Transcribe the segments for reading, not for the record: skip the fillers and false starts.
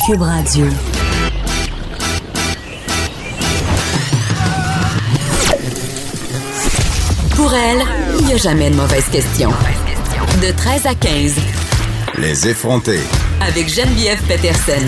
Cube Radio. Pour elle, il n'y a jamais de mauvaise question. De 13 à 15. Les effrontés. Avec Geneviève Peterson.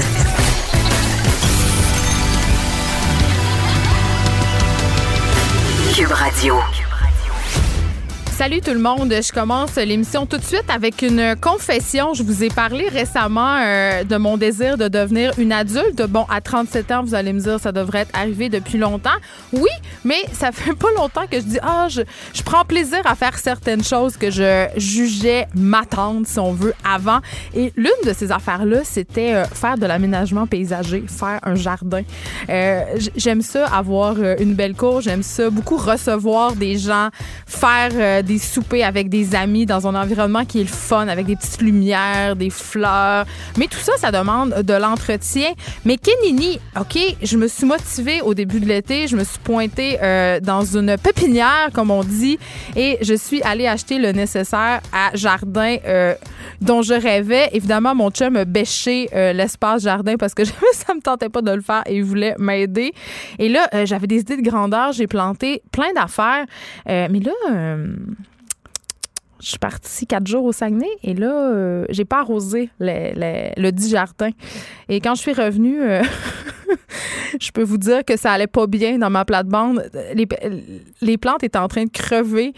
Cube Radio. Salut tout le monde, je commence l'émission tout de suite avec une confession. Je vous ai parlé récemment de mon désir de devenir une adulte. Bon, à 37 ans, vous allez me dire, ça devrait être arrivé depuis longtemps. Oui, mais ça fait pas longtemps que je dis, je prends plaisir à faire certaines choses que je jugeais m'attendre, si on veut, avant. Et l'une de ces affaires-là, c'était faire de l'aménagement paysager, faire un jardin. J'aime ça, avoir une belle cour. J'aime ça, beaucoup recevoir des gens, faire des soupers avec des amis dans un environnement qui est le fun, avec des petites lumières, des fleurs. Mais tout ça, ça demande de l'entretien. Mais Kenini, OK, je me suis motivée au début de l'été. Je me suis pointée dans une pépinière, comme on dit, et je suis allée acheter le nécessaire à jardin dont je rêvais. Évidemment, mon chum a bêché l'espace jardin parce que ça me tentait pas de le faire et il voulait m'aider. Et là, j'avais des idées de grandeur. J'ai planté plein d'affaires. Mais là... je suis partie 4 jours au Saguenay et là, j'ai pas arrosé le dit jardin. Et quand je suis revenue, je peux vous dire que ça allait pas bien dans ma plate-bande. Les plantes étaient en train de crever.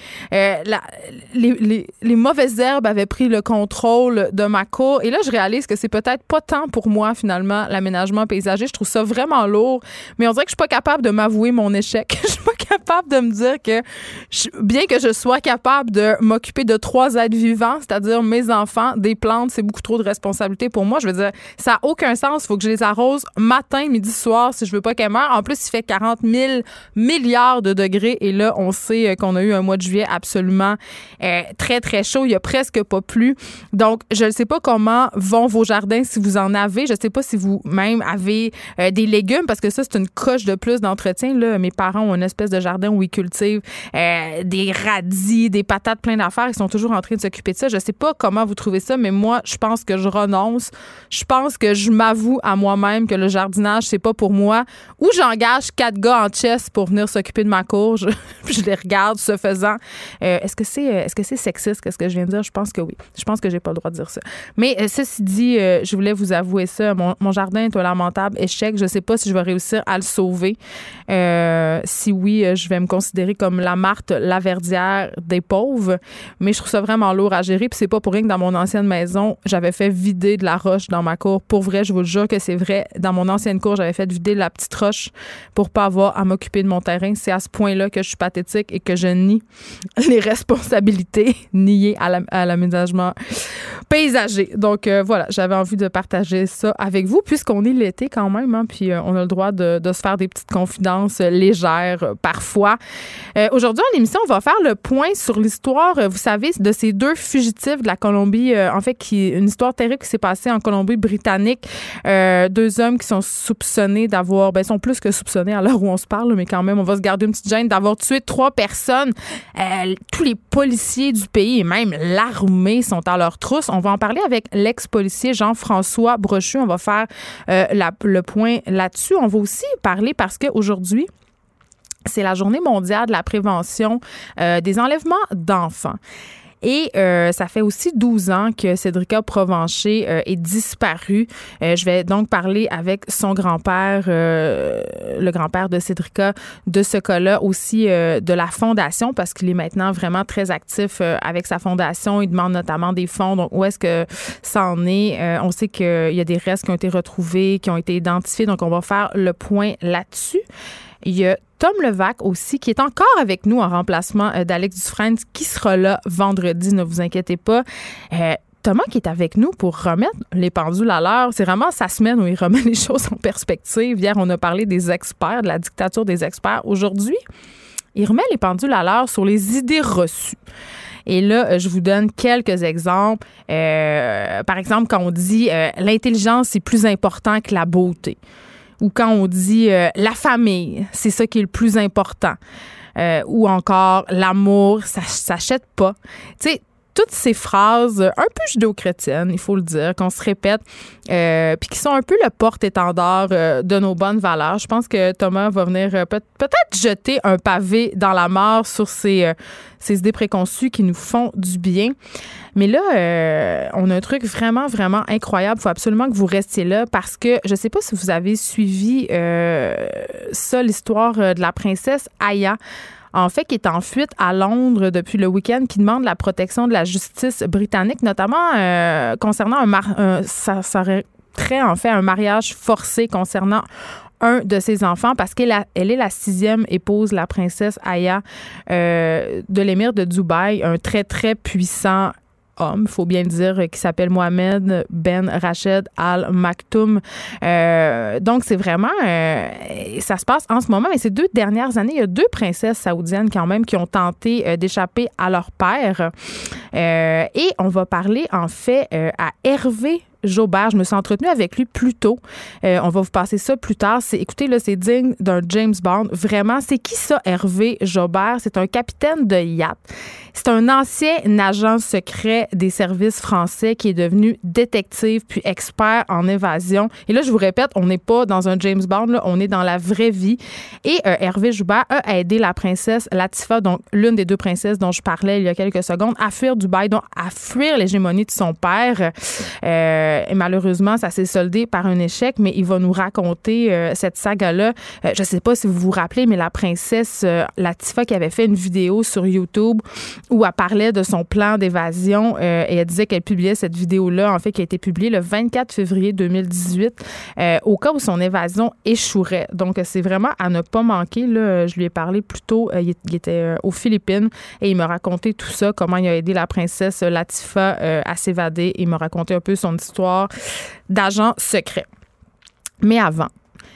Les mauvaises herbes avaient pris le contrôle de ma cour. Et là, je réalise que c'est peut-être pas tant pour moi, finalement, l'aménagement paysager. Je trouve ça vraiment lourd. Mais on dirait que je suis pas capable de m'avouer mon échec. Je suis pas capable de me dire que, bien que je sois capable de m'occuper de 3 êtres vivants, c'est-à-dire mes enfants, des plantes, c'est beaucoup trop de responsabilité pour moi. Je veux dire, ça n'a aucun sens. Il faut que je les arrose matin, midi, soir, si je veux pas qu'elles meurent. En plus, il fait 40 000 milliards de degrés. Et là, on sait qu'on a eu un mois de juillet absolument très, très chaud. Il y a presque pas plu. Donc, je ne sais pas comment vont vos jardins si vous en avez. Je ne sais pas si vous-même avez des légumes, parce que ça, c'est une coche de plus d'entretien. Là, mes parents ont une espèce de jardin où ils cultivent des radis, des patates, plein d'affaires. Ils sont toujours en train de s'occuper de ça. Je ne sais pas comment vous trouvez ça, mais moi, je pense que je renonce. Je pense que je m'avoue à moi-même que le jardinage, c'est pas pour moi. Ou j'engage 4 gars en chess pour venir s'occuper de ma cour. Je les regarde ce faisant. Est-ce que c'est sexiste, qu'est-ce que je viens de dire? Je pense que oui. Je pense que j'ai pas le droit de dire ça. Mais ceci dit, je voulais vous avouer ça. Mon jardin est un lamentable échec. Je sais pas si je vais réussir à le sauver. Si oui, je vais me considérer comme la Marthe Laverdière des pauvres. Mais je trouve ça vraiment lourd à gérer. Puis c'est pas pour rien que dans mon ancienne maison, j'avais fait vider de la roche dans ma cour. Pour vrai, je vous le jure que c'est vrai. Dans mon ancienne cour, j'avais fait vider la petite roche pour pas avoir à m'occuper de mon terrain. C'est à ce point-là que je suis pathétique et que je nie les responsabilités liées à l'aménagement paysager. Donc voilà, j'avais envie de partager ça avec vous puisqu'on est l'été quand même, hein, puis on a le droit de se faire des petites confidences légères parfois. Aujourd'hui, à l'émission, on va faire le point sur l'histoire, vous savez, de ces 2 fugitifs de la Colombie, en fait, une histoire terrible qui s'est passée en Colombie-Britannique. 2 hommes qui sont soupçonnés d'avoir, sont plus que soupçonnés à l'heure où on se parle, mais quand même, on va se garder une petite gêne, d'avoir tué 3 personnes. Tous les policiers du pays et même l'armée sont à leur trousse. On va en parler avec l'ex-policier Jean-François Brochu. On va faire le point là-dessus. On va aussi parler parce qu'aujourd'hui, c'est la journée mondiale de la prévention des enlèvements d'enfants. Et ça fait aussi 12 ans que Cédrica Provencher est disparue. Je vais donc parler avec son grand-père, le grand-père de Cédrica, de ce cas-là, aussi de la fondation, parce qu'il est maintenant vraiment très actif avec sa fondation. Il demande notamment des fonds. Donc, où est-ce que ça en est? On sait qu'il y a des restes qui ont été retrouvés, qui ont été identifiés. Donc, on va faire le point là-dessus. Il y a Tom Levac aussi, qui est encore avec nous en remplacement d'Alex Dufresne, qui sera là vendredi, ne vous inquiétez pas. Thomas qui est avec nous pour remettre les pendules à l'heure. C'est vraiment sa semaine où il remet les choses en perspective. Hier, on a parlé des experts, de la dictature des experts. Aujourd'hui, il remet les pendules à l'heure sur les idées reçues. Et là, je vous donne quelques exemples. Par exemple, quand on dit l'intelligence est plus important que la beauté. Ou quand on dit la famille, c'est ça qui est le plus important. Ou encore l'amour, ça s'achète pas. Tu sais, toutes ces phrases un peu judéo-chrétiennes, il faut le dire, qu'on se répète, puis qui sont un peu le porte-étendard de nos bonnes valeurs. Je pense que Thomas va venir peut-être jeter un pavé dans la mare sur ces idées préconçues qui nous font du bien. Mais là, on a un truc vraiment, vraiment incroyable. Il faut absolument que vous restiez là parce que je ne sais pas si vous avez suivi ça, l'histoire de la princesse Aya. En fait, qui est en fuite à Londres depuis le week-end, qui demande la protection de la justice britannique, notamment concernant ça serait très, en fait, un mariage forcé concernant un de ses enfants parce qu'elle est la 6e épouse, la princesse Aya, de l'émir de Dubaï, un très, très puissant homme, il faut bien le dire, qui s'appelle Mohamed Ben Rached Al Maktoum. Donc, c'est vraiment... ça se passe en ce moment, mais ces 2 dernières années, il y a 2 princesses saoudiennes quand même qui ont tenté d'échapper à leur père. Et on va parler, en fait, à Hervé Jobert. Je me suis entretenue avec lui plus tôt. On va vous passer ça plus tard. Écoutez, là, c'est digne d'un James Bond. Vraiment, c'est qui ça, Hervé Jobert? C'est un capitaine de yacht. C'est un ancien agent secret des services français qui est devenu détective puis expert en évasion. Et là, je vous répète, on n'est pas dans un James Bond, là, on est dans la vraie vie. Et Hervé Jobert a aidé la princesse Latifa, donc l'une des 2 princesses dont je parlais il y a quelques secondes, à fuir Dubaï, donc à fuir l'hégémonie de son père. Et malheureusement, ça s'est soldé par un échec, mais il va nous raconter cette saga-là. Je ne sais pas si vous vous rappelez, mais la princesse Latifa qui avait fait une vidéo sur YouTube où elle parlait de son plan d'évasion et elle disait qu'elle publiait cette vidéo-là, en fait, qui a été publiée le 24 février 2018, au cas où son évasion échouerait. Donc, c'est vraiment à ne pas manquer. Là, je lui ai parlé plus tôt. Il était aux Philippines et il m'a raconté tout ça, comment il a aidé la princesse Latifa à s'évader. Il m'a raconté un peu son histoire d'agent secret. Mais avant,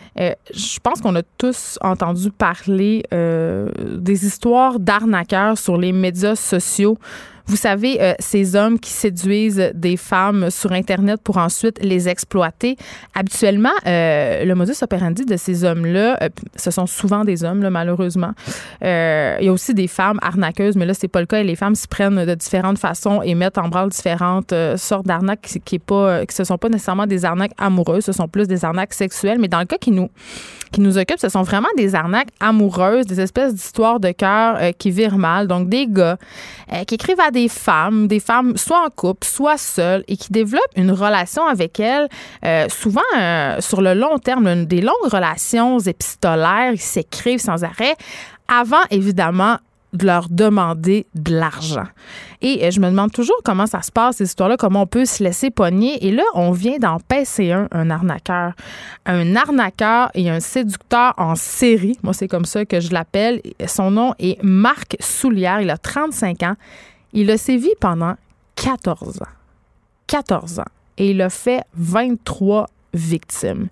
je pense qu'on a tous entendu parler des histoires d'arnaqueurs sur les médias sociaux. Vous savez, ces hommes qui séduisent des femmes sur Internet pour ensuite les exploiter. Habituellement, le modus operandi de ces hommes-là, ce sont souvent des hommes, là, malheureusement. Il y a aussi des femmes arnaqueuses, mais là, c'est pas le cas. Et les femmes s'y prennent de différentes façons et mettent en branle différentes sortes d'arnaques qui ne sont pas nécessairement des arnaques amoureuses, ce sont plus des arnaques sexuelles. Mais dans le cas qui nous occupe, ce sont vraiment des arnaques amoureuses, des espèces d'histoires de cœur qui virent mal. Donc, des gars qui écrivent à des femmes soit en couple, soit seules, et qui développent une relation avec elles, souvent sur le long terme, des longues relations épistolaires, ils s'écrivent sans arrêt, avant, évidemment, de leur demander de l'argent. Et je me demande toujours comment ça se passe, ces histoires-là, comment on peut se laisser pogner. Et là, on vient d'en passer un arnaqueur. Un arnaqueur et un séducteur en série. Moi, c'est comme ça que je l'appelle. Son nom est Marc Soulière. Il a 35 ans. Il a sévi pendant 14 ans. 14 ans. Et il a fait 23 victimes.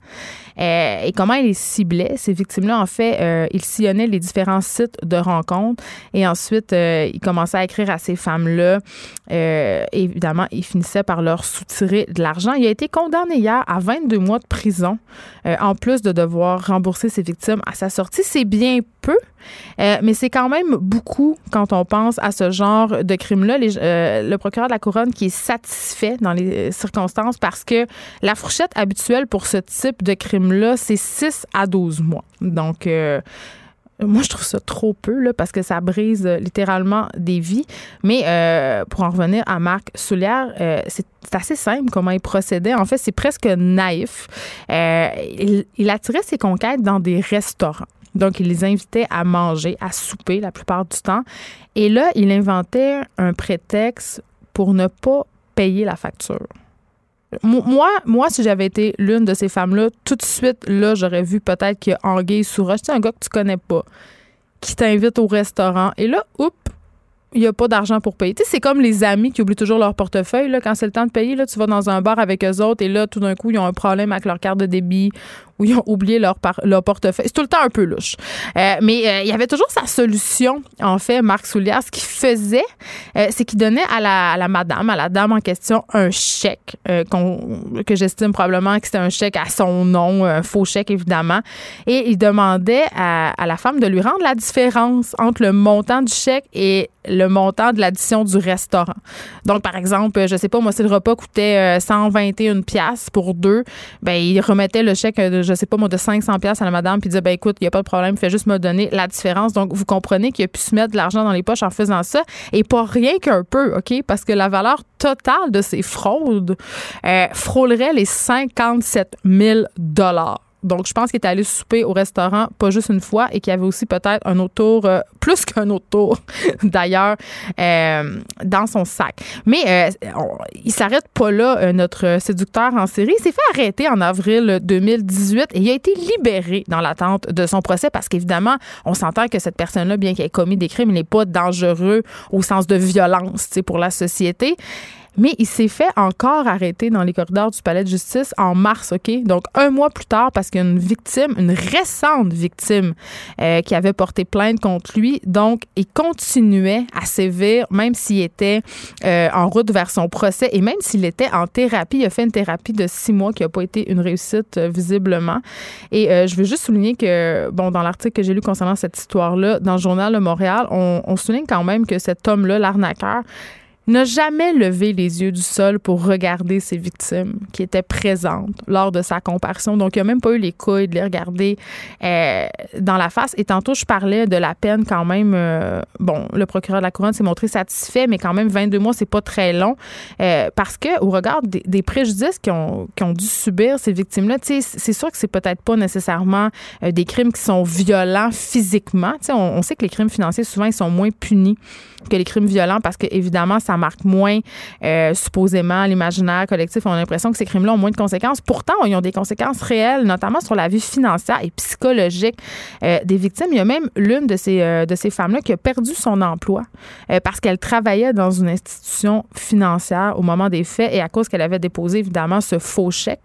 Et comment il les ciblait, ces victimes-là? En fait, il sillonnait les différents sites de rencontres et ensuite, il commençait à écrire à ces femmes-là. Évidemment, il finissait par leur soutirer de l'argent. Il a été condamné hier à 22 mois de prison, en plus de devoir rembourser ses victimes à sa sortie. C'est bien peu, mais c'est quand même beaucoup quand on pense à ce genre de crime-là. Le procureur de la Couronne qui est satisfait dans les circonstances parce que la fourchette habituelle pour ce type de crime-là, c'est 6 à 12 mois. Donc, moi, je trouve ça trop peu là, parce que ça brise littéralement des vies. Mais pour en revenir à Marc Soulière, c'est assez simple comment il procédait. En fait, c'est presque naïf. Il attirait ses conquêtes dans des restaurants. Donc, il les invitait à manger, à souper la plupart du temps. Et là, il inventait un prétexte pour ne pas payer la facture. Moi, si j'avais été l'une de ces femmes-là, tout de suite, là, j'aurais vu peut-être qu'il y a anguille sous roche. C'est un gars que tu connais pas, qui t'invite au restaurant. Et là, oups, il n'y a pas d'argent pour payer. Tu sais, c'est comme les amis qui oublient toujours leur portefeuille. Là, quand c'est le temps de payer, là, tu vas dans un bar avec eux autres et là, tout d'un coup, ils ont un problème avec leur carte de débit ou ils ont oublié leur portefeuille. C'est tout le temps un peu louche. Mais il y avait toujours sa solution, en fait, Marc Soulière. Ce qu'il faisait, c'est qu'il donnait à la dame en question, un chèque que j'estime probablement que c'était un chèque à son nom, un faux chèque, évidemment. Et il demandait à la femme de lui rendre la différence entre le montant du chèque et le montant de l'addition du restaurant. Donc, par exemple, je sais pas, moi, si le repas coûtait 121 piastres pour deux, ben il remettait le chèque, je sais pas, moi, de 500 piastres à la madame, puis il disait, ben écoute, il n'y a pas de problème, fais juste me donner la différence. Donc, vous comprenez qu'il a pu se mettre de l'argent dans les poches en faisant ça, et pas rien qu'un peu, OK? Parce que la valeur totale de ces fraudes frôlerait les 57 000 $. Donc, je pense qu'il est allé souper au restaurant pas juste une fois et qu'il y avait aussi peut-être un autre tour, plus qu'un autre tour, d'ailleurs, dans son sac. Mais il s'arrête pas là, notre séducteur en série. Il s'est fait arrêter en avril 2018 et il a été libéré dans l'attente de son procès parce qu'évidemment, on s'entend que cette personne-là, bien qu'elle ait commis des crimes, il n'est pas dangereux au sens de violence pour la société. Mais il s'est fait encore arrêter dans les corridors du palais de justice en mars, OK? Donc, un mois plus tard, parce qu'il y a une victime, une récente victime, qui avait porté plainte contre lui. Donc, il continuait à sévir, même s'il était en route vers son procès et même s'il était en thérapie. Il a fait une thérapie de 6 mois qui n'a pas été une réussite, visiblement. Et je veux juste souligner que, bon, dans l'article que j'ai lu concernant cette histoire-là, dans le Journal de Montréal, on souligne quand même que cet homme-là, l'arnaqueur, n'a jamais levé les yeux du sol pour regarder ses victimes qui étaient présentes lors de sa comparution. Donc, il n'a même pas eu les couilles de les regarder dans la face. Et tantôt, je parlais de la peine quand même. Bon, le procureur de la Couronne s'est montré satisfait, mais quand même, 22 mois, c'est pas très long. Parce que, au regard des préjudices qu'ils ont dû subir, ces victimes-là, c'est sûr que c'est peut-être pas nécessairement des crimes qui sont violents physiquement. On sait que les crimes financiers, souvent, ils sont moins punis que les crimes violents parce que, évidemment, ça marque moins, supposément, l'imaginaire collectif. On a l'impression que ces crimes-là ont moins de conséquences. Pourtant, ils ont des conséquences réelles, notamment sur la vie financière et psychologique des victimes. Il y a même l'une de ces femmes-là qui a perdu son emploi parce qu'elle travaillait dans une institution financière au moment des faits et à cause qu'elle avait déposé, évidemment, un faux chèque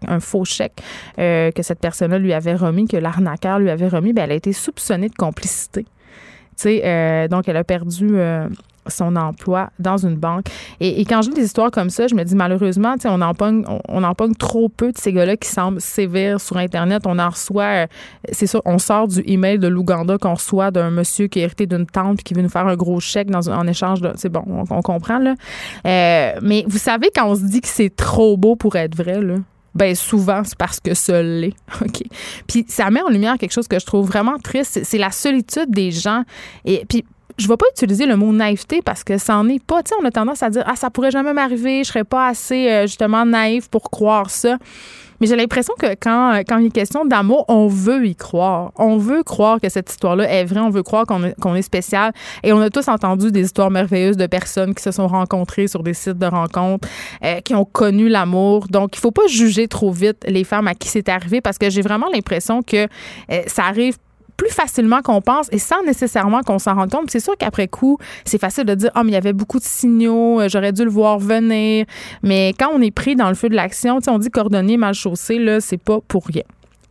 que cette personne-là lui avait remis, que l'arnaqueur lui avait remis, bien, elle a été soupçonnée de complicité. Donc, elle a perdu son emploi dans une banque. Et quand je lis des histoires comme ça, je me dis malheureusement, on en pogne trop peu de ces gars-là qui semblent sévères sur Internet. On en reçoit, c'est sûr, on sort du email de l'Ouganda qu'on reçoit d'un monsieur qui est hérité d'une tante et qui veut nous faire un gros chèque en échange de... C'est bon, on comprend, là. Mais vous savez, quand on se dit que c'est trop beau pour être vrai, là, ben souvent, c'est parce que ça l'est. OK? Puis ça met en lumière quelque chose que je trouve vraiment triste, c'est la solitude des gens. Et puis, je ne vais pas utiliser le mot naïveté parce que ça n'en est pas. Tu sais, on a tendance à dire « Ah, ça pourrait jamais m'arriver, je serais pas assez, justement, naïf pour croire ça. » Mais j'ai l'impression que quand il est question d'amour, on veut y croire. On veut croire que cette histoire-là est vraie. On veut croire qu'on est spécial. Et on a tous entendu des histoires merveilleuses de personnes qui se sont rencontrées sur des sites de rencontres, qui ont connu l'amour. Donc, il ne faut pas juger trop vite les femmes à qui c'est arrivé parce que j'ai vraiment l'impression que ça arrive plus facilement qu'on pense et sans nécessairement qu'on s'en rende compte. C'est sûr qu'après coup, c'est facile de dire « Ah, mais il y avait beaucoup de signaux, j'aurais dû le voir venir. » Mais quand on est pris dans le feu de l'action, on dit cordonnier mal chaussé, là, c'est pas pour rien.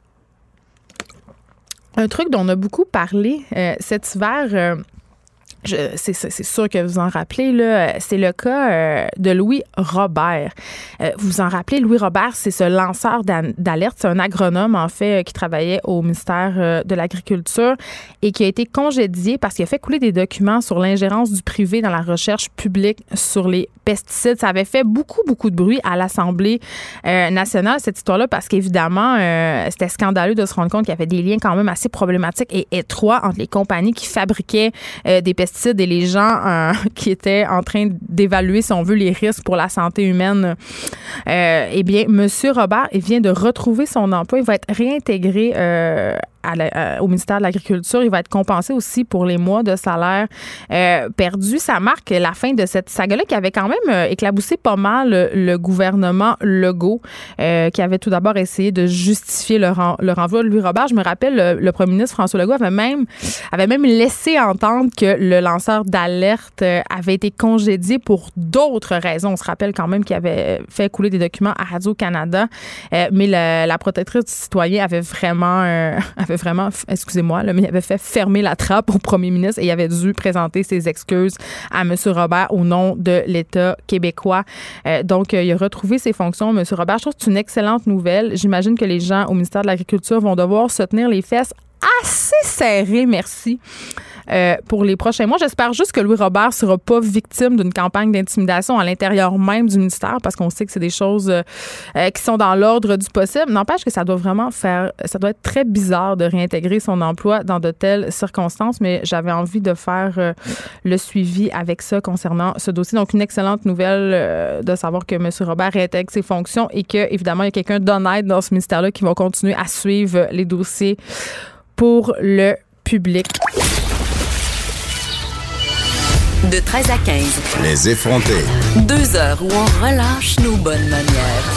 Un truc dont on a beaucoup parlé cet hiver... c'est sûr que vous en rappelez, là, c'est le cas de Louis Robert. Vous vous en rappelez, Louis Robert, c'est ce lanceur d'alerte, c'est un agronome, en fait, qui travaillait au ministère de l'Agriculture et qui a été congédié parce qu'il a fait couler des documents sur l'ingérence du privé dans la recherche publique sur les pesticides. Ça avait fait beaucoup, beaucoup de bruit à l'Assemblée nationale, cette histoire-là, parce qu'évidemment, c'était scandaleux de se rendre compte qu'il y avait des liens quand même assez problématiques et étroits entre les compagnies qui fabriquaient des pesticides et les gens qui étaient en train d'évaluer, si on veut, les risques pour la santé humaine. Eh bien, M. Robert, il vient de retrouver son emploi. Il va être réintégré au ministère de l'Agriculture. Il va être compensé aussi pour les mois de salaire perdus. Ça marque la fin de cette saga-là qui avait quand même éclaboussé pas mal le gouvernement Legault, qui avait tout d'abord essayé de justifier le renvoi de Louis Robert. Je me rappelle, le premier ministre François Legault avait même laissé entendre que le lanceur d'alerte avait été congédié pour d'autres raisons. On se rappelle quand même qu'il avait fait couler des documents à Radio-Canada, mais la protectrice du citoyen avait vraiment, excusez-moi, là, mais il avait fait fermer la trappe au premier ministre et il avait dû présenter ses excuses à M. Robert au nom de l'État québécois. Donc, il a retrouvé ses fonctions, M. Robert. Je trouve que c'est une excellente nouvelle. J'imagine que les gens au ministère de l'Agriculture vont devoir se tenir les fesses assez serré, merci. Pour les prochains mois. J'espère juste que Louis Robert ne sera pas victime d'une campagne d'intimidation à l'intérieur même du ministère, parce qu'on sait que c'est des choses qui sont dans l'ordre du possible. N'empêche que ça doit être très bizarre de réintégrer son emploi dans de telles circonstances, mais j'avais envie de faire le suivi avec ça concernant ce dossier. Donc, une excellente nouvelle de savoir que M. Robert réintègre ses fonctions et que, évidemment, il y a quelqu'un d'honnête dans ce ministère-là qui va continuer à suivre les dossiers pour le public. De 13 à 15. Les effrontés. 2 heures où on relâche nos bonnes manières.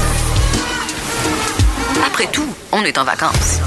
Après tout, on est en vacances.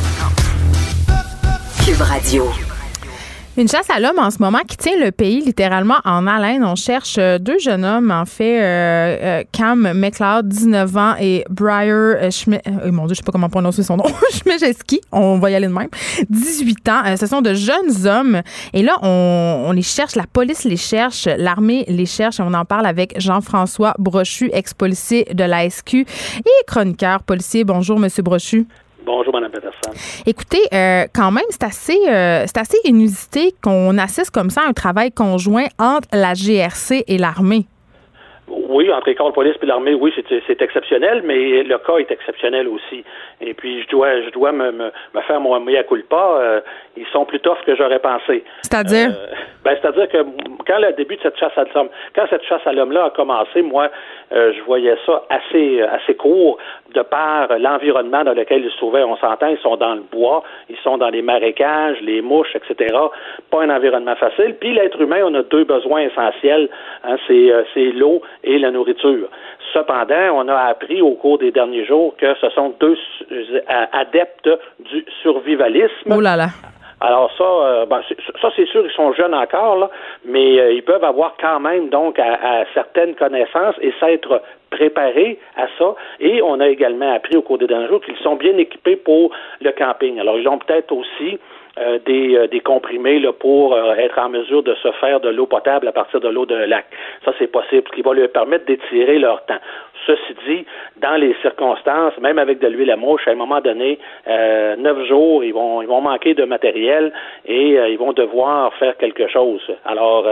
Cube Radio. Une chasse à l'homme en ce moment qui tient le pays littéralement en haleine. On cherche 2 jeunes hommes, en fait, Cam McLeod, 19 ans, et Briar mon Dieu, je sais pas comment prononcer son nom, Schmejeski, on va y aller de même, 18 ans. Ce sont de jeunes hommes. Et là, on les cherche, la police les cherche, l'armée les cherche, et on en parle avec Jean-François Brochu, ex-policier de la SQ et chroniqueur policier. Bonjour, Monsieur Brochu. Bonjour, Mme Peterson. Écoutez, quand même, c'est assez inusité qu'on assiste comme ça à un travail conjoint entre la GRC et l'armée. Oui, entre les corps de police et l'armée, oui, c'est exceptionnel, mais le cas est exceptionnel aussi. Et puis, je dois me faire mon mea culpa. Ils sont plus toughs que j'aurais pensé. C'est-à-dire? C'est-à-dire que quand le début de cette chasse à l'homme-là a commencé, moi, je voyais ça assez court de par l'environnement dans lequel ils se trouvaient. On s'entend, ils sont dans le bois, ils sont dans les marécages, les mouches, etc. Pas un environnement facile. Puis l'être humain, on a 2 besoins essentiels, hein, c'est l'eau et la nourriture. Cependant, on a appris au cours des derniers jours que ce sont 2 adeptes du survivalisme. Oh là là. Alors ça c'est sûr, ils sont jeunes encore, là, mais ils peuvent avoir quand même donc à certaines connaissances et s'être préparés à ça. Et on a également appris au cours des derniers jours qu'ils sont bien équipés pour le camping. Alors ils ont peut-être aussi des comprimés là, pour être en mesure de se faire de l'eau potable à partir de l'eau d'un lac. Ça, c'est possible, ce qui va leur permettre d'étirer leur temps. Ceci dit, dans les circonstances, même avec de l'huile à mouche, à un moment donné, 9 jours, ils vont manquer de matériel et ils vont devoir faire quelque chose. Alors,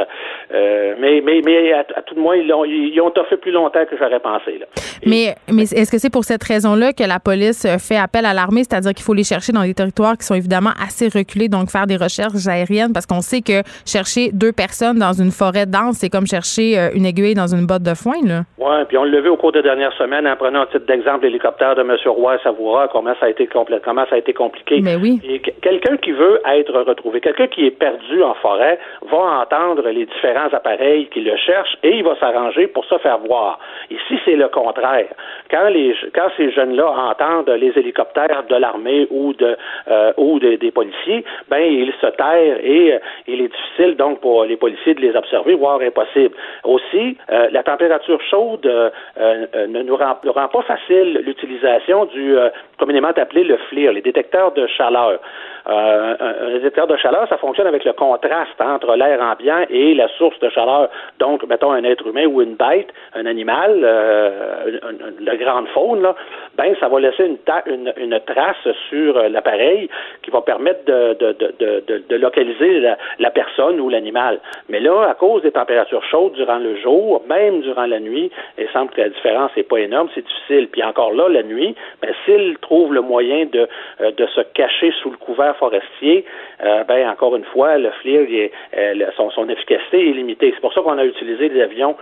mais à tout de moins, ils ont toffé plus longtemps que j'aurais pensé. Là. Mais est-ce que c'est pour cette raison-là que la police fait appel à l'armée, c'est-à-dire qu'il faut les chercher dans des territoires qui sont évidemment assez reculés, donc faire des recherches aériennes, parce qu'on sait que chercher 2 personnes dans une forêt dense, c'est comme chercher une aiguille dans une botte de foin, là? Oui, puis on l'a vu au cours des dernières semaines, en prenant un titre d'exemple l'hélicoptère de M. Roy à Savoura, comment ça a été compliqué. Mais oui. Et quelqu'un qui veut être retrouvé, quelqu'un qui est perdu en forêt, va entendre les différents appareils qui le cherchent et il va s'arranger pour se faire voir. Ici, c'est le contraire. Quand ces jeunes-là entendent les hélicoptères de l'armée ou des policiers, ben ils se terrent et il est difficile donc pour les policiers de les observer, voire impossible. Aussi, la température chaude ne rend pas facile l'utilisation du communément appelé le FLIR, les détecteurs de chaleur. Un détecteur de chaleur, ça fonctionne avec le contraste entre l'air ambiant et la source de chaleur. Donc, mettons un être humain ou une bête, un animal, la grande faune, là, ben ça va laisser une trace sur l'appareil qui va permettre de localiser la personne ou l'animal. Mais là, à cause des températures chaudes durant le jour, même durant la nuit, il semble que la différence n'est pas énorme, c'est difficile. Puis encore là, la nuit, ben s'ils trouvent le moyen de se cacher sous le couvert forestier, ben encore une fois, le FLIR, son efficacité est limitée. C'est pour ça qu'on a utilisé des avions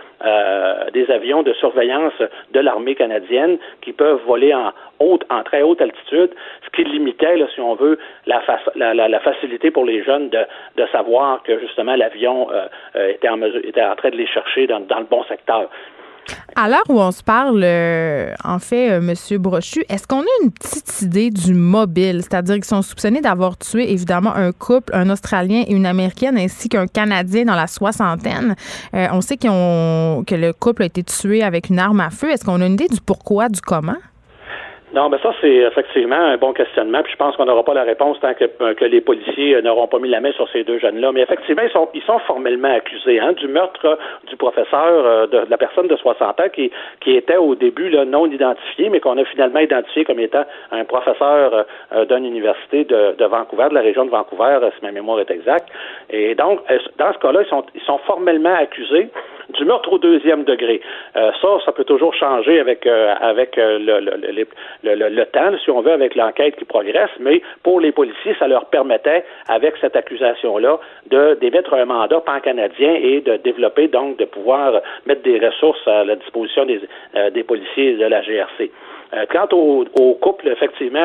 de surveillance de l'armée canadienne qui peuvent voler en très haute altitude, ce qui limitait, là, si on veut, la facilité pour les jeunes de savoir que justement l'avion était en train de les chercher dans le bon secteur. À l'heure où on se parle, en fait, M. Brochu, est-ce qu'on a une petite idée du mobile? C'est-à-dire qu'ils sont soupçonnés d'avoir tué, évidemment, un couple, un Australien et une Américaine, ainsi qu'un Canadien dans la soixantaine. On sait que le couple a été tué avec une arme à feu. Est-ce qu'on a une idée du pourquoi, du comment? Non, mais ça, c'est effectivement un bon questionnement, puis je pense qu'on n'aura pas la réponse tant que les policiers n'auront pas mis la main sur ces deux jeunes-là. Mais effectivement, ils sont formellement accusés du meurtre du professeur, de la personne de 60 ans qui était au début là, non identifié, mais qu'on a finalement identifié comme étant un professeur d'une université de Vancouver, de la région de Vancouver, si ma mémoire est exacte. Et donc, dans ce cas-là, ils sont formellement accusés du meurtre au deuxième degré. Ça peut toujours changer avec le temps, si on veut, avec l'enquête qui progresse, mais pour les policiers, ça leur permettait, avec cette accusation-là, d'émettre un mandat pan-canadien et de développer, donc, de pouvoir mettre des ressources à la disposition des policiers de la GRC. Quant au couple, effectivement,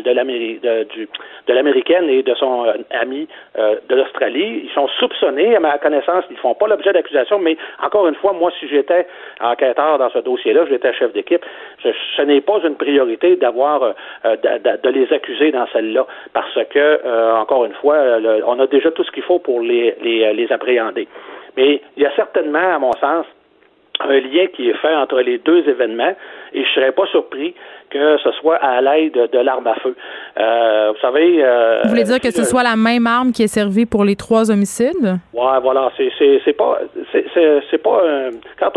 de l'Américaine et de son ami de l'Australie, ils sont soupçonnés, à ma connaissance, ils ne font pas l'objet d'accusation, mais encore une fois, moi, si j'étais enquêteur dans ce dossier-là, j'étais chef d'équipe, ce n'est pas une priorité de les accuser dans celle-là, parce que, encore une fois, on a déjà tout ce qu'il faut pour les appréhender. Mais il y a certainement, à mon sens, un lien qui est fait entre les deux événements et je serais pas surpris que ce soit à l'aide de l'arme à feu. Vous savez... Vous voulez dire que ce soit la même arme qui est servie pour les 3 homicides? Ouais, voilà. C'est pas quand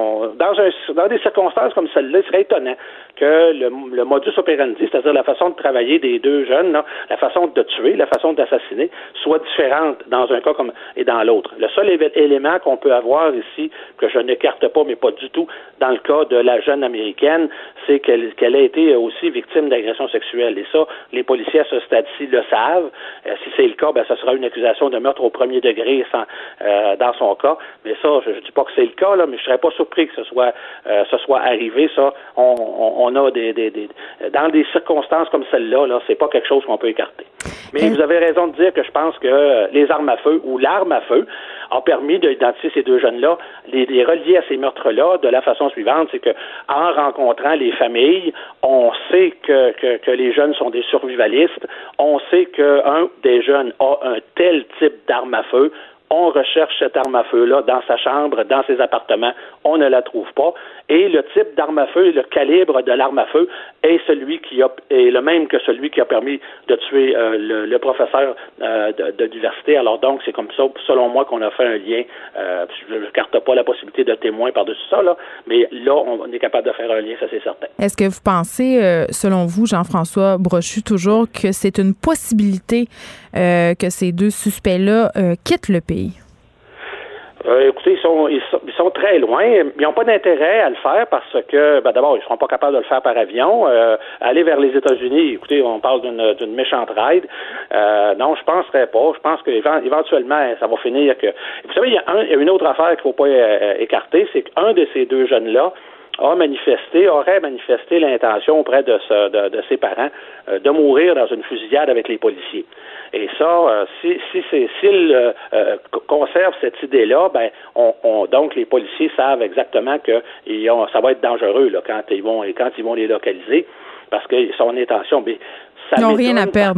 dans des circonstances comme celle-là, il serait étonnant que le modus operandi, c'est-à-dire la façon de travailler des deux jeunes, là, la façon de tuer, la façon d'assassiner, soit différente dans un cas comme et dans l'autre. Le seul élément qu'on peut avoir ici, que je n'écarte pas, mais pas du tout, dans le cas de la jeune américaine, c'est qu'elle a été aussi victime d'agression sexuelle. Et ça, les policiers à ce stade-ci le savent. Si c'est le cas, ce sera une accusation de meurtre au premier degré dans son cas. Mais ça, je ne dis pas que c'est le cas, là, mais je ne serais pas surpris que ce soit arrivé. Ça, on a dans des circonstances comme celle-là, là, c'est pas quelque chose qu'on peut écarter. Mais vous avez raison de dire que je pense que les armes à feu ou l'arme à feu a permis d'identifier ces deux jeunes-là, les relier à ces meurtres-là de la façon suivante, c'est que en rencontrant les familles, on sait que les jeunes sont des survivalistes, on sait qu'un des jeunes a un tel type d'arme à feu. On recherche cette arme à feu-là dans sa chambre, dans ses appartements. On ne la trouve pas. Et le type d'arme à feu, le calibre de l'arme à feu est le même que celui qui a permis de tuer le professeur de l'université. Alors donc, c'est comme ça, selon moi, qu'on a fait un lien. Je ne carte pas la possibilité de témoin par-dessus ça, là, mais là, on est capable de faire un lien, ça c'est certain. Est-ce que vous pensez, selon vous, Jean-François Brochu, toujours que c'est une possibilité que ces deux suspects-là quittent le pays? Écoutez, ils sont très loin. Ils n'ont pas d'intérêt à le faire parce que, d'abord, ils ne seront pas capables de le faire par avion. Aller vers les États-Unis, écoutez, on parle d'une méchante ride. Non, je penserais pas. Je pense qu'éventuellement, ça va finir que... Vous savez, il y a une autre affaire qu'il ne faut pas écarter, c'est qu'un de ces deux jeunes-là aurait manifesté l'intention auprès de ses parents de mourir dans une fusillade avec les policiers. Et ça, s'ils conservent cette idée-là, donc les policiers savent exactement que ça va être dangereux là, quand ils vont les localiser, parce que son intention, ça ils n'ont rien à perdre.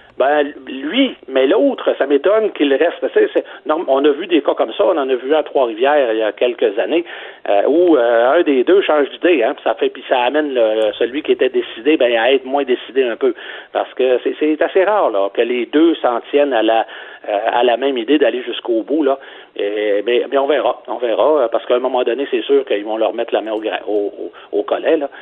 Lui, mais l'autre, ça m'étonne qu'il reste. On a vu des cas comme ça, on en a vu à Trois-Rivières il y a quelques années, où un des deux change d'idée, puis ça amène celui qui était décidé à être moins décidé un peu. Parce que c'est assez rare là, que les deux s'en tiennent à la même idée d'aller jusqu'au bout. Là. Mais on verra, parce qu'à un moment donné, c'est sûr qu'ils vont leur mettre la main au collet. Là.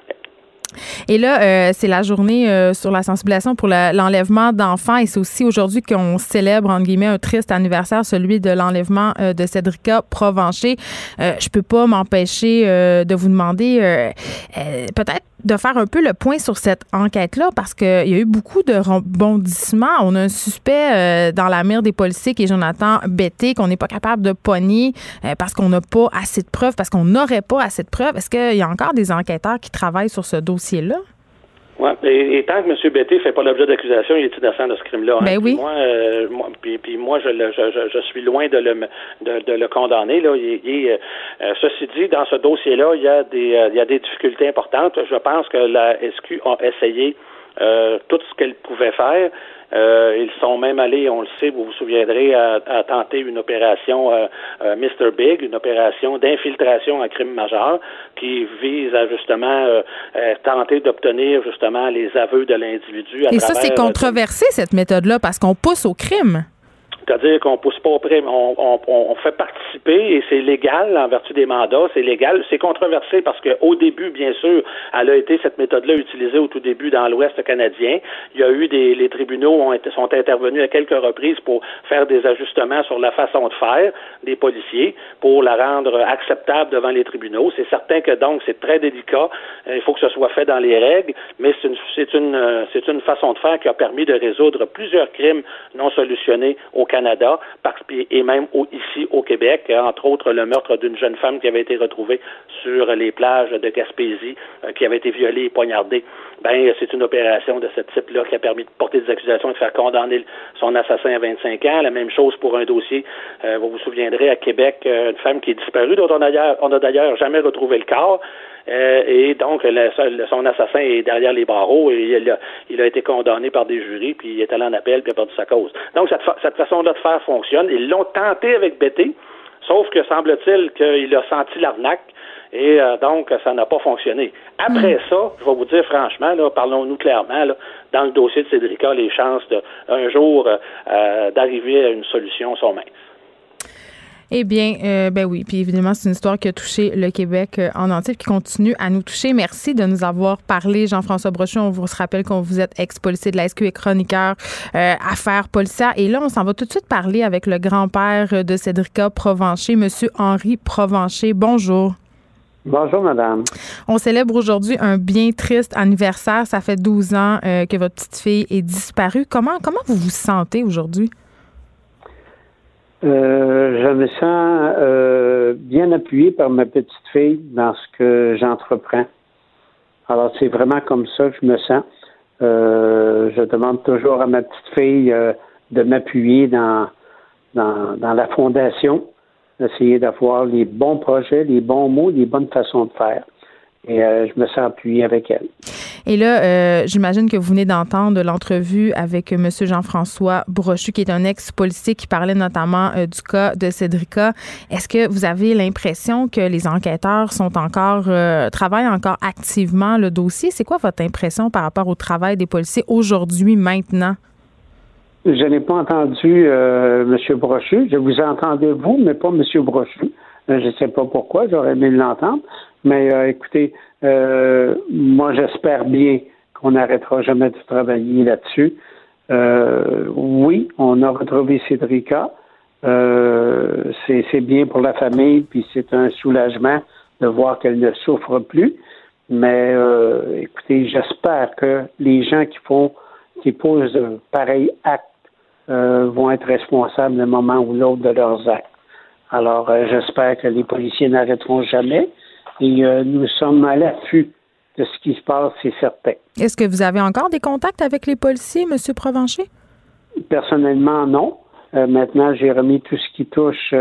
Et là, c'est la journée sur la sensibilisation pour l'enlèvement d'enfants et c'est aussi aujourd'hui qu'on célèbre, entre guillemets, un triste anniversaire, celui de l'enlèvement de Cédrica Provencher. Je peux pas m'empêcher de vous demander peut-être de faire un peu le point sur cette enquête-là parce qu'il y a eu beaucoup de rebondissements. On a un suspect dans la mire des policiers qui est Jonathan Betté, qu'on n'est pas capable de pogner parce qu'on n'a pas assez de preuves, parce qu'on n'aurait pas assez de preuves. Est-ce qu'il y a encore des enquêteurs qui travaillent sur ce dossier-là? Oui, et tant que M. Betté ne fait pas l'objet d'accusation, il est innocent de ce crime-là. Ben oui. Moi, je suis loin de le condamner. Là. Ceci dit, dans ce dossier-là, il y a des difficultés importantes. Je pense que la SQ a essayé tout ce qu'elle pouvait faire. Ils sont même allés, on le sait, vous vous souviendrez, à tenter une opération Mr. Big, une opération d'infiltration en crime majeur qui vise à justement tenter d'obtenir justement les aveux de l'individu. Et ça, c'est controversé, cette méthode-là, parce qu'on pousse au crime. C'est-à-dire qu'on pousse pas au crime, on fait participer et c'est légal en vertu des mandats, c'est légal. C'est controversé parce qu'au début, bien sûr, elle a été cette méthode-là utilisée au tout début dans l'Ouest canadien. Il y a eu les tribunaux sont intervenus à quelques reprises pour faire des ajustements sur la façon de faire des policiers pour la rendre acceptable devant les tribunaux. C'est certain que donc c'est très délicat. Il faut que ce soit fait dans les règles, mais c'est une façon de faire qui a permis de résoudre plusieurs crimes non solutionnés au Canada et même ici au Québec, entre autres le meurtre d'une jeune femme qui avait été retrouvée sur les plages de Gaspésie, qui avait été violée et poignardée. C'est une opération de ce type-là qui a permis de porter des accusations et de faire condamner son assassin à 25 ans. La même chose pour un dossier, vous vous souviendrez, à Québec, une femme qui est disparue, dont on a d'ailleurs jamais retrouvé le corps. Et donc, son assassin est derrière les barreaux et il a été condamné par des jurys, puis il est allé en appel, puis il a perdu sa cause. Donc, cette façon-là de faire fonctionne. Ils l'ont tenté avec Betty, sauf que semble-t-il qu'il a senti l'arnaque et donc, ça n'a pas fonctionné. Après ça, je vais vous dire franchement, là, parlons-nous clairement, là, dans le dossier de Cédrica, les chances un jour d'arriver à une solution sont minces. Eh bien, oui. Puis évidemment, c'est une histoire qui a touché le Québec en entier, qui continue à nous toucher. Merci de nous avoir parlé, Jean-François Brochu. On vous rappelle qu'on vous êtes ex-policier de la SQ et chroniqueur affaires policières. Et là, on s'en va tout de suite parler avec le grand-père de Cédrica Provencher, Monsieur Henri Provencher. Bonjour. Bonjour, madame. On célèbre aujourd'hui un bien triste anniversaire. Ça fait 12 ans que votre petite fille est disparue. Comment vous vous sentez aujourd'hui? Je me sens bien appuyé par ma petite fille dans ce que j'entreprends. Alors, c'est vraiment comme ça que je me sens. Je demande toujours à ma petite fille de m'appuyer dans la fondation, d'essayer d'avoir les bons projets, les bons mots, les bonnes façons de faire. Et je me sens appuyé avec elle. Et là, j'imagine que vous venez d'entendre l'entrevue avec M. Jean-François Brochu, qui est un ex-policier qui parlait notamment du cas de Cédrica. Est-ce que vous avez l'impression que les enquêteurs travaillent encore activement le dossier? C'est quoi votre impression par rapport au travail des policiers aujourd'hui, maintenant? Je n'ai pas entendu M. Brochu. Je vous entendais, vous, mais pas M. Brochu. Je ne sais pas pourquoi. J'aurais aimé l'entendre. Mais écoutez, moi, j'espère bien qu'on n'arrêtera jamais de travailler là-dessus. Oui, on a retrouvé Cédrica. C'est bien pour la famille, puis c'est un soulagement de voir qu'elle ne souffre plus. Mais écoutez, j'espère que les gens qui posent pareil acte vont être responsables d'un moment ou l'autre de leurs actes. Alors, j'espère que les policiers n'arrêteront jamais. Et nous sommes à l'affût de ce qui se passe, c'est certain. Est-ce que vous avez encore des contacts avec les policiers, M. Provencher? Personnellement, non. Maintenant, j'ai remis tout ce qui touche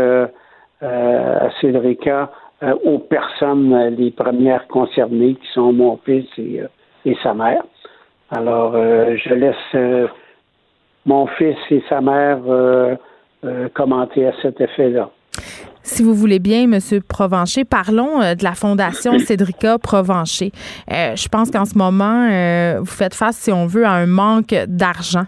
à Cédrica aux personnes les premières concernées, qui sont mon fils et sa mère. Alors, je laisse mon fils et sa mère commenter à cet effet-là. Si vous voulez bien, M. Provencher, parlons de la Fondation Cédrica Provencher. Je pense qu'en ce moment, vous faites face, si on veut, à un manque d'argent.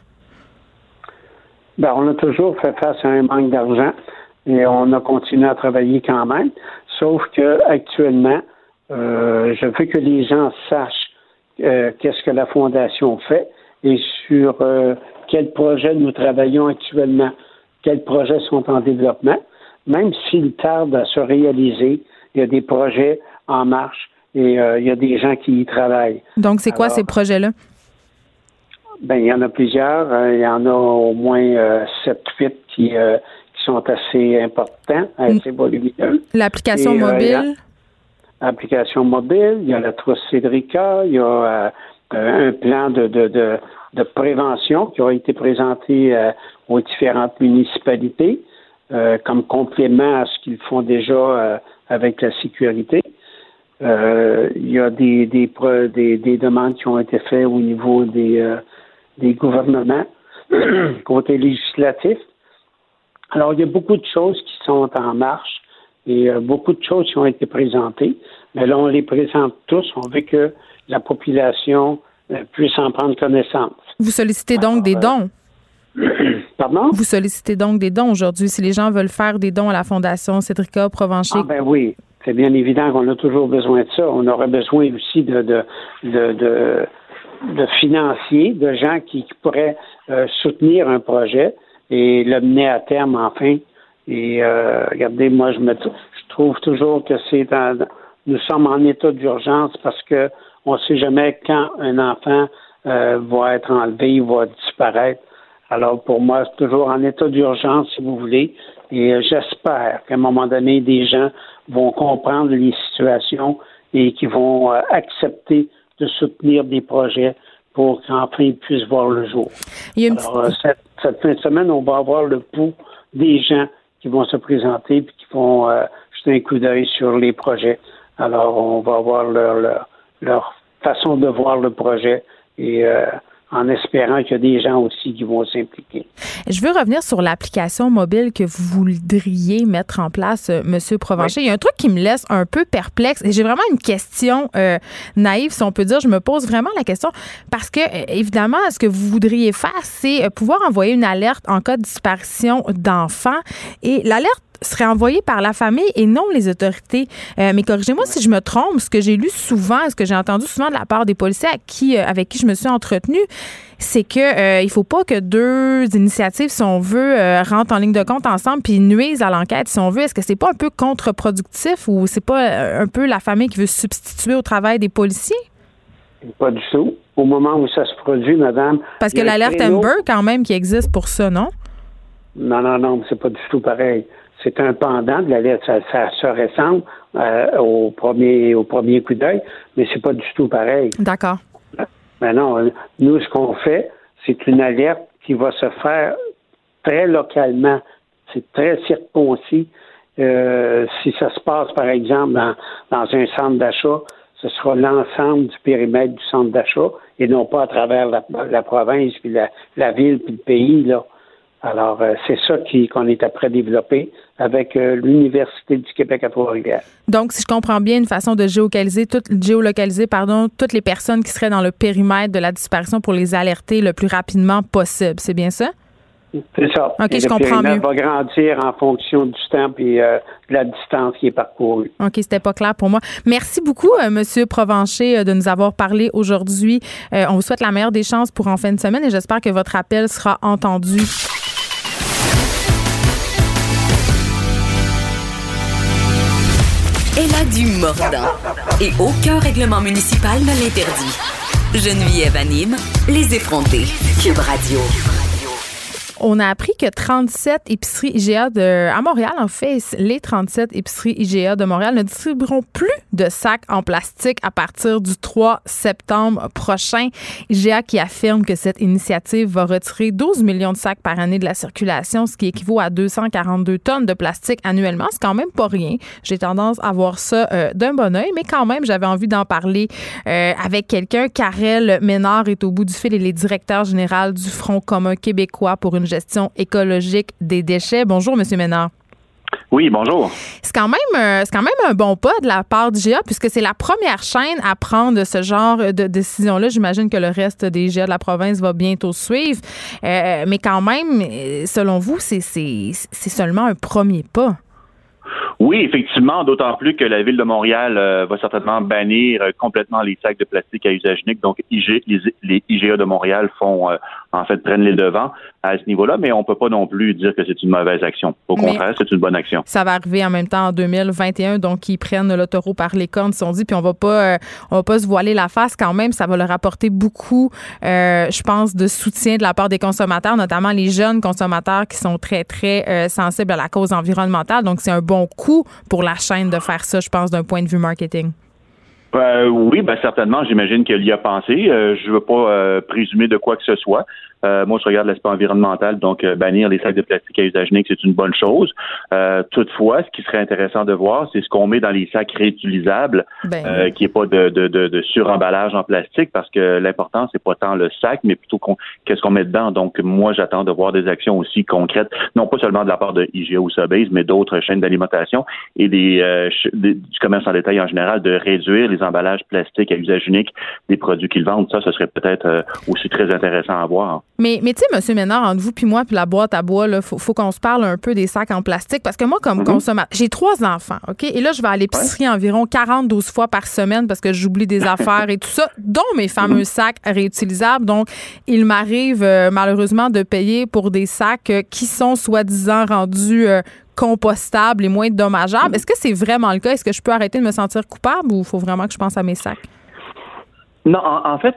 On a toujours fait face à un manque d'argent et on a continué à travailler quand même. Sauf que actuellement, je veux que les gens sachent qu'est-ce que la Fondation fait et sur quels projets nous travaillons actuellement, quels projets sont en développement. Même s'ils tardent à se réaliser, il y a des projets en marche et il y a des gens qui y travaillent. Donc, c'est quoi ces projets-là? Il y en a plusieurs. Il y en a au moins 7-8 qui sont assez importants, assez volumineux. L'application mobile? L'application mobile, il y a la trousse Cédrica, il y a un plan de prévention qui a été présenté aux différentes municipalités. Comme complément à ce qu'ils font déjà avec la sécurité. Il y a des demandes qui ont été faites au niveau des gouvernements, côté législatif. Alors, il y a beaucoup de choses qui sont en marche et beaucoup de choses qui ont été présentées. Mais là, on les présente tous. On veut que la population puisse en prendre connaissance. Vous sollicitez donc des dons? Pardon? Vous sollicitez donc des dons aujourd'hui. Si les gens veulent faire des dons à la Fondation Cédrica Provencher. Ah ben oui, c'est bien évident qu'on a toujours besoin de ça. On aurait besoin aussi de financiers, de gens qui pourraient soutenir un projet et le mener à terme enfin. Et regardez, moi, je trouve toujours que nous sommes en état d'urgence parce que on ne sait jamais quand un enfant va être enlevé, va disparaître. Alors, pour moi, c'est toujours en état d'urgence, si vous voulez. Et j'espère qu'à un moment donné, des gens vont comprendre les situations et qui vont accepter de soutenir des projets pour qu'enfin ils puissent voir le jour. Alors, cette fin de semaine, on va avoir le pouls des gens qui vont se présenter et qui vont jeter un coup d'œil sur les projets. Alors, on va avoir leur façon de voir le projet et en espérant qu'il y a des gens aussi qui vont s'impliquer. Je veux revenir sur l'application mobile que vous voudriez mettre en place, M. Provencher. Oui. Il y a un truc qui me laisse un peu perplexe et j'ai vraiment une question naïve, si on peut dire. Je me pose vraiment la question parce que, évidemment, ce que vous voudriez faire, c'est pouvoir envoyer une alerte en cas de disparition d'enfants et l'alerte serait envoyé par la famille et non les autorités. Mais corrigez-moi si je me trompe, ce que j'ai lu souvent, ce que j'ai entendu souvent de la part des policiers avec qui je me suis entretenue, c'est que il faut pas que deux initiatives, si on veut, rentrent en ligne de compte ensemble puis nuisent à l'enquête, si on veut. Est-ce que c'est pas un peu contre-productif ou c'est pas un peu la famille qui veut se substituer au travail des policiers? Pas du tout. Au moment où ça se produit, madame... Parce que l'alerte Amber, quand même, qui existe pour ça, non? Non, c'est pas du tout pareil. C'est un pendant de la lettre. Ça se ressemble au premier coup d'œil, mais c'est pas du tout pareil. D'accord. Mais non, nous, ce qu'on fait, c'est une alerte qui va se faire très localement. C'est très circoncis. Si ça se passe, par exemple, dans un centre d'achat, ce sera l'ensemble du périmètre du centre d'achat et non pas à travers la province, puis la ville, puis le pays, là. Alors, c'est ça qu'on est après développer avec l'Université du Québec à Trois-Rivières. Donc, si je comprends bien, une façon de géolocaliser toutes les personnes qui seraient dans le périmètre de la disparition pour les alerter le plus rapidement possible. C'est bien ça? C'est ça. OK, et je comprends mieux. Le périmètre va grandir en fonction du temps et de la distance qui est parcourue. OK, c'était pas clair pour moi. Merci beaucoup, M. Provencher, de nous avoir parlé aujourd'hui. On vous souhaite la meilleure des chances pour en fin de semaine et j'espère que votre appel sera entendu. Elle a du mordant et aucun règlement municipal ne l'interdit. Geneviève anime Les Effrontés. Cube Radio. On a appris que 37 épiceries IGA à Montréal, en fait, les 37 épiceries IGA de Montréal ne distribueront plus de sacs en plastique à partir du 3 septembre prochain. IGA qui affirme que cette initiative va retirer 12 millions de sacs par année de la circulation, ce qui équivaut à 242 tonnes de plastique annuellement. C'est quand même pas rien. J'ai tendance à voir ça d'un bon œil, mais quand même, j'avais envie d'en parler avec quelqu'un. Karel Ménard est au bout du fil. Il est directeur général du Front commun québécois pour une gestion écologique des déchets. Bonjour, M. Ménard. Oui, bonjour. C'est quand même un bon pas de la part d'IGA puisque c'est la première chaîne à prendre ce genre de décision-là. J'imagine que le reste des IGA de la province va bientôt suivre. Mais quand même, selon vous, c'est seulement un premier pas. Oui, effectivement, d'autant plus que la Ville de Montréal va certainement bannir complètement les sacs de plastique à usage unique. Donc, les IGA de Montréal prennent les devants à ce niveau-là, mais on peut pas non plus dire que c'est une mauvaise action. Au contraire, c'est une bonne action. Ça va arriver en même temps en 2021, donc ils prennent le taureau par les cornes, si on dit, puis on va pas se voiler la face quand même. Ça va leur apporter beaucoup, je pense, de soutien de la part des consommateurs, notamment les jeunes consommateurs qui sont très, très sensibles à la cause environnementale. Donc, c'est un bon coup pour la chaîne de faire ça, je pense, d'un point de vue marketing. Oui, certainement. J'imagine qu'elle y a pensé. Je ne veux pas présumer de quoi que ce soit. Moi, je regarde l'aspect environnemental, donc bannir les sacs de plastique à usage unique, c'est une bonne chose. Toutefois, ce qui serait intéressant de voir, c'est ce qu'on met dans les sacs réutilisables, qu'il n'y ait pas de suremballage en plastique, parce que l'important, c'est pas tant le sac, mais plutôt qu'est-ce qu'on met dedans. Donc, moi, j'attends de voir des actions aussi concrètes, non pas seulement de la part de IGA ou Sobeys, mais d'autres chaînes d'alimentation et du commerce en détail en général, de réduire les emballages plastiques à usage unique des produits qu'ils vendent. Ça, ce serait peut-être aussi très intéressant à voir. Mais tu sais, M. Ménard, entre vous puis moi, puis la boîte à bois, il faut qu'on se parle un peu des sacs en plastique. Parce que moi, comme consommateur, j'ai 3 enfants, OK? Et là, je vais à l'épicerie environ 40-12 fois par semaine parce que j'oublie des affaires et tout ça, dont mes fameux sacs réutilisables. Donc, il m'arrive malheureusement de payer pour des sacs qui sont soi-disant rendus compostables et moins dommageables. Est-ce que c'est vraiment le cas? Est-ce que je peux arrêter de me sentir coupable ou il faut vraiment que je pense à mes sacs? Non, en fait,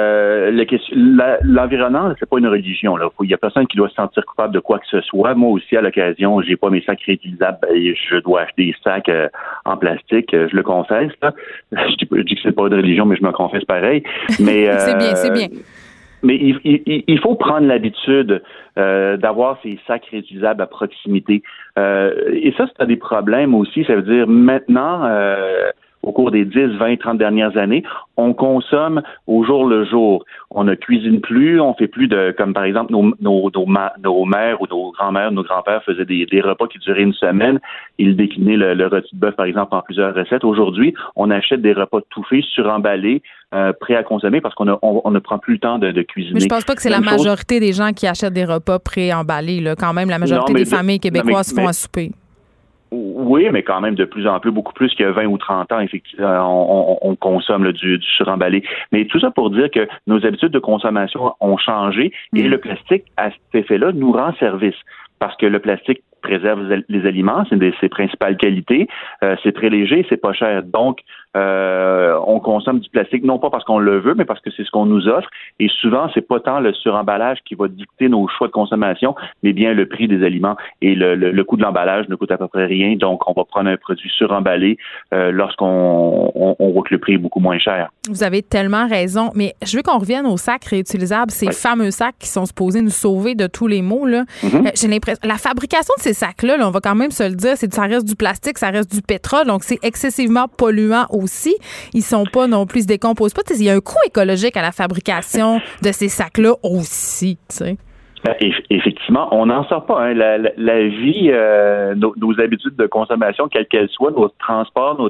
l'environnement, c'est pas une religion. Il y a personne qui doit se sentir coupable de quoi que ce soit. Moi aussi, à l'occasion, j'ai pas mes sacs réutilisables et je dois acheter des sacs en plastique. Je le confesse. Là. Je dis que c'est pas une religion, mais je me confesse pareil. Mais c'est bien. Mais il faut prendre l'habitude d'avoir ces sacs réutilisables à proximité. Et ça, c'est un des problèmes aussi. Ça veut dire maintenant. Au cours des 10, 20, 30 dernières années, on consomme au jour le jour. On ne cuisine plus, on fait plus de, comme par exemple nos mères ou nos grands-mères, nos grands-pères faisaient des repas qui duraient une semaine. Ils déclinaient le rôti de bœuf, par exemple, en plusieurs recettes. Aujourd'hui, on achète des repas tout faits, suremballés, prêts à consommer parce qu'on ne prend plus le temps de cuisiner. Mais je pense pas que c'est la majorité des gens qui achètent des repas pré-emballés. Là. Quand même, la majorité des familles québécoises font à souper. Oui, mais quand même de plus en plus, beaucoup plus qu'il y a 20 ou 30 ans, effectivement, on consomme du suremballé. Mais tout ça pour dire que nos habitudes de consommation ont changé et le plastique, à cet effet-là, nous rend service. Parce que le plastique préserve les aliments, c'est une de ses principales qualités. C'est très léger, c'est pas cher. Donc, on consomme du plastique, non pas parce qu'on le veut, mais parce que c'est ce qu'on nous offre. Et souvent, c'est pas tant le suremballage qui va dicter nos choix de consommation, mais bien le prix des aliments. Et le coût de l'emballage ne coûte à peu près rien. Donc, on va prendre un produit suremballé lorsqu'on voit que le prix est beaucoup moins cher. Vous avez tellement raison. Mais je veux qu'on revienne aux sacs réutilisables, ces fameux sacs qui sont supposés nous sauver de tous les maux. Là. J'ai l'impression, la fabrication de ces sacs-là, on va quand même se le dire, ça reste du plastique, ça reste du pétrole, donc c'est excessivement polluant aussi. Ils sont pas non plus, ils se décomposent pas. Il y a un coût écologique à la fabrication de ces sacs-là aussi, tu sais. Effectivement, on n'en sort pas. Hein. La vie, nos habitudes de consommation, quelles qu'elles soient, notre transport,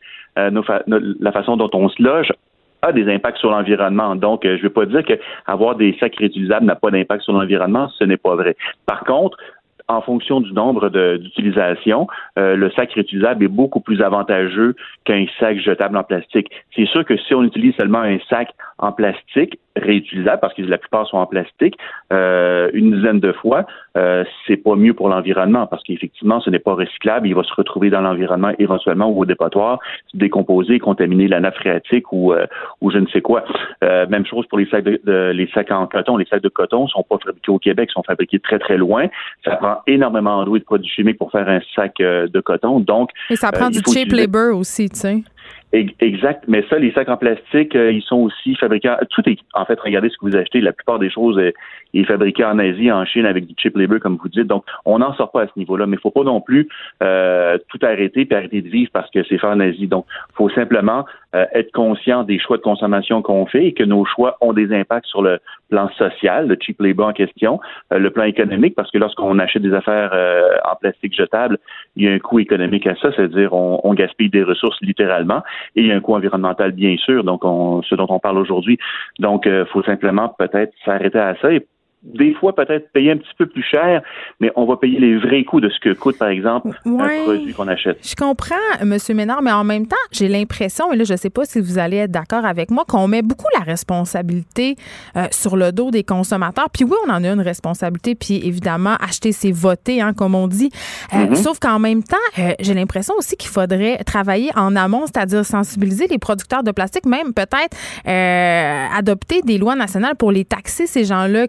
la façon dont on se loge, a des impacts sur l'environnement. Donc, je ne veux pas dire qu'avoir des sacs réutilisables n'a pas d'impact sur l'environnement, ce n'est pas vrai. Par contre, en fonction du nombre d'utilisations, le sac réutilisable est beaucoup plus avantageux qu'un sac jetable en plastique. C'est sûr que si on utilise seulement un sac en plastique réutilisable, parce que la plupart sont en plastique, une dizaine de fois, c'est pas mieux pour l'environnement, parce qu'effectivement, ce n'est pas recyclable. Il va se retrouver dans l'environnement éventuellement ou au dépotoir, se décomposer, contaminer la nappe phréatique ou je ne sais quoi. Même chose pour les sacs les sacs en coton. Les sacs de coton sont pas fabriqués au Québec, sont fabriqués très, très loin. Ça prend énormément d'eau et de produits chimiques pour faire un sac de coton. Donc, et ça prend du cheap labor aussi, tu sais. Exact, mais ça, les sacs en plastique, ils sont aussi fabriqués. Tout est, en fait, regardez ce que vous achetez. La plupart des choses est fabriquée en Asie, en Chine, avec du cheap labor, comme vous dites. Donc, on n'en sort pas à ce niveau-là. Mais il faut pas non plus tout arrêter puis arrêter de vivre parce que c'est fait en Asie. Donc, il faut simplement être conscient des choix de consommation qu'on fait et que nos choix ont des impacts sur le plan social, le cheap labor en question, le plan économique, parce que lorsqu'on achète des affaires en plastique jetable, il y a un coût économique à ça, c'est-à-dire on gaspille des ressources littéralement. Et il y a un coût environnemental, bien sûr, donc ce dont on parle aujourd'hui. Donc, il faut simplement peut-être s'arrêter à ça et des fois, peut-être payer un petit peu plus cher, mais on va payer les vrais coûts de ce que coûte, par exemple, un produit qu'on achète. Je comprends, M. Ménard, mais en même temps, j'ai l'impression, et là, je ne sais pas si vous allez être d'accord avec moi, qu'on met beaucoup la responsabilité sur le dos des consommateurs. Puis oui, on en a une responsabilité, puis évidemment, acheter, c'est voter, hein, comme on dit. Sauf qu'en même temps, j'ai l'impression aussi qu'il faudrait travailler en amont, c'est-à-dire sensibiliser les producteurs de plastique, même peut-être adopter des lois nationales pour les taxer, ces gens-là qui font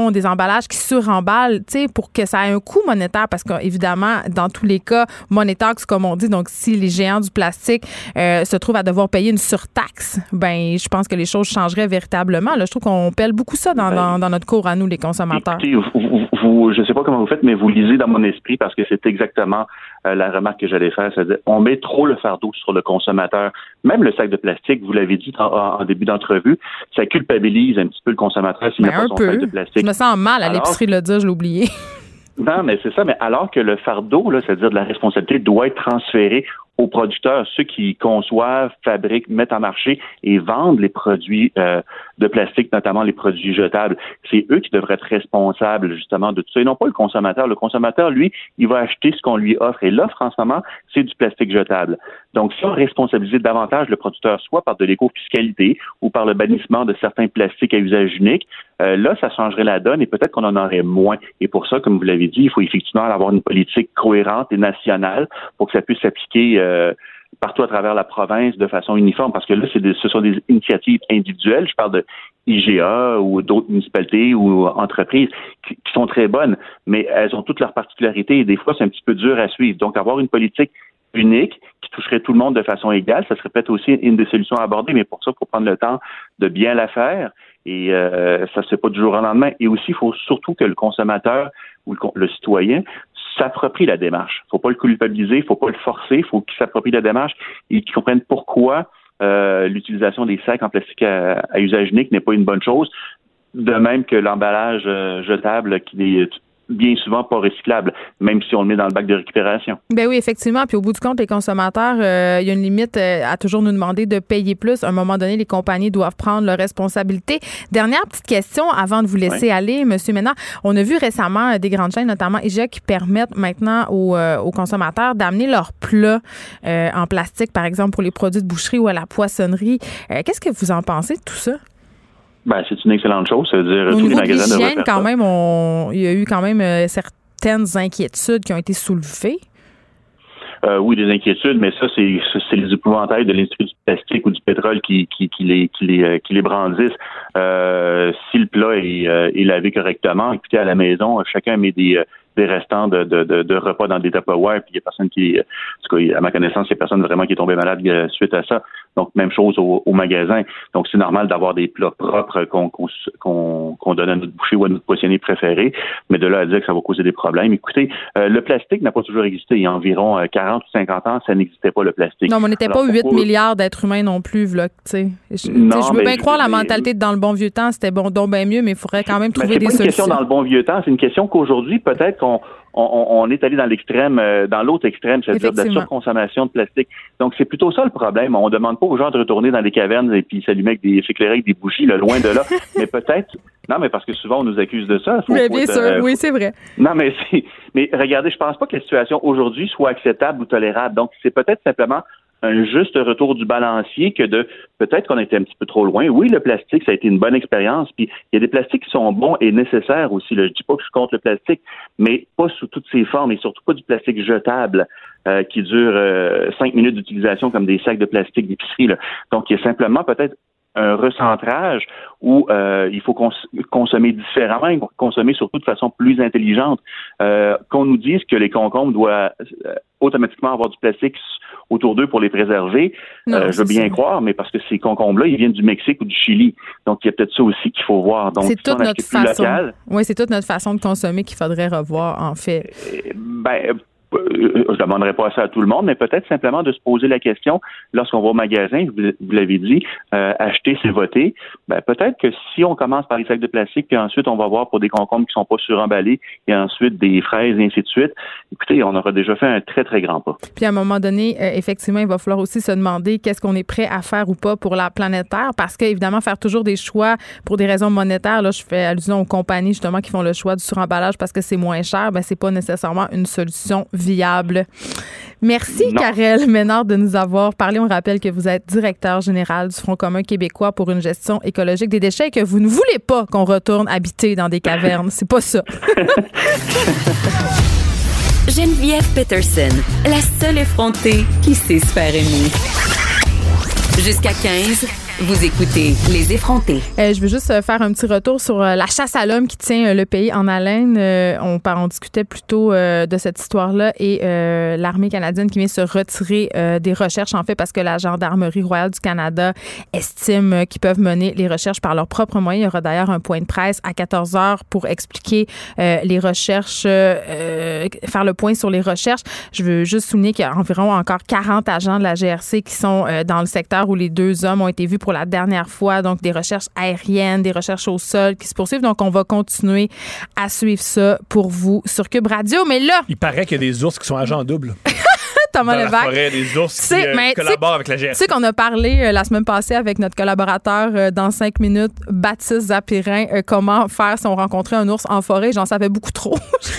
font des emballages qui suremballent, tu sais, pour que ça ait un coût monétaire, parce qu'évidemment, dans tous les cas, money tax, comme on dit, donc si les géants du plastique se trouvent à devoir payer une surtaxe, ben je pense que les choses changeraient véritablement. Là, je trouve qu'on pèle beaucoup ça dans notre cours à nous, les consommateurs. Écoutez, je ne sais pas comment vous faites, mais vous lisez dans mon esprit parce que c'est exactement la remarque que j'allais faire. C'est-à-dire, on met trop le fardeau sur le consommateur. Même le sac de plastique, vous l'avez dit en début d'entrevue, ça culpabilise un petit peu le consommateur s'il n'a pas son sac de plastique. Je me sens mal à l'épicerie de le dire, je l'ai oublié. Non, mais c'est ça. Mais alors que le fardeau, là, c'est-à-dire de la responsabilité, doit être transféré aux producteurs, ceux qui conçoivent, fabriquent, mettent en marché et vendent les produits de plastique, notamment les produits jetables. C'est eux qui devraient être responsables justement de tout ça et non pas le consommateur. Le consommateur, lui, il va acheter ce qu'on lui offre et l'offre en ce moment, c'est du plastique jetable. Donc, si on responsabilisait davantage le producteur, soit par de l'éco-fiscalité ou par le bannissement de certains plastiques à usage unique, là, ça changerait la donne et peut-être qu'on en aurait moins. Et pour ça, comme vous l'avez dit, il faut effectivement avoir une politique cohérente et nationale pour que ça puisse s'appliquer partout à travers la province de façon uniforme, parce que là, ce sont des initiatives individuelles. Je parle de IGA ou d'autres municipalités ou entreprises qui sont très bonnes, mais elles ont toutes leurs particularités et des fois, c'est un petit peu dur à suivre. Donc, avoir une politique unique qui toucherait tout le monde de façon égale, ça serait peut-être aussi une des solutions à aborder, mais pour ça, il faut prendre le temps de bien la faire et ça se fait pas du jour au lendemain. Et aussi, il faut surtout que le consommateur ou le citoyen s'approprie la démarche. Il ne faut pas le culpabiliser, il ne faut pas le forcer, il faut qu'il s'approprie la démarche et qu'il comprenne pourquoi l'utilisation des sacs en plastique à usage unique n'est pas une bonne chose. De même que l'emballage jetable qui est bien souvent pas recyclable, même si on le met dans le bac de récupération. Ben oui, effectivement. Puis au bout du compte, les consommateurs, il y a une limite à toujours nous demander de payer plus. À un moment donné, les compagnies doivent prendre leurs responsabilités. Dernière petite question avant de vous laisser aller, M. Ménard. On a vu récemment des grandes chaînes, notamment IGA, qui permettent maintenant aux consommateurs d'amener leurs plats en plastique, par exemple, pour les produits de boucherie ou à la poissonnerie. Qu'est-ce que vous en pensez de tout ça? Ben, c'est une excellente chose. Ça veut dire tous les magasins devraient faire quand même, il y a eu quand même certaines inquiétudes qui ont été soulevées. Oui, des inquiétudes, mais ça, c'est les épouvantails de l'industrie du plastique ou du pétrole qui les brandissent. Si le plat est lavé correctement, écoutez, à la maison, chacun met des restants de repas dans des Tupperware, puis il y a personne qui, en tout cas, à ma connaissance, il y a personne vraiment qui est tombé malade suite à ça. Donc, même chose au magasin. Donc, c'est normal d'avoir des plats propres qu'on donne à notre boucher ou à notre poissonnier préféré, mais de là à dire que ça va causer des problèmes. Écoutez, le plastique n'a pas toujours existé. Il y a environ 40 ou 50 ans, ça n'existait pas, le plastique. Non, mais on n'était pas 8 milliards d'êtres humains non plus, là, tu sais. Je veux bien croire la mentalité de dans le bon vieux temps, c'était bon, donc bien mieux, mais il faudrait quand même trouver des solutions. C'est pas une question dans le bon vieux temps, c'est une question qu'aujourd'hui, peut-être on est allé dans l'extrême, dans l'autre extrême, c'est-à-dire de la surconsommation de plastique. Donc, c'est plutôt ça le problème. On demande pas aux gens de retourner dans les cavernes et puis s'allumer s'éclairer avec des bougies, là, loin de là. Mais peut-être, non, mais parce que souvent, on nous accuse de ça. Bien sûr, oui, c'est vrai. Non, mais regardez, je pense pas que la situation aujourd'hui soit acceptable ou tolérable. Donc, c'est peut-être simplement un juste retour du balancier que peut-être qu'on était un petit peu trop loin. Oui, le plastique, ça a été une bonne expérience. Puis il y a des plastiques qui sont bons et nécessaires aussi. Là. Je dis pas que je suis contre le plastique, mais pas sous toutes ses formes et surtout pas du plastique jetable qui dure 5 minutes d'utilisation comme des sacs de plastique d'épicerie. Là. Donc, il y a simplement peut-être un recentrage où il faut consommer différemment, consommer surtout de façon plus intelligente. Qu'on nous dise que les concombres doivent automatiquement avoir du plastique autour d'eux pour les préserver, je veux bien croire, mais parce que ces concombres-là, ils viennent du Mexique ou du Chili. Donc, il y a peut-être ça aussi qu'il faut voir. Donc, c'est toute notre façon. Oui, c'est toute notre façon de consommer qu'il faudrait revoir, en fait. Je demanderai pas ça à tout le monde, mais peut-être simplement de se poser la question lorsqu'on va au magasin, vous l'avez dit, acheter, c'est voter. Peut-être que si on commence par les sacs de plastique, puis ensuite on va voir pour des concombres qui sont pas suremballés, et ensuite des fraises, et ainsi de suite, écoutez, on aura déjà fait un très, très grand pas. Puis à un moment donné, effectivement, il va falloir aussi se demander qu'est-ce qu'on est prêt à faire ou pas pour la planète Terre, parce qu'évidemment, faire toujours des choix pour des raisons monétaires, là, je fais allusion aux compagnies justement qui font le choix du suremballage parce que c'est moins cher, c'est pas nécessairement une solution viable. Merci, Karel Ménard, de nous avoir parlé. On rappelle que vous êtes directeur général du Front commun québécois pour une gestion écologique des déchets et que vous ne voulez pas qu'on retourne habiter dans des cavernes. C'est pas ça. Geneviève Peterson, la seule effrontée qui sait se faire aimer. Jusqu'à 15, Vous écoutez Les effrontés. Je veux juste faire un petit retour sur la chasse à l'homme qui tient le pays en haleine. On discutait plutôt de cette histoire-là et l'armée canadienne qui vient se retirer des recherches, en fait, parce que la Gendarmerie royale du Canada estime qu'ils peuvent mener les recherches par leurs propres moyens. Il y aura d'ailleurs un point de presse à 14h pour expliquer les recherches, faire le point sur les recherches. Je veux juste souligner qu'il y a environ encore 40 agents de la GRC qui sont dans le secteur où les 2 hommes ont été vus pour la dernière fois. Donc, des recherches aériennes, des recherches au sol qui se poursuivent. Donc, on va continuer à suivre ça pour vous sur Cube Radio. Mais là... Il paraît qu'il y a des ours qui sont agents doubles. Thomas dans Levac. La forêt, des ours qui collaborent avec la GRC. Tu sais qu'on a parlé la semaine passée avec notre collaborateur dans 5 minutes, Baptiste Zapirin, comment faire si on rencontrait un ours en forêt. J'en savais beaucoup trop.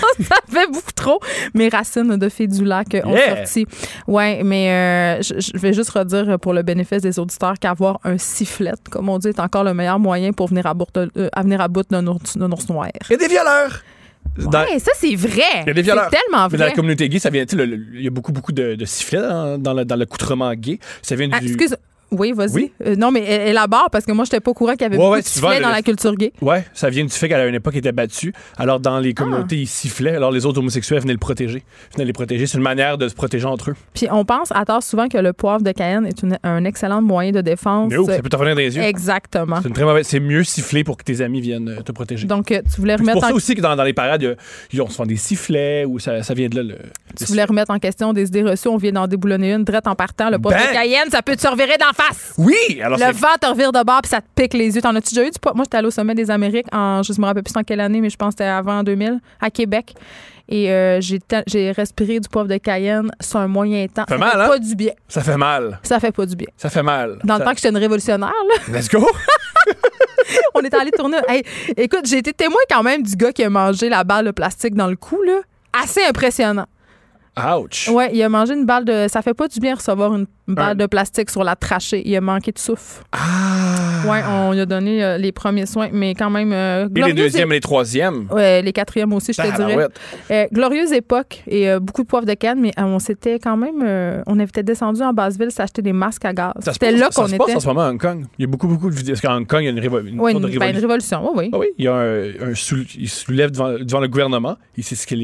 Mes racines de filles du lac ont sorti. Ouais, mais je vais juste redire pour le bénéfice des auditeurs qu'avoir un sifflet, comme on dit, est encore le meilleur moyen pour venir à bout d'un ours noir. Il y a des violeurs! Ouais, ça, c'est vrai. Il y a des violeurs. C'est tellement vrai. Dans la communauté gay, ça vient, il y a beaucoup de sifflets dans l'accoutrement gay. Ça vient du... Excuse, oui, vas-y. Oui? Non, mais élabore, parce que moi, je n'étais pas au courant qu'il y avait beaucoup de sifflets dans la culture gay. Oui, ça vient du fait qu'à une époque, il était battu. Alors, dans les communautés, ils sifflaient. Alors, les autres homosexuels venaient les protéger. C'est une manière de se protéger entre eux. Puis, on pense à tort souvent que le poivre de Cayenne est un excellent moyen de défense. Mais ça peut t'en venir dans les yeux. Exactement. C'est une très mauvaise... C'est mieux siffler pour que tes amis viennent te protéger. Donc, tu voulais remettre... C'est pour ça aussi que dans les parades, on se fait des sifflets ou ça vient de là. Tu voulais remettre en question des idées reçues. On vient d'en déboulonner une drette en partant. Le poivre de Cayenne, ça peut te revirer d'en face. Oui! Alors, le vent te revire de bord puis ça te pique les yeux. T'en as-tu déjà eu du poivre? Moi, j'étais allée au sommet des Amériques je me rappelle plus en quelle année, mais je pense que c'était avant 2000, à Québec. Et j'ai respiré du poivre de Cayenne sur un moyen temps. Ça fait mal, hein? Pas du bien. Ça fait mal. Ça fait pas du bien. Ça fait mal. Dans le temps que j'étais une révolutionnaire, là. Let's go! On est allé tourner. Hey, écoute, j'ai été témoin quand même du gars qui a mangé la balle de plastique dans le cou, là. Assez impressionnant. Ouch! Ouais, il a mangé une balle de... Ça fait pas du bien recevoir une balle de plastique sur la trachée. Il a manqué de souffle. Ah! Ouais, on lui a donné les premiers soins, mais quand même... et les deuxièmes et les troisièmes? Ouais, les quatrièmes aussi, je te dirais. Glorieuse époque et beaucoup de poivre de canne, mais on s'était quand même... on était descendu en Basse-Ville s'acheter des masques à gaz. C'était là qu'on était. Ça se passe en ce moment à Hong Kong. Il y a beaucoup de vidéos. Parce qu'à Hong Kong, il y a une révolution. Une révolution, oui. Ah oui, il y a il se soulève devant le gouvernement. Il sait ce que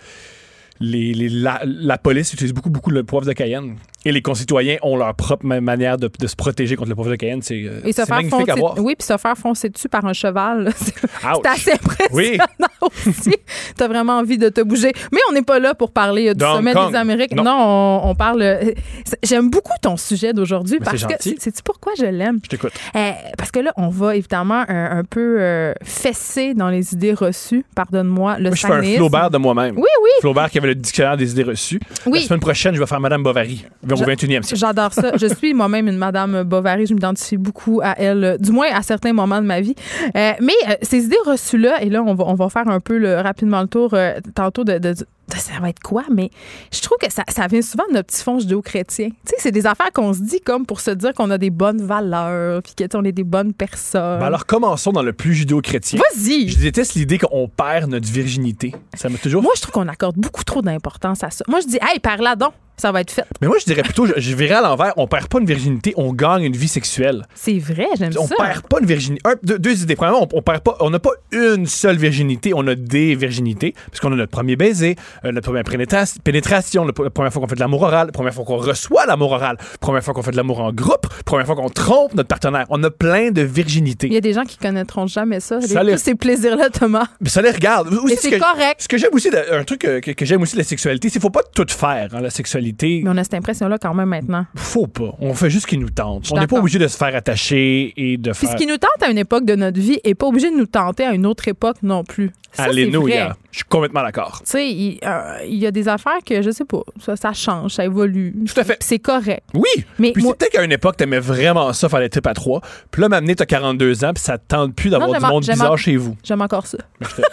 la police utilise beaucoup le poivre de Cayenne. Et les concitoyens ont leur propre manière de se protéger contre le poivre de Cayenne. C'est magnifique à voir. Oui, puis se faire foncer dessus par un cheval, c'est assez impressionnant aussi. T'as vraiment envie de te bouger. Mais on n'est pas là pour parler du sommet des Amériques. Non, on parle... J'aime beaucoup ton sujet d'aujourd'hui parce que... Sais-tu pourquoi je l'aime? Je t'écoute. Parce que là, on va évidemment un peu fesser dans les idées reçues. Pardonne-moi, le sanisme. Je fais un Flaubert de moi-même. Oui. Flaubert qui avait le dictionnaire des idées reçues. Oui. La semaine prochaine, je vais faire Madame Bovary. Au 21e siècle. J'adore ça. Je suis moi-même une Madame Bovary. Je m'identifie beaucoup à elle, du moins à certains moments de ma vie. Mais ces idées reçues-là, et là, on va faire un peu rapidement le tour tantôt de ça va être quoi, mais je trouve que ça vient souvent de notre petit fond judéo-chrétien. Tu sais, c'est des affaires qu'on se dit comme pour se dire qu'on a des bonnes valeurs, puis qu'on est des bonnes personnes. Ben alors, commençons dans le plus judéo-chrétien. Vas-y! Je déteste l'idée qu'on perd notre virginité. Ça m'a toujours... Moi, je trouve qu'on accorde beaucoup trop d'importance à ça. Moi, je dis, hey, par-là donc, ça va être fait. Mais moi, je dirais plutôt, je verrais à l'envers, on perd pas une virginité, on gagne une vie sexuelle. C'est vrai, j'aime ça. On perd pas une virginité. Deux idées. Premièrement, on n'a pas une seule virginité, on a des virginités, parce qu'on a notre premier baiser, notre première pénétration, la première fois qu'on fait de l'amour oral, la première fois qu'on reçoit l'amour oral, la première fois qu'on fait de l'amour en groupe, la première fois qu'on trompe notre partenaire. On a plein de virginités. Il y a des gens qui connaîtront jamais ça. Tous ces plaisirs-là, Thomas. Mais ça les regarde. Mais c'est correct. Ce que j'aime aussi, un truc que j'aime aussi de la sexualité, c'est qu'il faut pas tout faire, la sexualité. Mais on a cette impression-là quand même maintenant. Faut pas. On fait juste ce qui nous tente. On n'est pas obligé de se faire attacher et de faire... Puis ce qui nous tente à une époque de notre vie n'est pas obligé de nous tenter à une autre époque non plus. Alléluia. Je suis complètement d'accord. Tu sais, il y a des affaires que, je sais pas, ça change, ça évolue. Tout à fait. C'est correct. Oui. Mais puis c'est peut-être qu'à une époque, t'aimais vraiment ça, faire les tripes à 3. Puis là, m'amener, t'as 42 ans, puis ça te tente plus d'avoir du monde bizarre chez vous. J'aime encore ça.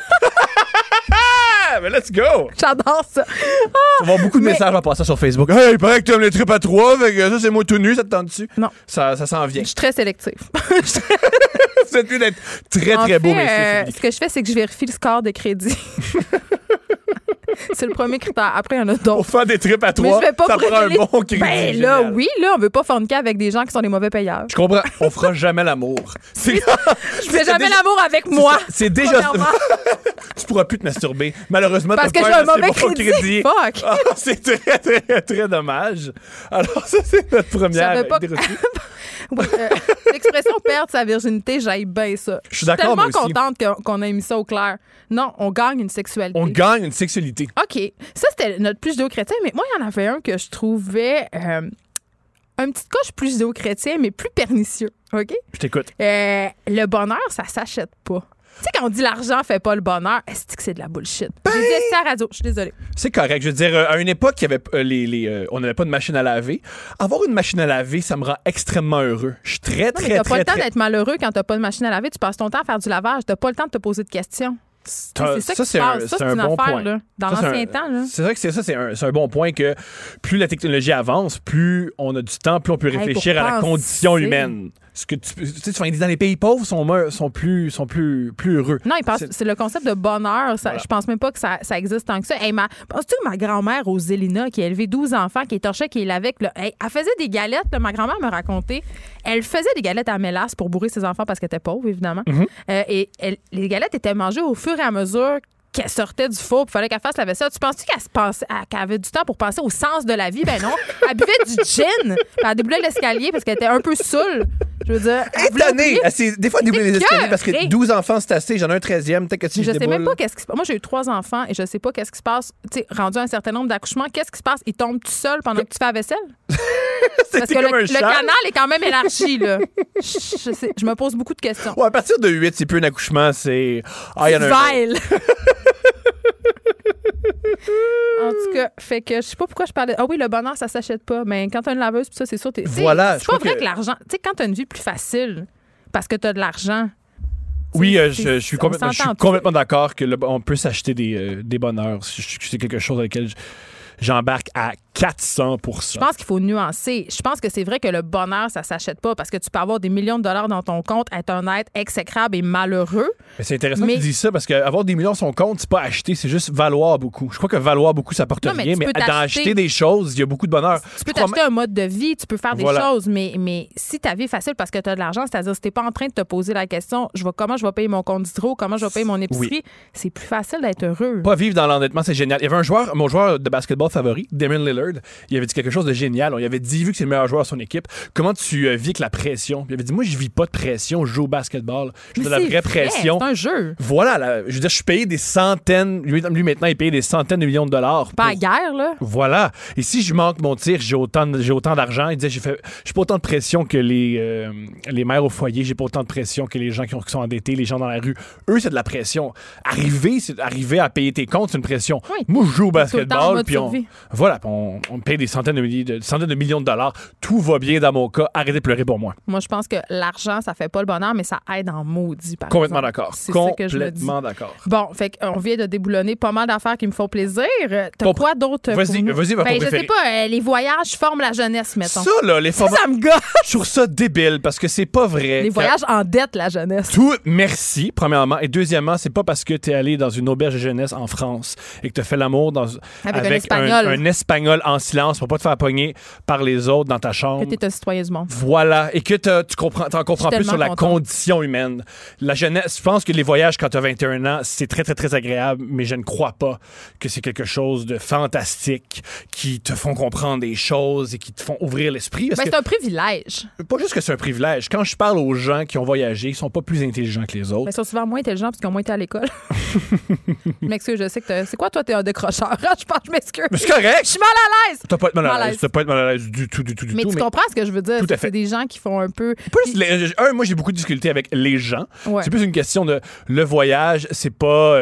Mais let's go! J'adore ça. Tu vas avoir beaucoup de messages à passer sur Facebook. Hey, il paraît que tu aimes les tripes à 3, fait que ça, c'est moi tout nu, ça te tente dessus? Non. Ça s'en vient. Je suis très sélective. Vous êtes d'être très, très beau, mais ce que je fais, c'est que je vérifie le score de crédit. C'est le premier critère. Après, il y en a d'autres. Pour faire des trips à Mais trois, je vais pas ça prend un brûler. bon crédit. Ben là, génial. oui, là, on veut pas forniquer avec des gens qui sont des mauvais payeurs. Je comprends. On fera jamais l'amour. Je fais jamais l'amour avec moi. C'est déjà... Premièrement. Tu pourras plus te masturber. Malheureusement, Parce t'as que pas j'ai un assez mauvais bon crédit. Fuck. Ah, c'est très, très, très dommage. Alors, ça, c'est notre première savais pas idée reçue. Oui, l'expression perdre sa virginité, j'aille bien ça. Je suis d'accord, tellement moi aussi. contente qu'on ait mis ça au clair. Non, on gagne une sexualité. On gagne une sexualité. OK. Ça, c'était notre plus judéo-chrétien, mais moi, il y en avait un que je trouvais un petit coche plus judéo-chrétien, mais plus pernicieux. OK? Je t'écoute. Le bonheur, ça s'achète pas. Tu sais, quand on dit l'argent fait pas le bonheur, est-ce que c'est de la bullshit? J'ai dit ça à la radio, je suis désolée. C'est correct. Je veux dire, à une époque, il y avait, on n'avait pas de machine à laver. Avoir une machine à laver, ça me rend extrêmement heureux. Je suis très, Non, mais très, t'as pas le temps très... d'être malheureux quand t'as pas de machine à laver. Tu passes ton temps à faire du lavage. T'as pas le temps de te poser de questions. C'est ça qui se passe. Ça, c'est une bon affaire, point. là. Dans Ça, l'ancien temps, là. C'est vrai que c'est un bon point que plus la technologie avance, plus on a du temps, plus on peut réfléchir pour à la penser. condition humaine. Ce que tu sais, dans les pays pauvres, sont plus heureux. Non, c'est le concept de bonheur. Ça, Voilà. Je pense même pas que ça existe tant que ça. Hey, penses-tu que ma grand-mère, Roselina, qui a élevé 12 enfants, qui est torchée, qui est lavée, elle faisait des galettes. Là, ma grand-mère me racontait. Elle faisait des galettes à mélasse pour bourrer ses enfants parce qu'elle était pauvre, évidemment. Et les galettes étaient mangées au fur et à mesure qu'elle sortait du four, il fallait qu'elle fasse la vaisselle. Tu penses-tu qu'elle avait du temps pour penser au sens de la vie? Ben non. Elle buvait du gin. Elle déboulait l'escalier parce qu'elle était un peu saoule. Je veux dire. Étonnée! Des fois, déboulé les escaliers parce que 12 enfants, c'est assez. J'en ai un 13e. Peut-être que si je sais même déboule... pas qu'est-ce qui se passe. Moi, j'ai eu 3 enfants et je sais pas qu'est-ce qui se passe. Tu sais, rendu à un certain nombre d'accouchements, qu'est-ce qui se passe? Ils tombent tout seuls pendant que tu fais la vaisselle? Parce que le canal est quand même élargi, là. Je me pose beaucoup de questions. Ouais, à partir de 8, c'est plus un accouchement, c'est... Ah, il y en a un. Vile. En tout cas, fait que je sais pas pourquoi je parlais. Ah oui, le bonheur, ça s'achète pas. Mais quand t'as une laveuse, pis ça, c'est sûr. Voilà, C'est pas vrai que l'argent. Tu sais, quand t'as une vie plus facile, parce que t'as de l'argent. Oui, je suis complètement d'accord que on peut s'acheter des bonheurs. C'est quelque chose avec lequel j'embarque à 400%. Je pense qu'il faut nuancer. Je pense que c'est vrai que le bonheur, ça s'achète pas parce que tu peux avoir des millions de dollars dans ton compte, être un être exécrable et malheureux. Mais c'est intéressant que tu dises ça parce qu'avoir des millions sur son compte, c'est pas acheter, c'est juste valoir beaucoup. Je crois que valoir beaucoup, ça porte rien, mais d'en acheter des choses, il y a beaucoup de bonheur. Tu peux t'acheter un mode de vie, tu peux faire des choses, mais si ta vie est facile parce que tu as de l'argent, c'est-à-dire si t'es pas en train de te poser la question, comment je vais payer mon compte d'hydro, comment je vais payer mon épicerie, c'est plus facile d'être heureux. Pas vivre dans l'endettement, c'est génial. Il y avait mon joueur de basketball favori, Damian Lillard, il avait dit quelque chose de génial. On lui avait dit, vu que c'est le meilleur joueur de son équipe, comment tu vis avec la pression? Il avait dit, moi, je vis pas de pression, je joue au basketball. Je vis de la vraie pression. C'est un jeu. Voilà, je veux dire, je suis payé des centaines, lui maintenant, il paye des centaines de millions de dollars. Pas à guerre, là. Voilà. Et si je manque mon tir, j'ai autant d'argent. Il disait, j'ai pas autant de pression que les mères au foyer, j'ai pas autant de pression que les gens qui sont endettés, les gens dans la rue. Eux, c'est de la pression. Arriver à payer tes comptes, c'est une pression. Oui. Moi, je joue au basketball, puis on paye des centaines de millions de dollars. Tout va bien dans mon cas. Arrêtez de pleurer pour moi. Moi, je pense que l'argent, ça fait pas le bonheur, mais ça aide en maudit, par Complètement exemple. d'accord. C'est ça que je me dis. Complètement d'accord. Bon, fait qu'on vient de déboulonner pas mal d'affaires qui me font plaisir. T'as quoi d'autre? Vas-y, va je préféré. sais pas, les voyages forment la jeunesse, mettons. Ça, là, ça me gâche. Je trouve ça débile parce que c'est pas vrai. Les voyages endettent la jeunesse. Merci, premièrement. Et deuxièmement, c'est pas parce que t'es allé dans une auberge de jeunesse en France et que t'as fait l'amour avec un Espagnol en silence pour pas te faire pogner par les autres dans ta chambre. Que t'es un citoyen du monde. Voilà. Et que t'en comprends plus sur la condition humaine. La jeunesse, je pense que les voyages quand t'as 21 ans, c'est très, très, très agréable, mais je ne crois pas que c'est quelque chose de fantastique qui te font comprendre des choses et qui te font ouvrir l'esprit. C'est un privilège. Pas juste que c'est un privilège. Quand je parle aux gens qui ont voyagé, ils sont pas plus intelligents que les autres. Mais ils sont souvent moins intelligents parce qu'ils ont moins été à l'école. Je m'excuse, je sais que c'est quoi, toi, t'es un décrocheur? Je m'excuse. Mais c'est correct. Je suis mal à l'aise. T'as pas être mal à l'aise. T'as pas être mal à l'aise du tout. Mais tu comprends ce que je veux dire? Tout à fait. C'est des gens qui font un peu... Moi, j'ai beaucoup de difficultés avec les gens. Ouais. C'est plus une question de... Le voyage, c'est pas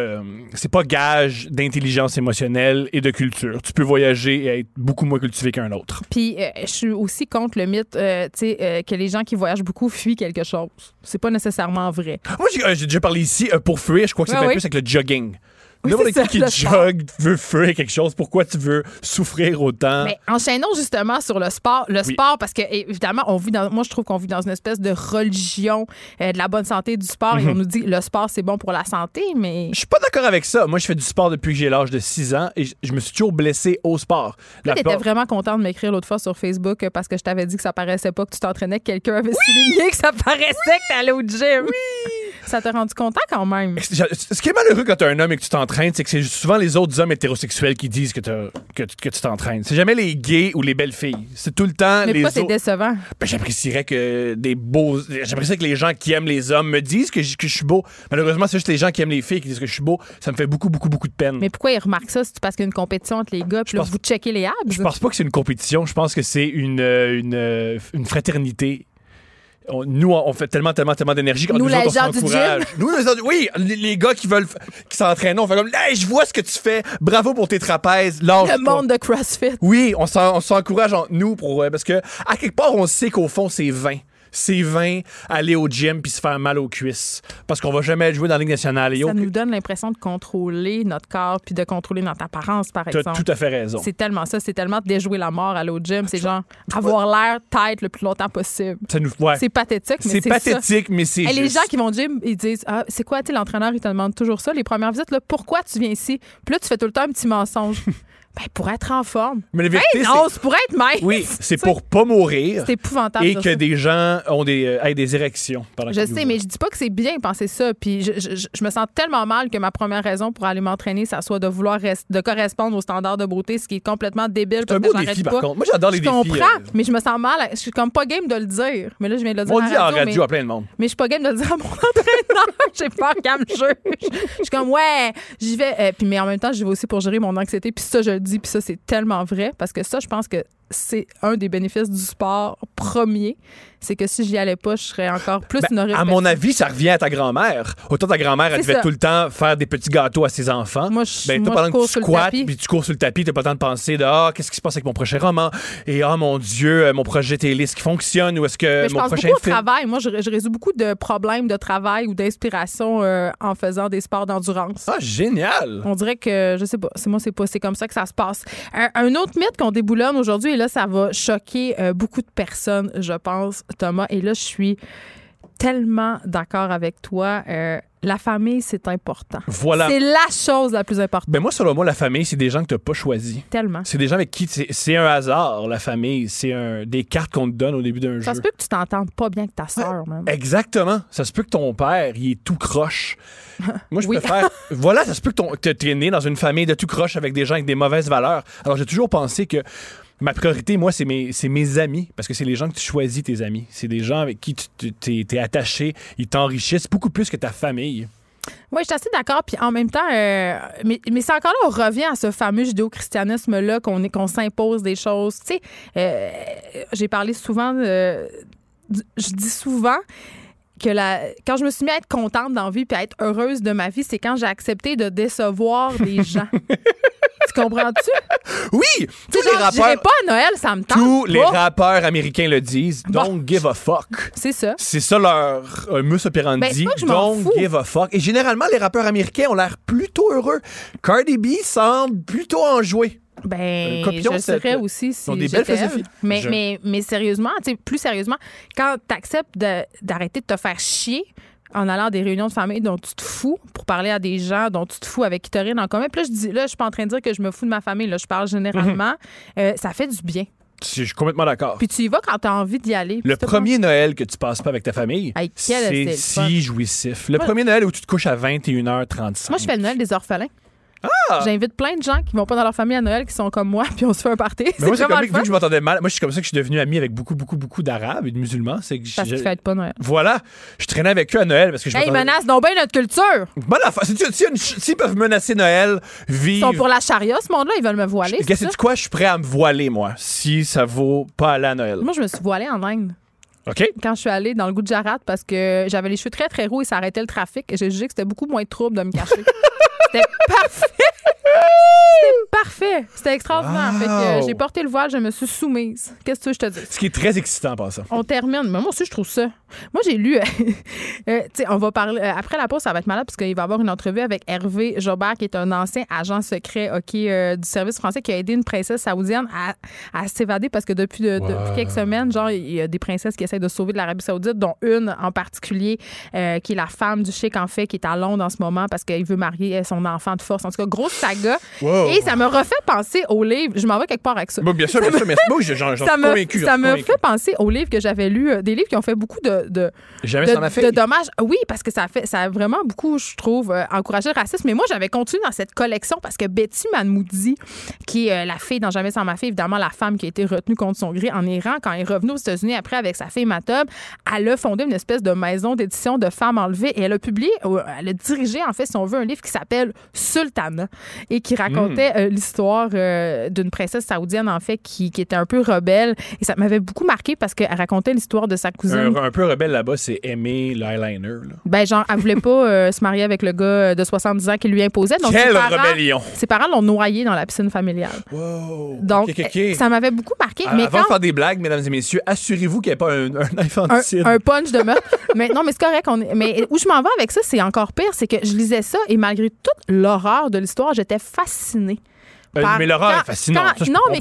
gage d'intelligence émotionnelle et de culture. Tu peux voyager et être beaucoup moins cultivé qu'un autre. Puis, je suis aussi contre le mythe que les gens qui voyagent beaucoup fuient quelque chose. C'est pas nécessairement vrai. Moi, j'ai déjà parlé ici pour fuir. Je crois que c'est un peu avec le jogging. Oui, N'importe c'est qui ça, qui le sport. jogue veut faire quelque chose. Pourquoi tu veux souffrir autant? Mais enchaînons justement sur le sport. Le sport, parce que, évidemment, moi, je trouve qu'on vit dans une espèce de religion de la bonne santé du sport. Et on nous dit le sport, c'est bon pour la santé, mais. Je suis pas d'accord avec ça. Moi, je fais du sport depuis que j'ai l'âge de 6 ans et je me suis toujours blessé au sport. Tu étais vraiment content de m'écrire l'autre fois sur Facebook parce que je t'avais dit que ça paraissait pas que tu t'entraînais, que quelqu'un avait souligné que ça paraissait que t'allais au gym. Oui! Ça t'a rendu content quand même. Ce qui est malheureux quand t'es un homme et que tu t'entraînes, c'est que c'est souvent les autres hommes hétérosexuels qui disent que tu t'entraînes. C'est jamais les gays ou les belles filles. C'est tout le temps mais les pourquoi autres. c'est décevant? Ben, j'apprécierais que j'apprécierais que les gens qui aiment les hommes me disent que je suis beau. Malheureusement, c'est juste les gens qui aiment les filles qui disent que je suis beau. Ça me fait beaucoup, beaucoup, beaucoup de peine. Mais pourquoi ils remarquent ça? C'est parce qu'il y a une compétition entre les gars puis là, vous checkez les abs? Je pense pas que c'est une compétition. Je pense que c'est une fraternité. Nous, on fait tellement d'énergie quand nous autres, on gens du s'encourage. Nous, oui, les gars qui s'entraînent, on fait comme, hey, je vois ce que tu fais. Bravo pour tes trapèzes. Le monde de CrossFit. Oui, on s'encourage entre nous parce que, à quelque part, on sait qu'au fond, c'est vain. C'est vain aller au gym puis se faire mal aux cuisses parce qu'on va jamais jouer dans la Ligue nationale. Ça nous donne l'impression de contrôler notre corps puis de contrôler notre apparence, par exemple. T'as tout à fait raison. C'est tellement ça. C'est tellement déjouer la mort aller au gym. C'est genre avoir l'air tête le plus longtemps possible. C'est pathétique, mais c'est pathétique, mais c'est juste. Les gens qui vont au gym, ils disent c'est quoi, tu sais, l'entraîneur, il te demande toujours ça. Les premières visites, là, pourquoi tu viens ici? Puis là, tu fais tout le temps un petit mensonge. Ben, pour être en forme. Mais la vérité, c'est pour être mince. Oui, c'est pour pas mourir. C'est épouvantable. Et que des gens ont des érections pendant Je sais, mais je dis pas que c'est bien penser ça. Puis je me sens tellement mal que ma première raison pour aller m'entraîner, ça soit de vouloir de correspondre aux standards de beauté, ce qui est complètement débile. C'est un beau défi, par contre. Moi, j'adore les défis. Je comprends, mais je me sens mal. Je suis comme pas game de le dire. Mais là, je viens de le dire. On le dit en radio à plein de monde. Mais je suis pas game de le dire à mon entraîneur. J'ai peur qu'elle me juge. Je suis comme, ouais, j'y vais. Puis, mais en même temps, j'y vais aussi pour gérer mon anxiété. Puis ça, je le dis. Puis ça, c'est tellement vrai parce que ça, je pense que c'est un des bénéfices du sport premier. C'est que si j'y allais pas, je serais encore plus une horrible À mon avis, ça revient à ta grand-mère. Autant ta grand-mère, elle devait tout le temps faire des petits gâteaux à ses enfants. Moi, pendant que tu squattes, puis tu cours sur le tapis, t'as pas le temps de penser de qu'est-ce qui se passe avec mon prochain roman? Et mon Dieu, mon projet télé, est-ce qu'il fonctionne? Ou est-ce que mon prochain film... au travail. Moi, je résous beaucoup de problèmes de travail ou d'inspiration en faisant des sports d'endurance. Ah, génial! On dirait que, je sais pas, c'est comme ça que ça se passe. Un autre mythe qu'on déboulonne aujourd'hui, et là, ça va choquer beaucoup de personnes, je pense, Thomas. Et là, je suis tellement d'accord avec toi. La famille, c'est important. Voilà. C'est la chose la plus importante. Ben moi, selon moi, la famille, c'est des gens que t'as pas choisis. Tellement. C'est des gens avec qui c'est un hasard, la famille. C'est des cartes qu'on te donne au début d'un jeu. Ça se peut que tu t'entendes pas bien avec ta sœur, même. Exactement. Ça se peut que ton père, il est tout croche. Moi, je préfère... Voilà, ça se peut que t'es né dans une famille de tout croche avec des gens avec des mauvaises valeurs. Alors, j'ai toujours pensé que ma priorité, moi, c'est mes amis, parce que c'est les gens que tu choisis, tes amis. C'est des gens avec qui t'es attaché, ils t'enrichissent beaucoup plus que ta famille. Oui, je suis assez d'accord. Puis en même temps, mais c'est encore là, on revient à ce fameux judéo-christianisme-là qu'on s'impose des choses. Tu sais, j'ai parlé souvent, je dis souvent que quand je me suis mis à être contente dans la vie puis à être heureuse de ma vie, c'est quand j'ai accepté de décevoir des gens. Tu comprends-tu? Oui! Tous les rappeurs... j'irai pas à Noël, ça me tente. Tous les rappeurs américains le disent. Don't give a fuck. C'est ça. C'est ça leur modus operandi. Don't give a fuck. Et généralement, les rappeurs américains ont l'air plutôt heureux. Cardi B semble plutôt enjoué. Ben, je serais aussi si j'étais elle. Mais sérieusement, plus sérieusement, quand tu acceptes d'arrêter de te faire chier en allant à des réunions de famille dont tu te fous pour parler à des gens dont tu te fous avec qui t'as rien en commun. Puis là, je suis pas en train de dire que je me fous de ma famille. Là, je parle généralement. Ça fait du bien. Je suis complètement d'accord. Puis tu y vas quand tu as envie d'y aller. Le premier Noël que tu passes pas avec ta famille, c'est si jouissif. Le premier Noël où tu te couches à 21h35. Moi, je fais le Noël des orphelins. Ah! J'invite plein de gens qui vont pas dans leur famille à Noël, qui sont comme moi, puis on se fait un party. Mais moi, c'est comme vu que je m'entendais mal. Moi, je suis comme ça que je suis devenu ami avec beaucoup d'Arabes et de musulmans. C'est que parce qu'ils fêtent pas Noël. Voilà. Je traînais avec eux à Noël parce que ils menacent donc bien notre culture. Bonne affaire. S'ils peuvent menacer Noël, vivre. Ils sont pour la charia, ce monde-là. Ils veulent me voiler. Sais-tu quoi? Je suis prêt à me voiler, moi, si ça vaut pas aller à Noël. Moi, je me suis voilée en Inde. OK. Quand je suis allée dans le Gujarat parce que j'avais les cheveux très, très roux et ça arrêtait le trafic. Et j'ai jugé que c'était beaucoup moins de trouble de me cacher. C'était parfait. C'était parfait. C'était extraordinaire. Fait que j'ai porté le voile, je me suis soumise. Qu'est-ce que je te dis? Ce qui est très excitant par ça. On termine. Mais moi aussi, je trouve ça. Moi, j'ai lu. Tu sais, on va parler. Après la pause, ça va être malade parce qu'il va y avoir une entrevue avec Hervé Jobert, qui est un ancien agent secret du service français qui a aidé une princesse saoudienne à s'évader parce que depuis quelques semaines, genre, il y a des princesses qui essaient de se sauver de l'Arabie Saoudite, dont une en particulier, qui est la femme du cheikh, en fait, qui est à Londres en ce moment parce qu'il veut marier son enfant de force. En tout cas, grosse saga. Wow. Et ça me refait penser au livre. Je m'en vais quelque part avec ça. Bon, bien sûr, merci. Moi, j'en suis convaincu. Ça me fait penser aux livres que j'avais lus, des livres qui ont fait beaucoup de dommages. Oui, parce que ça a vraiment beaucoup, je trouve, encouragé le racisme. Mais moi, j'avais continué dans cette collection parce que Betty Mahmoudi, qui est la fille dans Jamais sans ma fille, évidemment la femme qui a été retenue contre son gré en Iran, quand elle est revenue aux États-Unis après avec sa fille Matob, elle a fondé une espèce de maison d'édition de femmes enlevées et elle a dirigé, en fait, si on veut, un livre qui s'appelle Sultana et qui racontait l'histoire d'une princesse saoudienne, en fait, qui était un peu rebelle. Et ça m'avait beaucoup marqué parce qu'elle racontait l'histoire de sa cousine. Un peu rebelle là-bas, c'est aimer l'eyeliner. Là. Ben, genre, elle voulait pas se marier avec le gars de 70 ans qui lui imposait. Donc, quelle rébellion! Ses parents l'ont noyé dans la piscine familiale. Wow! Donc, ça m'avait beaucoup marqué. Mais avant de faire des blagues, mesdames et messieurs, assurez-vous qu'il n'y ait pas un infanticide. Un punch de meurtre. Mais non, mais c'est correct. Mais où je m'en vais avec ça, c'est encore pire. C'est que je lisais ça et malgré toute l'horreur de l'histoire, j'étais fascinée. Mais l'horreur est fascinante.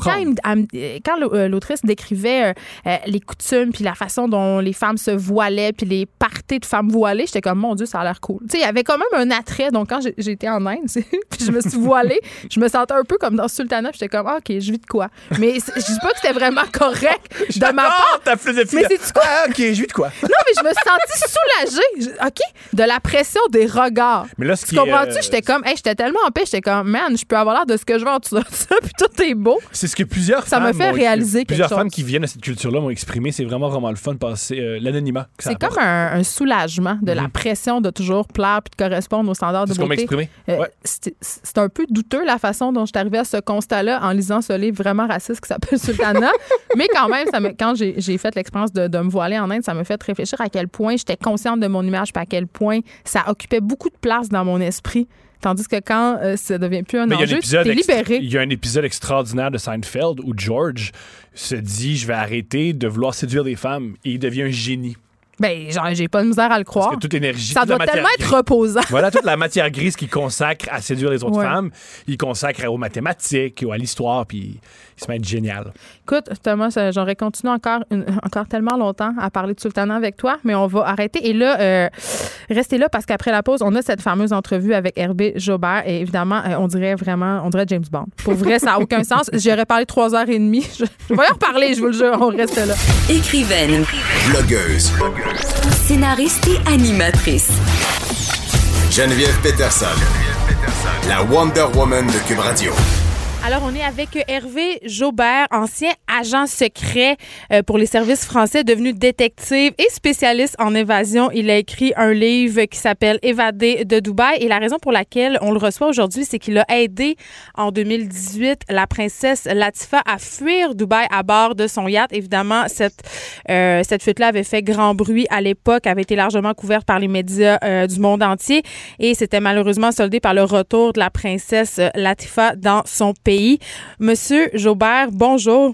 Quand l'autrice décrivait les coutumes puis la façon dont les femmes se voilaient puis les parties de femmes voilées, j'étais comme, mon Dieu, ça a l'air cool. Tu sais, il y avait quand même un attrait. Donc, quand j'étais en Inde, puis je me suis voilée, je me sentais un peu comme dans Sultana, puis j'étais comme, OK, je vis de quoi. Mais je dis pas que c'était vraiment correct de ma part. Ta philosophie. Mais c'est quoi? OK, je vis de quoi. Non, mais je me suis sentie soulagée. OK? De la pression des regards. Mais là, tu comprends-tu? J'étais comme, j'étais tellement en paix, j'étais comme, man, je peux avoir l'air de ce que je veux en dessous de ça, puis tout est beau. C'est ce que plusieurs femmes. Ça me fait réaliser quelque chose. Plusieurs femmes qui viennent à cette culture-là m'ont exprimé. C'est vraiment, vraiment le fun de passer l'anonymat. C'est comme un soulagement de la pression de toujours plaire puis de correspondre aux standards de beauté. C'est ce qu'on m'a exprimé. Ouais. C'est un peu douteux la façon dont je suis arrivée à ce constat-là en lisant ce livre vraiment raciste qui s'appelle Sultana. Mais quand même, quand j'ai fait l'expérience de me voiler en Inde, ça m'a fait réfléchir à quel point j'étais consciente de mon image puis à quel point ça occupait beaucoup de place dans mon esprit. Tandis que quand ça devient plus un enjeu, tu t'es libéré. Il y a un épisode extraordinaire de Seinfeld où George se dit « Je vais arrêter de vouloir séduire des femmes » et il devient un génie. Ben, genre, j'ai pas de misère à le croire. Parce que toute l'énergie, ça doit tellement être reposant. Voilà, toute la matière grise qu'il consacre à séduire les autres femmes, il consacre aux mathématiques ou à l'histoire, puis il se met à être génial. Écoute, Thomas, j'aurais continué encore tellement longtemps à parler de Sultana avec toi, mais on va arrêter. Et là, restez là parce qu'après la pause, on a cette fameuse entrevue avec Hervé Jobert et évidemment, on dirait James Bond. Pour vrai, ça n'a aucun sens. J'aurais parlé 3h30. Je vais y reparler, je vous le jure. On reste là. Écrivaine. Blogueuse. Scénariste et animatrice. Geneviève Peterson. La Wonder Woman de Cube Radio. Alors, on est avec Hervé Jobert, ancien agent secret pour les services français, devenu détective et spécialiste en évasion. Il a écrit un livre qui s'appelle « Évadé de Dubaï » et la raison pour laquelle on le reçoit aujourd'hui, c'est qu'il a aidé en 2018 la princesse Latifa à fuir Dubaï à bord de son yacht. Évidemment, cette fuite-là avait fait grand bruit à l'époque, avait été largement couverte par les médias du monde entier et c'était malheureusement soldé par le retour de la princesse Latifa dans son pays. Monsieur Jobert, bonjour.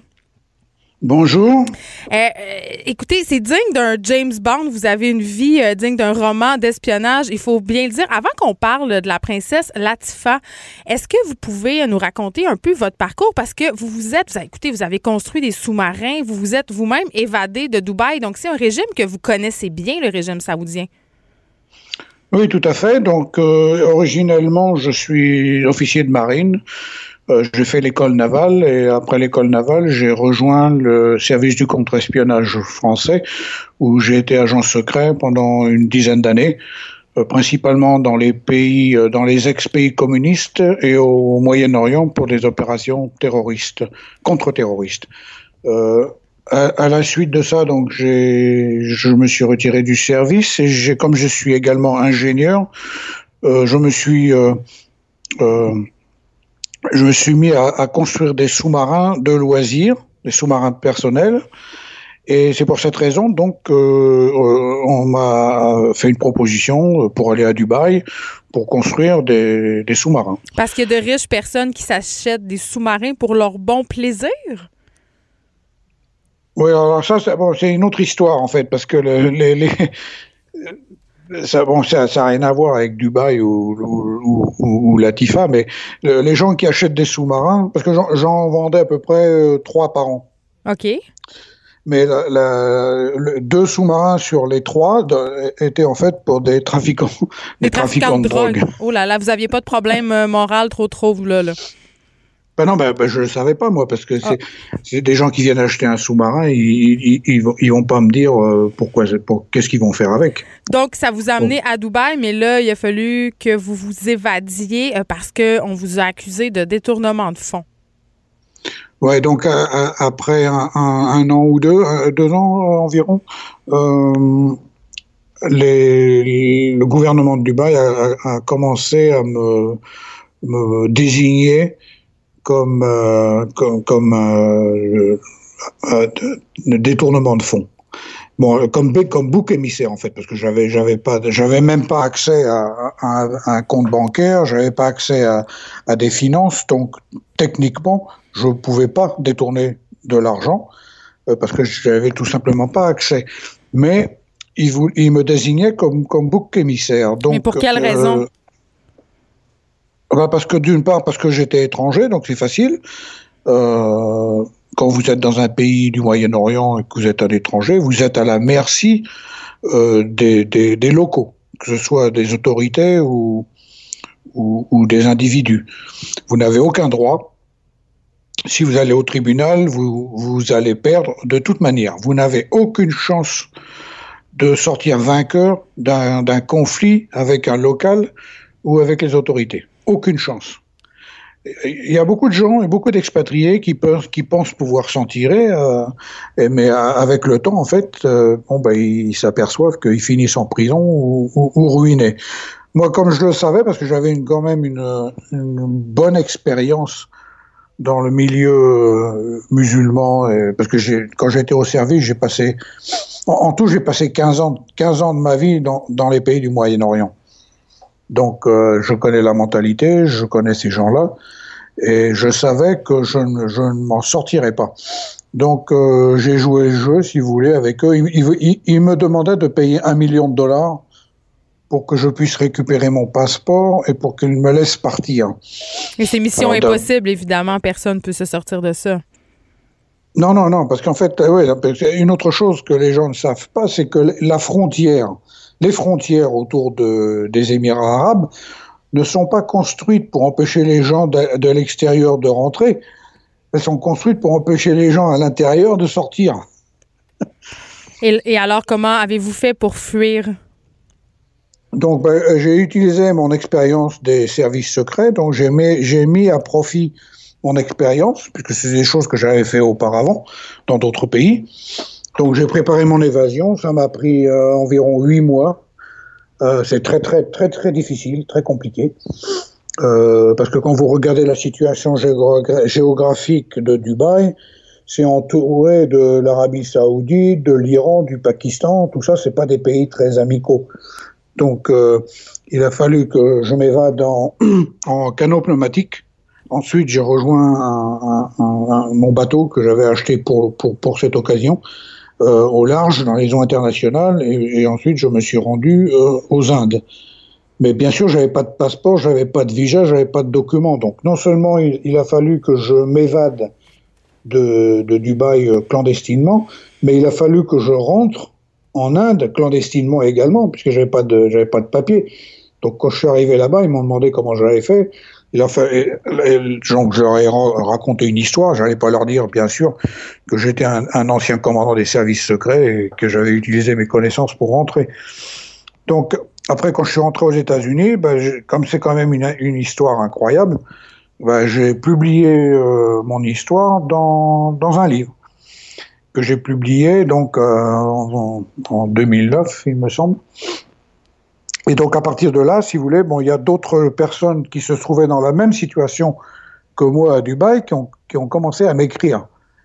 Bonjour. Écoutez, c'est digne d'un James Bond. Vous avez une vie digne d'un roman d'espionnage. Il faut bien le dire. Avant qu'on parle de la princesse Latifa, est-ce que vous pouvez nous raconter un peu votre parcours? Parce que vous avez construit des sous-marins, vous vous êtes vous-même évadé de Dubaï. Donc, c'est un régime que vous connaissez bien, le régime saoudien. Oui, tout à fait. Donc, originellement, je suis officier de marine. J'ai fait l'école navale et après l'école navale, j'ai rejoint le service du contre-espionnage français où j'ai été agent secret pendant une dizaine d'années, principalement dans les pays, dans les ex-pays communistes et au Moyen-Orient pour des opérations terroristes, contre-terroristes. À la suite de ça, donc je me suis retiré du service et comme je suis également ingénieur, je me suis mis à construire des sous-marins de loisirs, des sous-marins personnels. Et c'est pour cette raison, donc, on m'a fait une proposition pour aller à Dubaï pour construire des sous-marins. Parce qu'il y a de riches personnes qui s'achètent des sous-marins pour leur bon plaisir? Oui, alors ça, c'est une autre histoire, en fait, parce que ça n'a rien à voir avec Dubaï ou Latifa, mais les gens qui achètent des sous-marins, parce que j'en vendais à peu près 3 par an. OK. Mais 2 sous-marins sur les 3 étaient en fait pour des trafiquants, des trafiquants de drogue. Oh là là, vous n'aviez pas de problème moral trop, vous, là. Ben non, je le savais pas, moi, parce que c'est des gens qui viennent acheter un sous-marin, ils vont pas me dire qu'est-ce qu'ils vont faire avec. Donc, ça vous a amené à Dubaï, mais là, il a fallu que vous vous évadiez parce qu'on vous a accusé de détournement de fonds. Ouais, donc après un an ou 2 ans environ, le gouvernement de Dubaï a commencé à me désigner comme détournement de fonds. Bon, comme bouc émissaire en fait, parce que j'avais même pas accès à un compte bancaire, j'avais pas accès à des finances, donc techniquement je pouvais pas détourner de l'argent parce que j'avais tout simplement pas accès. Mais il me désignait comme bouc émissaire. Donc, mais pour quelle raison? Parce que d'une part parce que j'étais étranger, donc c'est facile. Quand vous êtes dans un pays du Moyen-Orient et que vous êtes à l'étranger, vous êtes à la merci des locaux, que ce soit des autorités ou des individus. Vous n'avez aucun droit. Si vous allez au tribunal, vous allez perdre de toute manière. Vous n'avez aucune chance de sortir vainqueur d'un conflit avec un local ou avec les autorités. Aucune chance. Il y a beaucoup de gens et beaucoup d'expatriés qui pensent pouvoir s'en tirer, mais avec le temps, en fait, ils s'aperçoivent qu'ils finissent en prison ou ruinés. Moi, comme je le savais, parce que j'avais quand même une bonne expérience dans le milieu musulman, parce que quand j'étais au service, j'ai passé 15 ans de ma vie dans les pays du Moyen-Orient. Donc, je connais la mentalité, je connais ces gens-là, et je savais que je ne m'en sortirais pas. Donc, j'ai joué le jeu, si vous voulez, avec eux. Ils me demandaient de payer $1 million pour que je puisse récupérer mon passeport et pour qu'ils me laissent partir. Et c'est mission impossible, évidemment. Personne ne peut se sortir de ça. Non, parce qu'en fait, une autre chose que les gens ne savent pas, c'est que les frontières autour des Émirats arabes ne sont pas construites pour empêcher les gens de l'extérieur de rentrer. Elles sont construites pour empêcher les gens à l'intérieur de sortir. Et alors, comment avez-vous fait pour fuir? Donc, j'ai utilisé mon expérience des services secrets. Donc, j'ai mis à profit mon expérience, puisque c'est des choses que j'avais fait auparavant dans d'autres pays. Donc, j'ai préparé mon évasion. Ça m'a pris environ 8 mois. C'est très, très, très, très difficile, très compliqué. Parce que quand vous regardez la situation géographique de Dubaï, c'est entouré de l'Arabie Saoudite, de l'Iran, du Pakistan. Tout ça, c'est pas des pays très amicaux. Donc, il a fallu que je m'évade en canot pneumatique. Ensuite, j'ai rejoint mon bateau que j'avais acheté pour cette occasion au large, dans les eaux internationales, et ensuite je me suis rendu aux Indes. Mais bien sûr, j'avais pas de passeport, j'avais pas de visa, j'avais pas de documents. Donc, non seulement il a fallu que je m'évade de Dubaï clandestinement, mais il a fallu que je rentre en Inde clandestinement également, puisque j'avais pas de papier. Donc, quand je suis arrivé là-bas, ils m'ont demandé comment j'avais fait. Donc, je leur ai raconté une histoire. J'allais pas leur dire, bien sûr, que j'étais un ancien commandant des services secrets et que j'avais utilisé mes connaissances pour rentrer. Donc, après, quand je suis rentré aux États-Unis, comme c'est quand même une histoire incroyable, j'ai publié mon histoire dans un livre que j'ai publié donc en 2009, il me semble. Et donc, à partir de là, si vous voulez, il y a d'autres personnes qui se trouvaient dans la même situation que moi à Dubaï qui ont commencé à m'écrire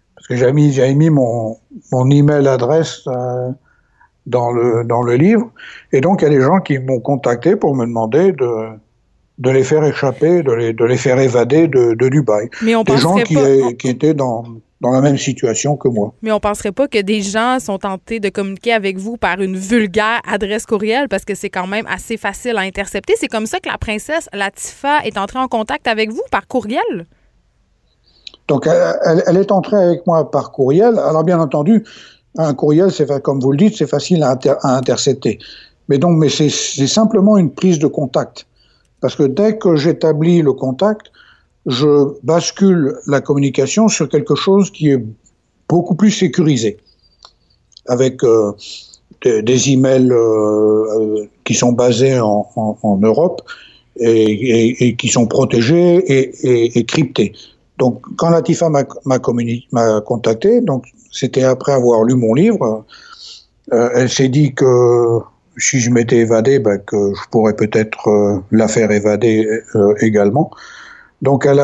parce que j'avais mis mon email adresse dans le livre, et donc il y a des gens qui m'ont contacté pour me demander de les faire échapper, de les faire évader de Dubaï. Mais on des gens penserait qui étaient dans la même situation que moi. Mais on penserait pas que des gens sont tentés de communiquer avec vous par une vulgaire adresse courriel parce que c'est quand même assez facile à intercepter. C'est comme ça que la princesse Latifa est entrée en contact avec vous, par courriel? Donc, elle est entrée avec moi par courriel. Alors, bien entendu, un courriel, comme vous le dites, c'est facile à intercepter. Mais c'est simplement une prise de contact. Parce que dès que j'établis le contact, je bascule la communication sur quelque chose qui est beaucoup plus sécurisé, avec des emails qui sont basés en Europe et qui sont protégés et cryptés. Donc, quand Latifa m'a contacté, donc c'était après avoir lu mon livre, elle s'est dit que si je m'étais évadé, que je pourrais peut-être la faire évader également. Donc, elle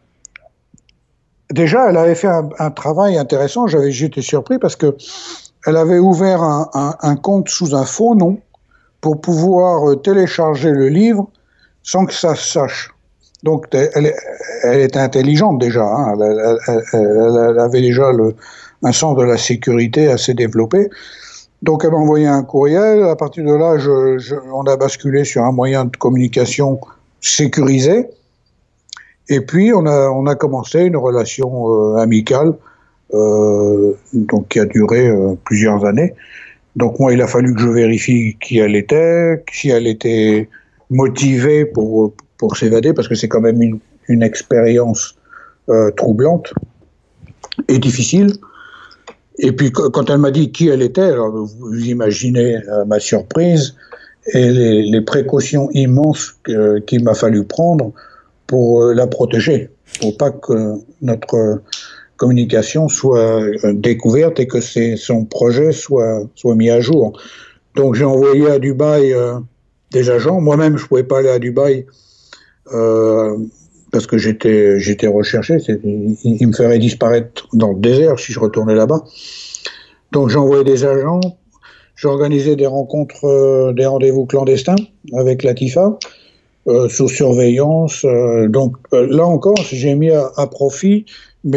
avait fait un travail intéressant. J'étais surpris parce que elle avait ouvert un compte sous un faux nom pour pouvoir télécharger le livre sans que ça se sache. Donc, elle était intelligente déjà. Hein. Elle avait déjà un sens de la sécurité assez développé. Donc, elle m'a envoyé un courriel. À partir de là, on a basculé sur un moyen de communication sécurisé. Et puis, on a commencé une relation amicale, donc qui a duré plusieurs années. Donc, moi, il a fallu que je vérifie qui elle était, si elle était motivée pour s'évader, parce que c'est quand même une expérience troublante et difficile. Et puis, quand elle m'a dit qui elle était, alors vous imaginez ma surprise et les précautions immenses qu'il m'a fallu prendre pour la protéger, pour pas que notre communication soit découverte et que son projet soit mis à jour. Donc j'ai envoyé à Dubaï des agents. Moi-même, je pouvais pas aller à Dubaï parce que j'étais recherché. Il me ferait disparaître dans le désert si je retournais là-bas. Donc j'ai envoyé des agents. J'ai organisé des rencontres, des rendez-vous clandestins avec Latifa. Sous surveillance. Donc là encore, j'ai mis à profit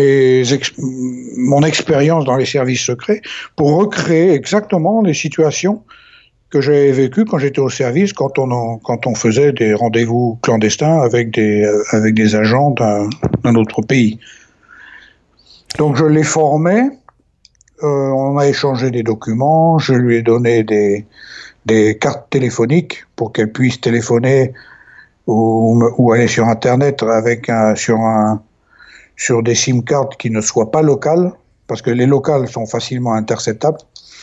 mon expérience dans les services secrets pour recréer exactement les situations que j'avais vécues quand j'étais au service, quand on faisait des rendez-vous clandestins avec des agents d'un autre pays. Donc je l'ai formé, on a échangé des documents, je lui ai donné des cartes téléphoniques pour qu'elle puisse téléphoner ou aller sur Internet sur des SIM cards qui ne soient pas locales, parce que les locales sont facilement interceptables.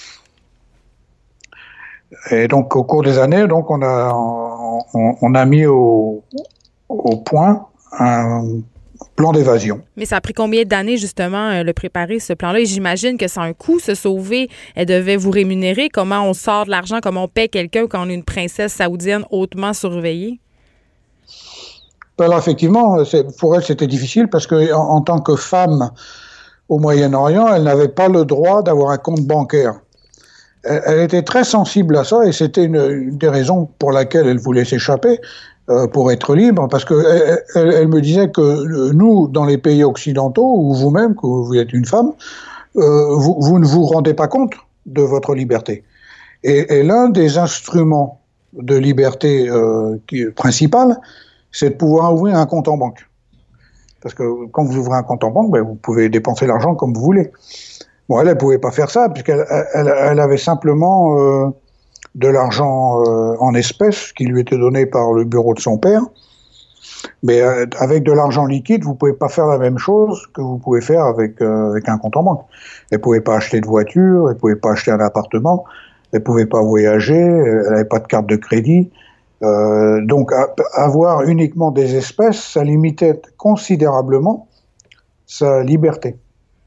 Et donc, au cours des années, donc on a mis au point un plan d'évasion. Mais ça a pris combien d'années, justement, de préparer ce plan-là? Et j'imagine que c'est un coût, se sauver. Elle devait vous rémunérer. Comment on sort de l'argent? Comment on paie quelqu'un quand on est une princesse saoudienne hautement surveillée? Alors effectivement, pour elle, c'était difficile parce que en tant que femme au Moyen-Orient, elle n'avait pas le droit d'avoir un compte bancaire. Elle était très sensible à ça et c'était une des raisons pour laquelle elle voulait s'échapper pour être libre, parce que elle me disait que nous, dans les pays occidentaux, ou vous-même, que vous êtes une femme, vous ne vous rendez pas compte de votre liberté. Et l'un des instruments de liberté principal, c'est de pouvoir ouvrir un compte en banque. Parce que quand vous ouvrez un compte en banque, vous pouvez dépenser l'argent comme vous voulez. Bon, elle ne pouvait pas faire ça, puisqu'elle avait simplement de l'argent en espèces qui lui était donné par le bureau de son père. Mais avec de l'argent liquide, vous ne pouvez pas faire la même chose que vous pouvez faire avec un compte en banque. Elle ne pouvait pas acheter de voiture, elle ne pouvait pas acheter un appartement, elle ne pouvait pas voyager, elle n'avait pas de carte de crédit. Donc, avoir uniquement des espèces, ça limitait considérablement sa liberté.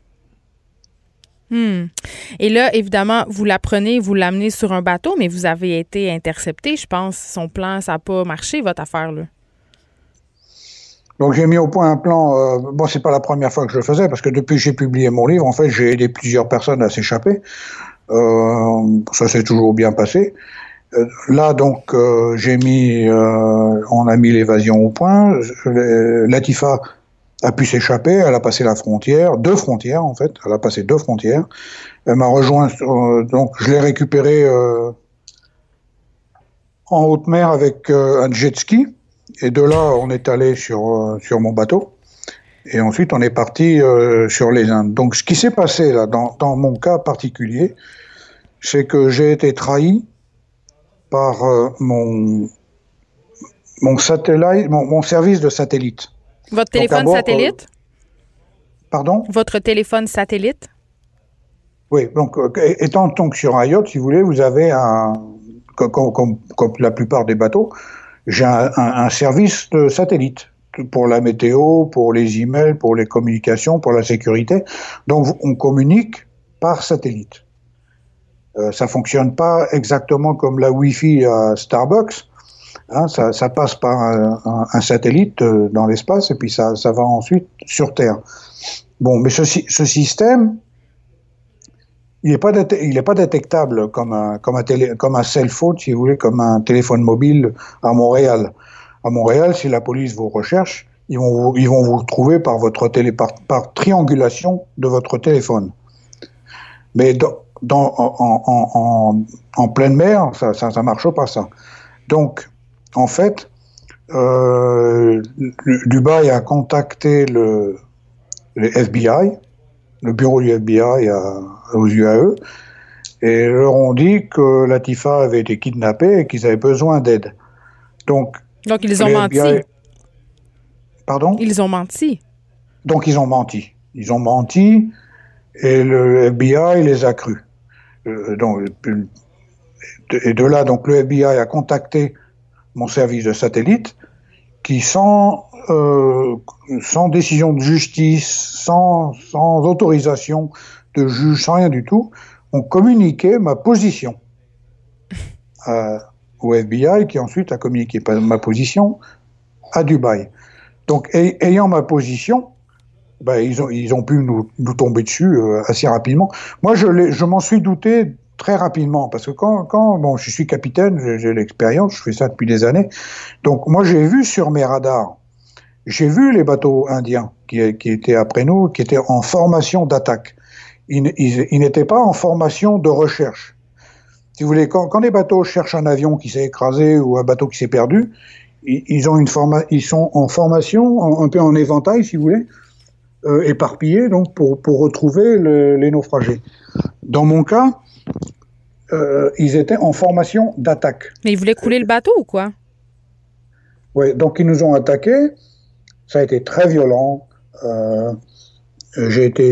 Et là, évidemment, vous la prenez, vous l'amenez sur un bateau, mais vous avez été intercepté, je pense. Son plan, ça n'a pas marché, votre affaire, là. Donc j'ai mis au point un plan. Bon, c'est pas la première fois que je le faisais parce que depuis que j'ai publié mon livre, en fait, j'ai aidé plusieurs personnes à s'échapper. Ça s'est toujours bien passé. Là, donc, on a mis l'évasion au point. Latifa a pu s'échapper. Elle a passé la frontière, 2 frontières en fait. Elle a passé 2 frontières. Elle m'a rejoint. Donc, je l'ai récupérée en haute mer avec un jet ski. Et de là, on est allé sur mon bateau. Et ensuite, on est parti sur les Indes. Donc, ce qui s'est passé là, dans mon cas particulier, c'est que j'ai été trahi par mon satellite, mon service de satellite. Votre téléphone satellite? Pardon? Votre téléphone satellite? Oui, donc étant donc sur un yacht, si vous voulez, vous avez comme la plupart des bateaux, j'ai un service de satellite pour la météo, pour les emails, pour les communications, pour la sécurité. Donc on communique par satellite. Ça fonctionne pas exactement comme la Wi-Fi à Starbucks. Hein, ça passe par un satellite dans l'espace et puis ça va ensuite sur Terre. Bon, mais ce système, il est pas détectable comme un cell phone, si vous voulez, comme un téléphone mobile à Montréal. À Montréal, si la police vous recherche, ils vont vous trouver par par triangulation de votre téléphone. Mais en pleine mer, ça marche pas, ça. Donc, en fait, Dubaï a contacté le FBI, le bureau du FBI aux UAE, et leur ont dit que Latifa avait été kidnappée et qu'ils avaient besoin d'aide. Donc ils ont menti. Pardon? Ils ont menti. Donc ils ont menti. Ils ont menti et le FBI les a crus. Et de là, donc, le FBI a contacté mon service de satellite qui, sans décision de justice, sans autorisation de juge, sans rien du tout, ont communiqué ma position au FBI, qui ensuite a communiqué ma position à Dubaï. Donc, ayant ma position, ils ont pu nous tomber dessus assez rapidement. Moi, je m'en suis douté très rapidement, parce que quand je suis capitaine, j'ai l'expérience, je fais ça depuis des années. Donc, moi, j'ai vu sur mes radars, j'ai vu les bateaux indiens qui étaient après nous, qui étaient en formation d'attaque. Ils n'étaient pas en formation de recherche. Si vous voulez, quand les bateaux cherchent un avion qui s'est écrasé ou un bateau qui s'est perdu, ils sont en formation, un peu en éventail, si vous voulez, éparpillés, donc pour retrouver les naufragés. Dans mon cas, ils étaient en formation d'attaque. Mais ils voulaient couler le bateau ou quoi? Oui, donc ils nous ont attaqués. Ça a été très violent. J'ai été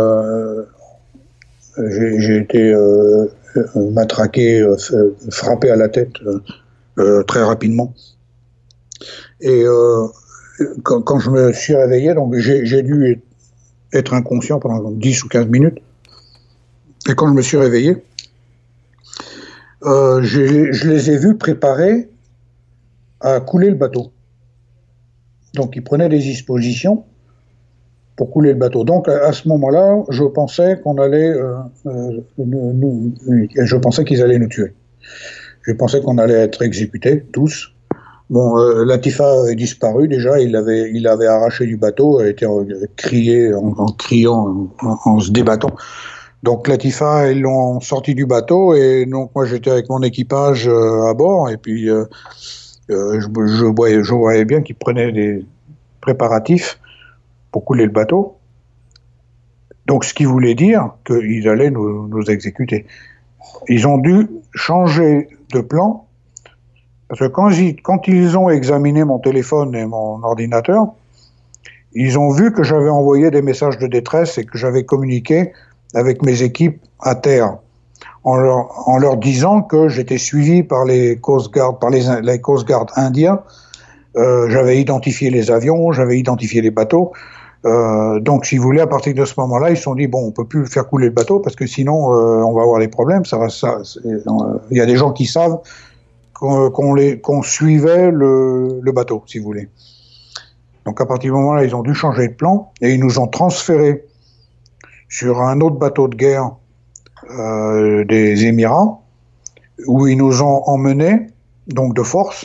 matraqué, frappé à la tête très rapidement. Et quand je me suis réveillé, donc j'ai dû être inconscient pendant 10 ou 15 minutes. Et quand je me suis réveillé, je les ai vus préparer à couler le bateau. Donc ils prenaient des dispositions pour couler le bateau. Donc à ce moment-là, je pensais qu'on allait, je pensais qu'ils allaient nous tuer. Je pensais qu'on allait être exécutés tous. Bon, Latifa est disparu déjà. Il avait arraché du bateau, a été crié en criant, en se débattant. Donc Latifa, ils l'ont sorti du bateau et donc moi j'étais avec mon équipage à bord et puis je voyais bien qu'ils prenaient des préparatifs pour couler le bateau. Donc ce qui voulait dire qu'ils allaient nous exécuter. Ils ont dû changer de plan parce que quand ils ont examiné mon téléphone et mon ordinateur, ils ont vu que j'avais envoyé des messages de détresse et que j'avais communiqué avec mes équipes à terre, en leur disant que j'étais suivi par les Coast Guard, les Coast Guard indiens. J'avais identifié les avions, j'avais identifié les bateaux. Donc, si vous voulez, à partir de ce moment-là, ils se sont dit bon, on peut plus faire couler le bateau parce que sinon, on va avoir des problèmes. Il y a des gens qui savent qu'on suivait le bateau, si vous voulez. Donc à partir du moment-là, ils ont dû changer de plan et ils nous ont transférés sur un autre bateau de guerre des Émirats, où ils nous ont emmenés, donc de force,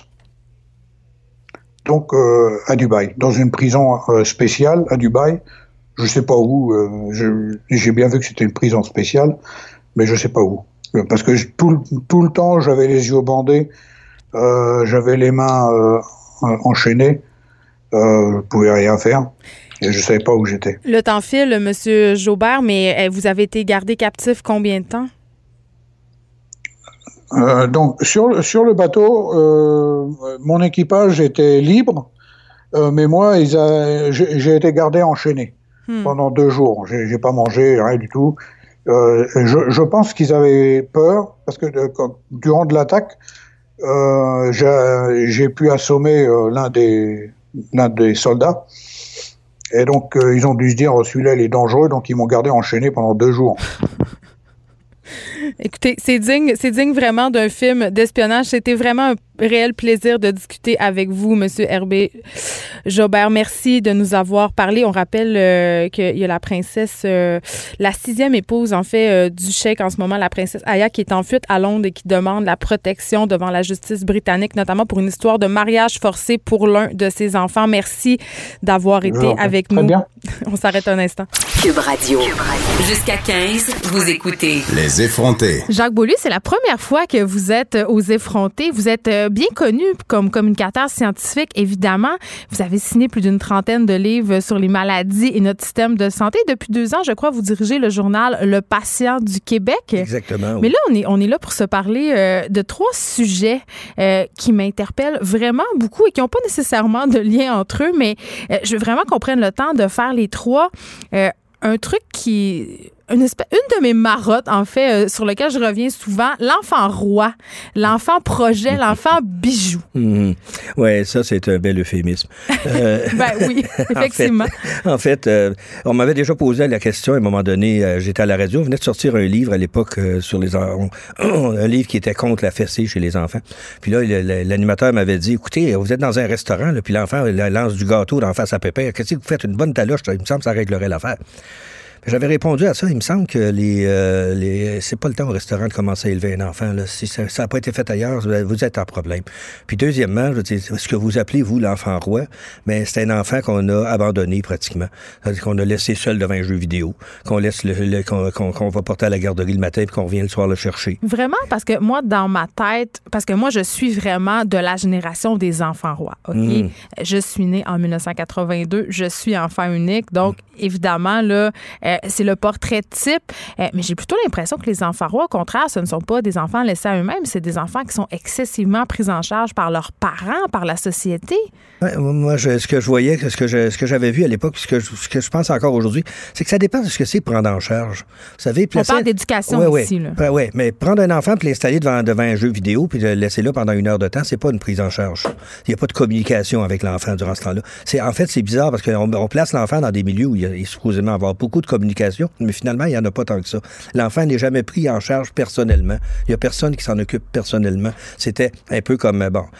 donc à Dubaï, dans une prison spéciale à Dubaï. Je sais pas où. J'ai bien vu que c'était une prison spéciale, mais je sais pas où. Parce que tout le temps, j'avais les yeux bandés, j'avais les mains enchaînées, je pouvais rien faire. Et je savais pas où j'étais. Le temps file, M. Jobert, mais vous avez été gardé captif combien de temps? Donc, sur le bateau, mon équipage était libre, mais moi, j'ai été gardé enchaîné pendant 2 jours. J'ai pas mangé, rien du tout. Je pense qu'ils avaient peur, parce que durant de l'attaque, j'ai pu assommer l'un des soldats. Et donc, ils ont dû se dire, celui-là, il est dangereux, donc ils m'ont gardé enchaîné pendant 2 jours. Écoutez, c'est digne vraiment d'un film d'espionnage. C'était vraiment un réel plaisir de discuter avec vous, M. Herbé Jobert. Merci de nous avoir parlé. On rappelle qu'il y a la princesse, la 6e épouse, en fait, du cheikh en ce moment, la princesse Aya, qui est en fuite à Londres et qui demande la protection devant la justice britannique, notamment pour une histoire de mariage forcé pour l'un de ses enfants. Merci d'avoir été avec nous. Bien. On s'arrête un instant. Cube Radio. Jusqu'à 15, vous écoutez Les effrontés. Jacques Beaulieu, c'est la première fois que vous êtes aux effrontés. Vous êtes bien connu comme communicateur scientifique, évidemment. Vous avez signé plus d'une 30aine de livres sur les maladies et notre système de santé. Depuis 2 ans, je crois, vous dirigez le journal Le Patient du Québec. Exactement. Oui. Mais là, on est là pour se parler de 3 sujets qui m'interpellent vraiment beaucoup et qui n'ont pas nécessairement de lien entre eux, mais je veux vraiment qu'on prenne le temps de faire les 3. Un truc qui... Une de mes marottes, en fait, sur lequel je reviens souvent, l'enfant roi, l'enfant projet, l'enfant bijou. Oui, ça, c'est un bel euphémisme. Ben oui, effectivement. En fait, on m'avait déjà posé la question à un moment donné, j'étais à la radio, on venait de sortir un livre à l'époque sur les un livre qui était contre la fessée chez les enfants. Puis là, l'animateur m'avait dit, écoutez, vous êtes dans un restaurant, là, puis l'enfant lance du gâteau d'en face à Pépère. Qu'est-ce que vous faites? Une bonne taloche, il me semble que ça réglerait l'affaire. J'avais répondu à ça. Il me semble que c'est pas le temps au restaurant de commencer à élever un enfant. Là. Si ça n'a pas été fait ailleurs, vous êtes en problème. Puis deuxièmement, je veux dire, ce que vous appelez, vous, l'enfant roi, mais c'est un enfant qu'on a abandonné pratiquement. C'est-à-dire qu'on a laissé seul devant un jeu vidéo, qu'on laisse qu'on va porter à la garderie le matin puis qu'on vient le soir le chercher. Vraiment, parce que moi, dans ma tête, parce que moi, je suis vraiment de la génération des enfants rois. OK? Je suis née en 1982. Je suis enfant unique. Donc, évidemment, là, c'est le portrait type. Mais j'ai plutôt l'impression que les enfants rois, au contraire, ce ne sont pas des enfants laissés à eux-mêmes. C'est des enfants qui sont excessivement pris en charge par leurs parents, par la société. Ouais, moi, ce que je voyais, ce que j'avais vu à l'époque, ce que je pense encore aujourd'hui, c'est que ça dépend de ce que c'est prendre en charge. Vous savez, on parle d'éducation ici. Là. Oui, mais prendre un enfant puis l'installer devant un jeu vidéo puis le laisser là pendant 1 heure de temps, c'est pas une prise en charge. Il n'y a pas de communication avec l'enfant durant ce temps-là. En fait, c'est bizarre parce qu'on place l'enfant dans des milieux où il est supposément avoir beaucoup de communication, mais finalement, il n'y en a pas tant que ça. L'enfant n'est jamais pris en charge personnellement. Il n'y a personne qui s'en occupe personnellement. C'était un peu comme,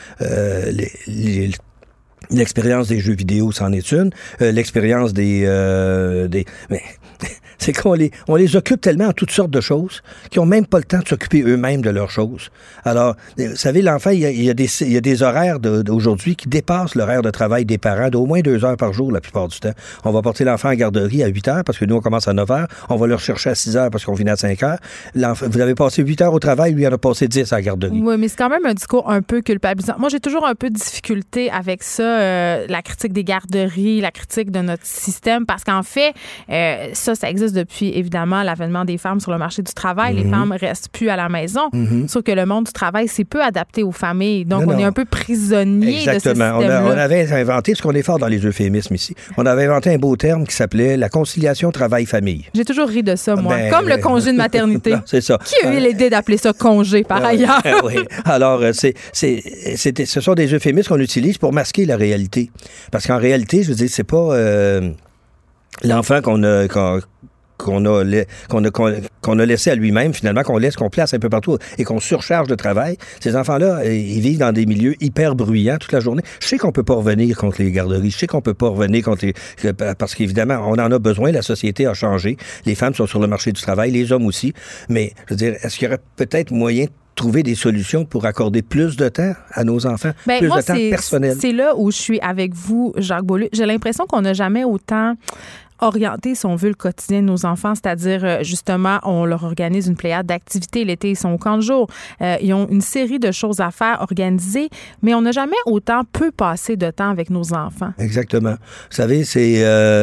l'expérience des jeux vidéo, c'en est une. L'expérience mais c'est qu'on les occupe tellement en toutes sortes de choses qu'ils n'ont même pas le temps de s'occuper eux-mêmes de leurs choses. Alors, vous savez, l'enfant, il y a des horaires d'aujourd'hui qui dépassent l'horaire de travail des parents d'au moins 2 heures par jour la plupart du temps. On va porter l'enfant à garderie à 8 heures parce que nous, on commence à 9 heures. On va le rechercher à 6 heures parce qu'on finit à 5 heures. Vous avez passé 8 heures au travail, lui, il en a passé 10 à la garderie. Oui, mais c'est quand même un discours un peu culpabilisant. Moi, j'ai toujours un peu de difficulté avec ça, la critique des garderies, la critique de notre système, parce qu'en fait, ça existe depuis, évidemment, l'avènement des femmes sur le marché du travail. Les femmes restent plus à la maison. Sauf que le monde du travail, c'est peu adapté aux familles. Donc, on est un peu prisonnier de ce système-là. On avait inventé, parce qu'on est fort dans les euphémismes ici, on avait inventé un beau terme qui s'appelait la conciliation travail-famille. J'ai toujours ri de ça, moi. Comme le congé de maternité. Non, c'est ça. Qui a eu l'idée d'appeler ça congé, par ailleurs? Oui. Alors, ce sont des euphémismes qu'on utilise pour masquer la réalité. Parce qu'en réalité, je veux dire, c'est pas l'enfant qu'on a laissé à lui-même, finalement, qu'on place un peu partout et qu'on surcharge de travail. Ces enfants-là, ils vivent dans des milieux hyper bruyants toute la journée. Je sais qu'on peut pas revenir contre les garderies. Je sais qu'on peut pas revenir parce qu'évidemment, on en a besoin. La société a changé. Les femmes sont sur le marché du travail, les hommes aussi. Mais, je veux dire, est-ce qu'il y aurait peut-être moyen de trouver des solutions pour accorder plus de temps à nos enfants, plus de temps personnel? C'est là où je suis avec vous, Jacques Beaulieu. J'ai l'impression qu'on n'a jamais autant orienter, si on veut, le quotidien de nos enfants, c'est-à-dire, justement, on leur organise une pléiade d'activités. L'été, ils sont au camp de jour. Ils ont une série de choses à faire organisées, mais on n'a jamais autant peu passé de temps avec nos enfants. Exactement. Vous savez, c'est...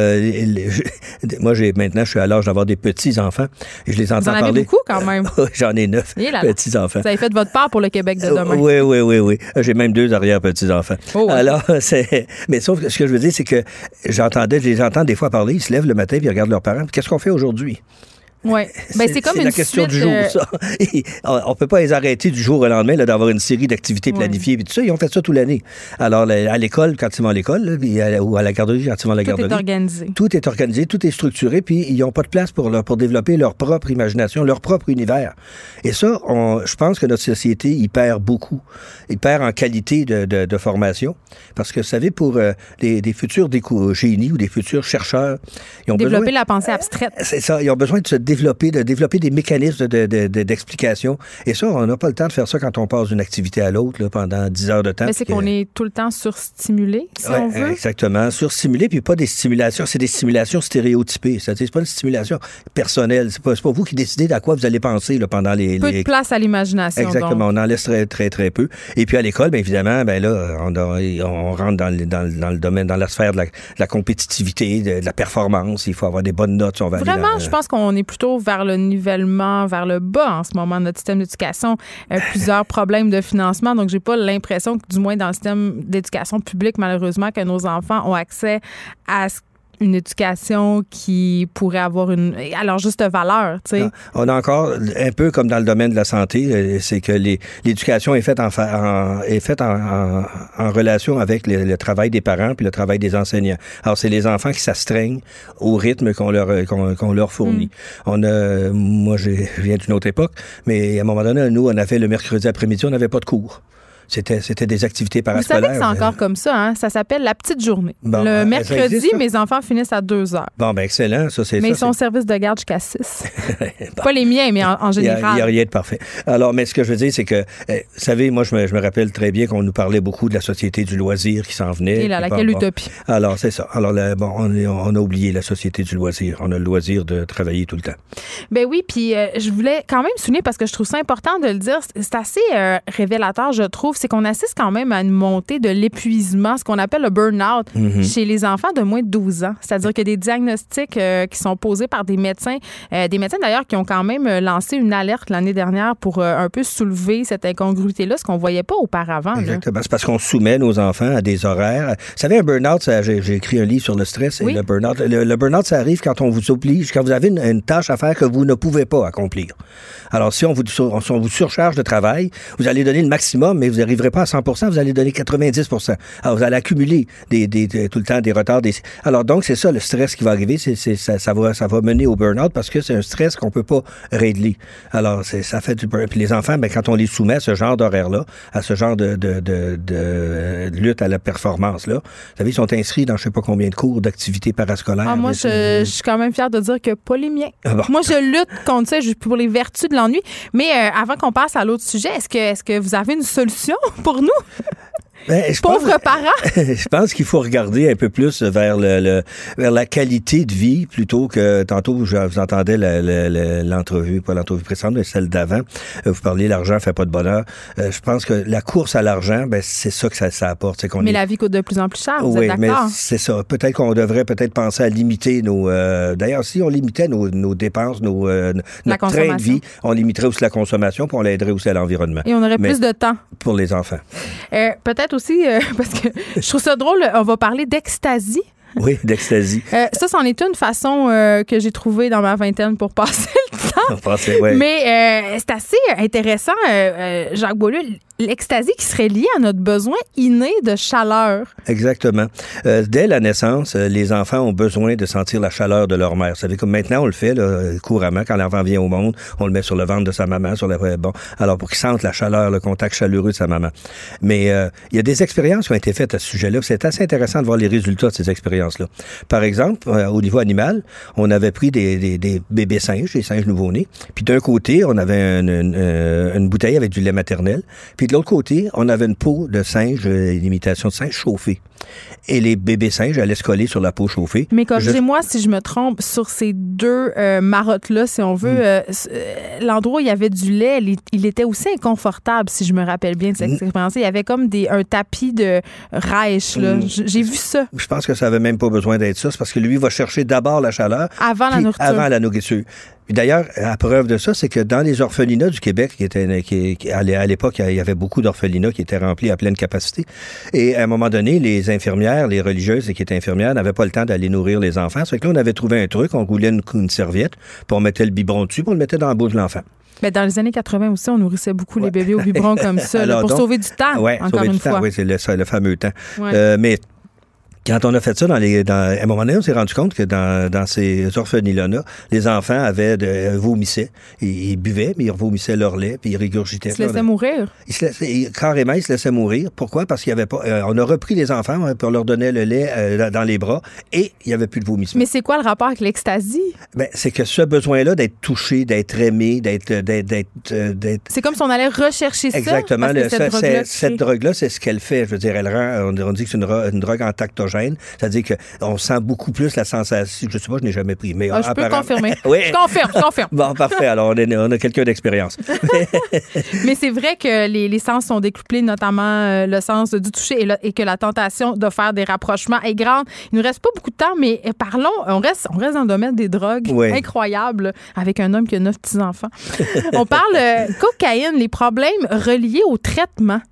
moi, maintenant, je suis à l'âge d'avoir des petits-enfants et je les entends parler. Vous en avez beaucoup, quand même. J'en ai 9 petits-enfants. Vous avez fait votre part pour le Québec de demain. Oui. J'ai même 2 arrière-petits-enfants. Oh, ouais. Alors, mais sauf que ce que je veux dire, c'est que je les entends des fois parler. Ils se lèvent le matin et ils regardent leurs parents. Qu'est-ce qu'on fait aujourd'hui? Oui. C'est comme une la question suite, du jour, ça. On peut pas les arrêter du jour au lendemain là, d'avoir une série d'activités planifiées et tout ça. Ils ont fait ça toute l'année. Alors, à l'école, quand ils vont à l'école, ou à la garderie, quand ils vont à la garderie. Tout est organisé. Tout est organisé, tout est structuré, puis ils n'ont pas de place pour développer leur propre imagination, leur propre univers. Et ça, je pense que notre société y perd beaucoup. Il perd en qualité de formation. Parce que, vous savez, pour des futurs génies ou des futurs chercheurs, ils ont développer la pensée abstraite. C'est ça. Ils ont besoin de se développer des mécanismes d'explication. Et ça, on n'a pas le temps de faire ça quand on passe d'une activité à l'autre là, pendant 10 heures de temps. Mais c'est qu'on est tout le temps surstimulé, si on veut. Exactement. Surstimulé, puis pas des stimulations. C'est des stimulations stéréotypées. C'est-à-dire, c'est pas une stimulation personnelle. C'est pas vous qui décidez à quoi vous allez penser là, pendant les... Peu de place à l'imagination. Exactement. Donc. On en laisse très, très, très peu. Et puis à l'école, bien évidemment, là, on rentre dans le domaine, dans la sphère de la compétitivité, de la performance. Il faut avoir des bonnes notes. Vraiment, je pense qu'on est plutôt vers le nivellement, vers le bas en ce moment de notre système d'éducation. Plusieurs problèmes de financement. Donc, j'ai pas l'impression que, du moins dans le système d'éducation publique, malheureusement, que nos enfants ont accès à une éducation qui pourrait avoir à leur juste valeur, tu sais. On a encore, un peu comme dans le domaine de la santé, c'est que l'éducation est faite en relation avec le travail des parents puis le travail des enseignants. Alors, c'est les enfants qui s'astreignent au rythme qu'on leur fournit. Moi, je viens d'une autre époque, mais à un moment donné, nous, on a fait le mercredi après-midi, on n'avait pas de cours. C'était des activités parascolaires. Vous savez que c'est encore comme ça, hein? Ça s'appelle la petite journée. Bon, le mercredi, mes enfants finissent à 2 heures. Bon, ben excellent. Mais ils sont au service de garde jusqu'à 6. Bon. Pas les miens, mais en général. Il n'y a rien de parfait. Alors, mais ce que je veux dire, c'est que, vous savez, moi, je me rappelle très bien qu'on nous parlait beaucoup de la société du loisir qui s'en venait. Et là, quelle utopie. Alors, c'est ça. Alors, on a oublié la société du loisir. On a le loisir de travailler tout le temps. Ben oui, puis je voulais quand même souligner, parce que je trouve ça important de le dire, c'est assez révélateur, je trouve, c'est qu'on assiste quand même à une montée de l'épuisement, ce qu'on appelle le burn-out chez les enfants de moins de 12 ans. C'est-à-dire qu'il y a des diagnostics qui sont posés par des médecins d'ailleurs qui ont quand même lancé une alerte l'année dernière pour un peu soulever cette incongruité-là, ce qu'on ne voyait pas auparavant. Exactement. C'est parce qu'on soumet nos enfants à des horaires. Vous savez, un burn-out, j'ai écrit un livre sur le stress et le burn-out. Le burn-out, ça arrive quand on vous oblige, quand vous avez une tâche à faire que vous ne pouvez pas accomplir. Alors, si on vous surcharge de travail, vous allez donner le maximum, mais vous n'arriverez pas à 100%, vous allez donner 90%. Alors, vous allez accumuler tout le temps des retards. Alors, donc, c'est ça, le stress qui va arriver. Ça va mener au burn-out parce que c'est un stress qu'on peut pas régler. Alors, ça fait du burn-out. Puis les enfants, quand on les soumet à ce genre d'horaire-là, à ce genre de lutte à la performance-là, vous savez, ils sont inscrits dans je sais pas combien de cours d'activités parascolaires. Moi, je suis quand même fière de dire que pas les miens. Ah bon. Moi, je lutte contre ça pour les vertus de l'ennui. Mais avant qu'on passe à l'autre sujet, est-ce que vous avez une solution pour nous? Pauvres parents! Je pense qu'il faut regarder un peu plus vers la qualité de vie plutôt que tantôt je vous entendais l'entrevue, pas l'entrevue précédente, mais celle d'avant. Vous parliez l'argent fait pas de bonheur. Je pense que la course à l'argent, c'est ça que ça apporte. Mais la vie coûte de plus en plus cher, vous êtes d'accord? Mais c'est ça. Peut-être qu'on devrait penser à limiter d'ailleurs, si on limitait nos dépenses, notre train de vie, on limiterait aussi la consommation, puis on l'aiderait aussi à l'environnement. Et on aurait plus de temps. Pour les enfants. Peut-être aussi, parce que je trouve ça drôle, on va parler d'ecstasy. Oui, d'ecstasy. Ça, c'en est une façon que j'ai trouvée dans ma vingtaine pour passer le temps. Ouais. Mais c'est assez intéressant, Jacques Beaulieu. l'ecstasy qui serait liée à notre besoin inné de chaleur. Exactement. Dès la naissance, les enfants ont besoin de sentir la chaleur de leur mère. Vous savez, comme maintenant, on le fait là, couramment. Quand l'enfant vient au monde, on le met sur le ventre de sa maman, alors pour qu'il sente la chaleur, le contact chaleureux de sa maman. Mais il y a des expériences qui ont été faites à ce sujet-là. C'est assez intéressant de voir les résultats de ces expériences-là. Par exemple, au niveau animal, on avait pris des bébés singes, des singes nouveau-nés. Puis d'un côté, on avait une bouteille avec du lait maternel. Puis de l'autre côté, on avait une peau de singe, une imitation de singe chauffée. Et les bébés singes allaient se coller sur la peau chauffée. Mais corrigez-moi si je me trompe, sur ces deux marottes-là, si on veut, l'endroit où il y avait du lait, il était aussi inconfortable, si je me rappelle bien de cette expérience. Il y avait comme un tapis de rêche, là. J'ai vu ça. Je pense que ça n'avait même pas besoin d'être ça. C'est parce que lui va chercher d'abord la chaleur. Avant la nourriture. Puis d'ailleurs, la preuve de ça, c'est que dans les orphelinats du Québec, à l'époque, il y avait beaucoup d'orphelinats qui étaient remplis à pleine capacité. Et à un moment donné, les infirmières, les religieuses qui étaient infirmières n'avaient pas le temps d'aller nourrir les enfants. Ça fait que là, on avait trouvé un truc, on roulait une serviette, puis on mettait le biberon dessus, puis on le mettait dans la bouche de l'enfant. Mais dans les années 80 aussi, on nourrissait beaucoup les bébés au biberon comme ça, alors, pour sauver du temps, encore une fois. Oui, c'est le fameux temps. Ouais. Mais quand on a fait ça, à un moment donné, on s'est rendu compte que dans ces orphelinats-là, les enfants vomissaient. Ils buvaient, mais ils vomissaient leur lait, puis ils régurgitaient. Ils se laissaient mourir? Carrément, ils se laissaient mourir. Pourquoi? Parce qu'il y avait pas... on a repris les enfants, puis on leur donnait le lait dans les bras, et il n'y avait plus de vomissement. Mais c'est quoi le rapport avec l'ecstasy? Ben, c'est que ce besoin-là d'être touché, d'être aimé, d'être... C'est comme si on allait rechercher ça. Exactement. Cette drogue-là, c'est ce qu'elle fait. Je veux dire, elle rend... On dit que c'est une drogue entactogène. C'est-à-dire qu'on sent beaucoup plus la sensation. Je sais pas, je n'ai jamais pris. Mais je peux confirmer. Oui. Je confirme. Bon, parfait. Alors, on a quelqu'un d'expérience. Mais c'est vrai que les sens sont décuplés, notamment le sens du toucher et que la tentation de faire des rapprochements est grande. Il nous reste pas beaucoup de temps, mais parlons, on reste dans le domaine des drogues. Oui. Incroyable, avec un homme qui a 9 petits-enfants. On parle cocaïne, les problèmes reliés au traitement.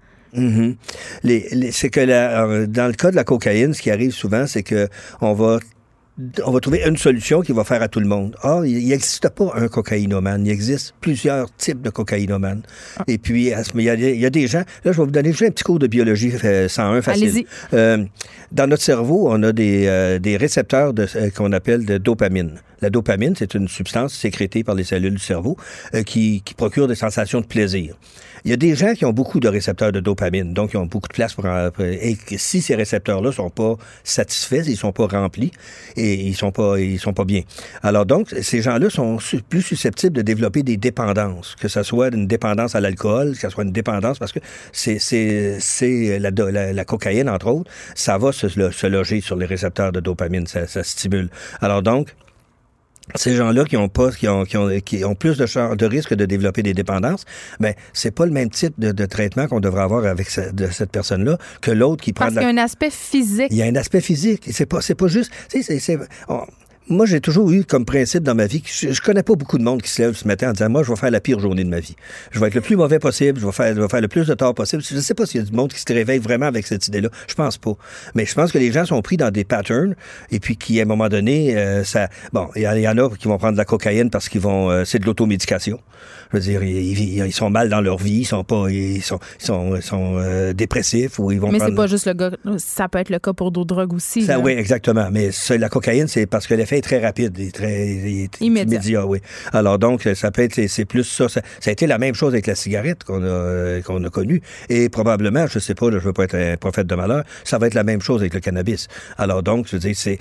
Mm-hmm. C'est que dans le cas de la cocaïne, ce qui arrive souvent, c'est que on va trouver une solution qui va faire à tout le monde. Or, il n'existe pas un cocaïnomane. Il existe plusieurs types de cocaïnomanes. Et puis, il y a des gens... Là, je vais vous donner juste un petit cours de biologie 101 facile. Allez-y. Dans notre cerveau, on a des récepteurs qu'on appelle de dopamine. La dopamine, c'est une substance sécrétée par les cellules du cerveau qui procure des sensations de plaisir. Il y a des gens qui ont beaucoup de récepteurs de dopamine, donc ils ont beaucoup de place et si ces récepteurs-là sont pas satisfaits, ils sont pas remplis et ils sont pas bien. Alors donc, ces gens-là sont plus susceptibles de développer des dépendances, que ce soit une dépendance à l'alcool, que ce soit une dépendance parce que c'est la cocaïne, entre autres, ça va se loger sur les récepteurs de dopamine, ça stimule. Alors donc, ces gens-là qui ont plus de risque de développer des dépendances, ben c'est pas le même type de traitement qu'on devrait avoir avec cette personne-là que l'autre qui prend. Parce qu'il y a un aspect physique. Il y a un aspect physique. C'est pas juste. Moi, j'ai toujours eu comme principe dans ma vie que je connais pas beaucoup de monde qui se lève ce matin en disant moi, je vais faire la pire journée de ma vie. Je vais être le plus mauvais possible, je vais faire le plus de tort possible. Je sais pas s'il y a du monde qui se réveille vraiment avec cette idée-là. Je pense pas. Mais je pense que les gens sont pris dans des patterns et puis qui, à un moment donné, il y en a qui vont prendre de la cocaïne parce qu'ils vont, c'est de l'automédication. Je veux dire, ils sont mal dans leur vie, ils sont dépressifs ou ils vont. Mais c'est pas juste le gars. Ça peut être le cas pour d'autres drogues aussi. Oui, exactement. Mais la cocaïne, c'est parce que l'effet est très rapide et très immédiat. Oui. Alors donc, ça peut être, c'est plus ça. Ça a été la même chose avec la cigarette qu'on a connue. Et probablement, je sais pas, je veux pas être un prophète de malheur, ça va être la même chose avec le cannabis. Alors donc, je veux dire,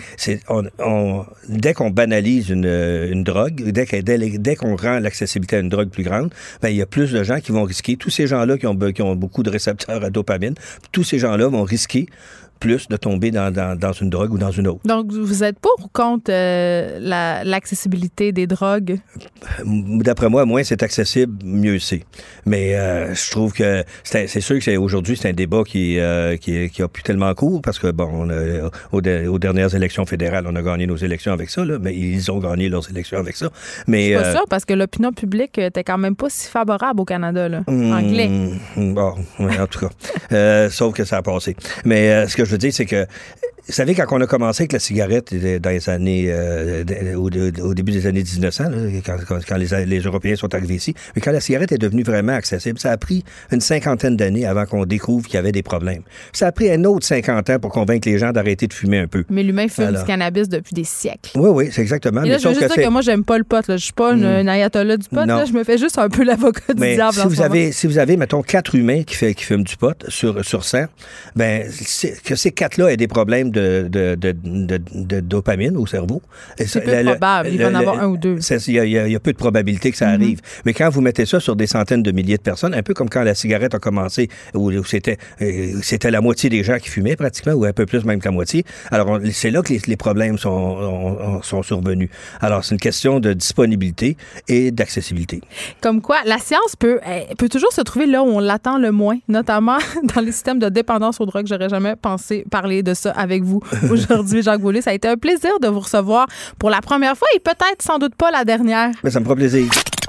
dès qu'on banalise une drogue, dès qu'on rend l'accessibilité à une drogue plus grande, ben il y a plus de gens qui vont risquer. Tous ces gens-là qui ont beaucoup de récepteurs à dopamine, tous ces gens-là vont risquer plus de tomber dans une drogue ou dans une autre. Donc, vous êtes pour ou contre l'accessibilité des drogues? D'après moi, moins c'est accessible, mieux c'est. Mais je trouve que c'est sûr que aujourd'hui, c'est un débat qui a plus tellement cours parce que, bon, aux dernières élections fédérales, on a gagné nos élections avec ça, là, mais ils ont gagné leurs élections avec ça. Mais, c'est pas ça, parce que l'opinion publique était quand même pas si favorable au Canada, là, anglais. Bon, en tout cas. Sauf que ça a passé. Mais ce que je veux dire, c'est que savez, quand on a commencé avec la cigarette dans les années, au début des années 1900, là, quand les Européens sont arrivés ici, mais quand la cigarette est devenue vraiment accessible, ça a pris une 50aine d'années avant qu'on découvre qu'il y avait des problèmes. Ça a pris un autre 50 ans pour convaincre les gens d'arrêter de fumer un peu. Mais l'humain fume du cannabis depuis des siècles. Oui, c'est exactement. Et là, je veux juste dire que moi, j'aime pas le pot. Là. Je suis pas une ayatollah du pot. Là. Je me fais juste un peu l'avocat du diable. Si vous avez, mettons, 4 humains qui fument du pot sur 100, ben, que ces 4-là aient des problèmes de dopamine au cerveau. C'est peu probable. Il va en avoir un ou deux. Il y a peu de probabilité que ça arrive. Mais quand vous mettez ça sur des centaines de milliers de personnes, un peu comme quand la cigarette a commencé, où c'était la moitié des gens qui fumaient pratiquement, ou un peu plus même que la moitié. Alors, c'est là que les problèmes sont survenus. Alors, c'est une question de disponibilité et d'accessibilité. Comme quoi, la science peut toujours se trouver là où on l'attend le moins, notamment dans les systèmes de dépendance aux drogues. J'aurais jamais pensé parler de ça avec vous aujourd'hui, Jacques Beaulieu. Ça a été un plaisir de vous recevoir pour la première fois et peut-être sans doute pas la dernière. Mais ça me fera plaisir.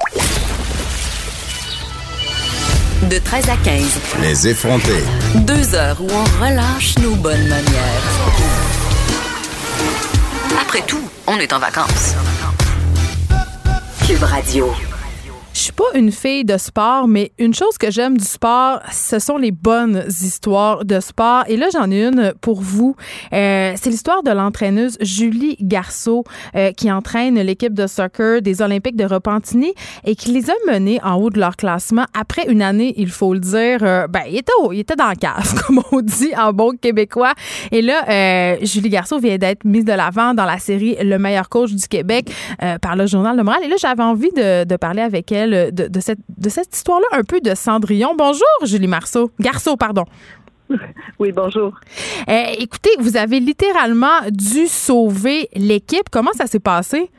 De 13 à 15. Les effrontés. 2 heures où on relâche nos bonnes manières. Après tout, on est en vacances. Cube Radio. Je suis pas une fille de sport, mais une chose que j'aime du sport, ce sont les bonnes histoires de sport. Et là, j'en ai une pour vous. C'est l'histoire de l'entraîneuse Julie Garceau qui entraîne l'équipe de soccer des Olympiques de Repentigny et qui les a menés en haut de leur classement après une année, il faut le dire, il était dans la cave, comme on dit en bon québécois. Et là, Julie Garceau vient d'être mise de l'avant dans la série Le meilleur coach du Québec par le Journal de Montréal. Et là, j'avais envie de parler avec elle de cette histoire-là, un peu de Cendrillon. Bonjour, Julie Garceau, pardon. Oui, bonjour. Écoutez, vous avez littéralement dû sauver l'équipe. Comment ça s'est passé?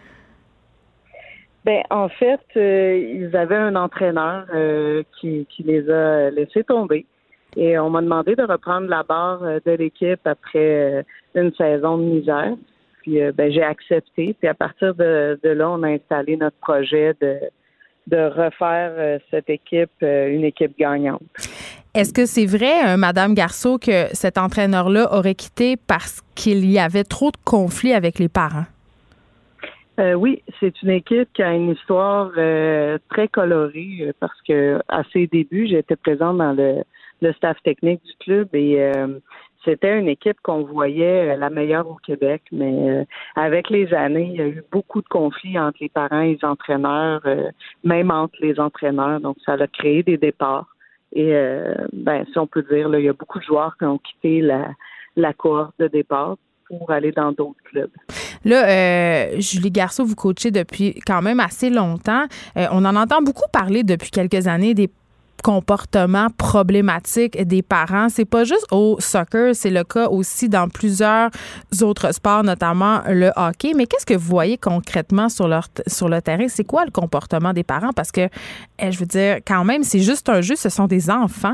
Ben, en fait, ils avaient un entraîneur qui les a laissés tomber. Et on m'a demandé de reprendre la barre de l'équipe après une saison de misère. Puis, j'ai accepté. Puis, à partir de là, on a installé notre projet de refaire cette équipe une équipe gagnante. Est-ce que c'est vrai, Madame Garceau, que cet entraîneur-là aurait quitté parce qu'il y avait trop de conflits avec les parents? Oui, c'est une équipe qui a une histoire très colorée parce que à ses débuts, j'étais présente dans le staff technique du club et c'était une équipe qu'on voyait la meilleure au Québec, mais avec les années, il y a eu beaucoup de conflits entre les parents et les entraîneurs, même entre les entraîneurs. Donc, ça a créé des départs. Et, si on peut dire, là, il y a beaucoup de joueurs qui ont quitté la cohorte de départ pour aller dans d'autres clubs. Là, Julie Garceau, vous coachez depuis quand même assez longtemps. On en entend beaucoup parler depuis quelques années des comportements problématiques des parents. C'est pas juste au soccer, c'est le cas aussi dans plusieurs autres sports, notamment le hockey. Mais qu'est-ce que vous voyez concrètement sur le terrain? C'est quoi le comportement des parents? Parce que, je veux dire, quand même, c'est juste un jeu, ce sont des enfants.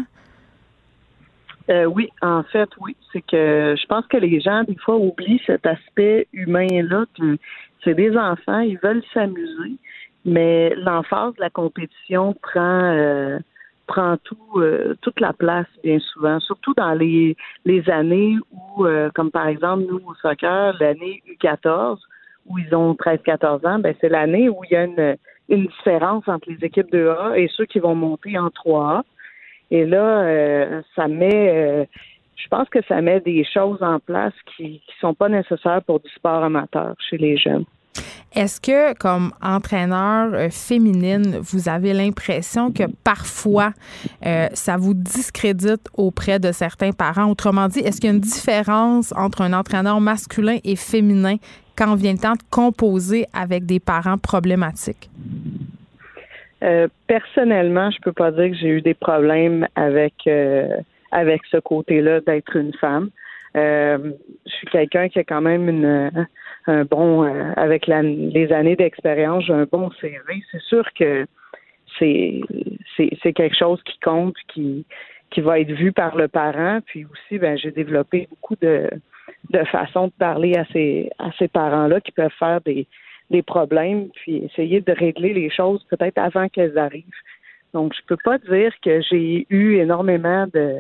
Oui, en fait, oui. C'est que je pense que les gens, des fois, oublient cet aspect humain-là, que c'est des enfants, ils veulent s'amuser, mais l'emphase de la compétition prend toute la place bien souvent, surtout dans les années où, comme par exemple, nous au soccer, l'année U14, où ils ont 13-14 ans, c'est l'année où il y a une différence entre les équipes de A et ceux qui vont monter en 3A. Et là, je pense que ça met des choses en place qui sont pas nécessaires pour du sport amateur chez les jeunes. Est-ce que, comme entraîneur féminine, vous avez l'impression que parfois, ça vous discrédite auprès de certains parents? Autrement dit, est-ce qu'il y a une différence entre un entraîneur masculin et féminin quand vient le temps de composer avec des parents problématiques? Personnellement, je peux pas dire que j'ai eu des problèmes avec ce côté-là d'être une femme. Je suis quelqu'un qui a quand même un bon, avec les années d'expérience, j'ai un bon CV. C'est sûr que c'est quelque chose qui compte, qui va être vu par le parent. Puis aussi, j'ai développé beaucoup de façons de parler à ces parents-là qui peuvent faire des problèmes, puis essayer de régler les choses peut-être avant qu'elles arrivent. Donc, je peux pas dire que j'ai eu énormément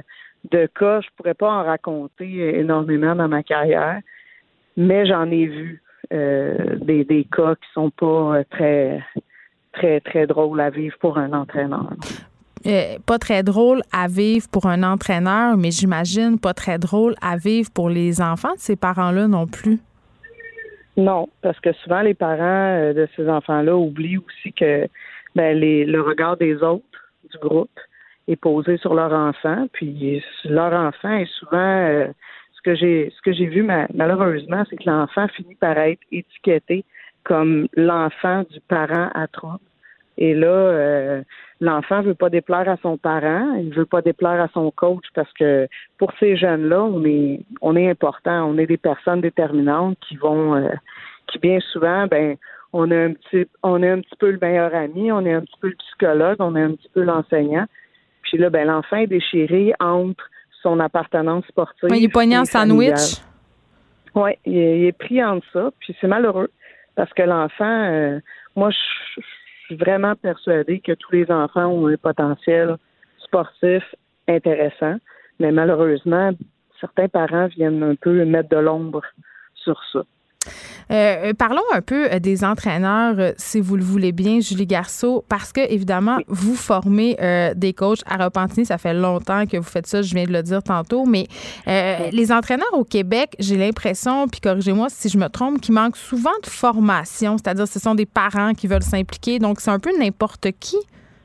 de cas, je pourrais pas en raconter énormément dans ma carrière, mais j'en ai vu des cas qui sont pas très, très, très drôles à vivre pour un entraîneur. Pas très drôle à vivre pour un entraîneur, mais j'imagine pas très drôle à vivre pour les enfants de ces parents-là non plus. Non, parce que souvent les parents de ces enfants-là oublient aussi que le regard des autres du groupe est posé sur leur enfant, puis leur enfant est souvent ce que j'ai vu malheureusement, c'est que l'enfant finit par être étiqueté comme l'enfant du parent à trouble. Et là, l'enfant veut pas déplaire à son parent, il veut pas déplaire à son coach parce que pour ces jeunes-là, on est important, on est des personnes déterminantes qui vont qui bien souvent, on est un petit peu le meilleur ami, on est un petit peu le psychologue, on est un petit peu l'enseignant. Puis là, l'enfant est déchiré entre son appartenance sportive. Oui, il est pogné en sandwich. Oui, il est pris entre ça, puis c'est malheureux parce que l'enfant, moi, je suis vraiment persuadée que tous les enfants ont un potentiel sportif intéressant, mais malheureusement, certains parents viennent un peu mettre de l'ombre sur ça. Parlons un peu des entraîneurs, si vous le voulez bien, Julie Garceau, parce que, évidemment, vous formez des coachs à Repentigny. Ça fait longtemps que vous faites ça, je viens de le dire tantôt, mais les entraîneurs au Québec, j'ai l'impression, puis corrigez-moi si je me trompe, qu'il manque souvent de formation, c'est-à-dire ce sont des parents qui veulent s'impliquer, donc c'est un peu n'importe qui.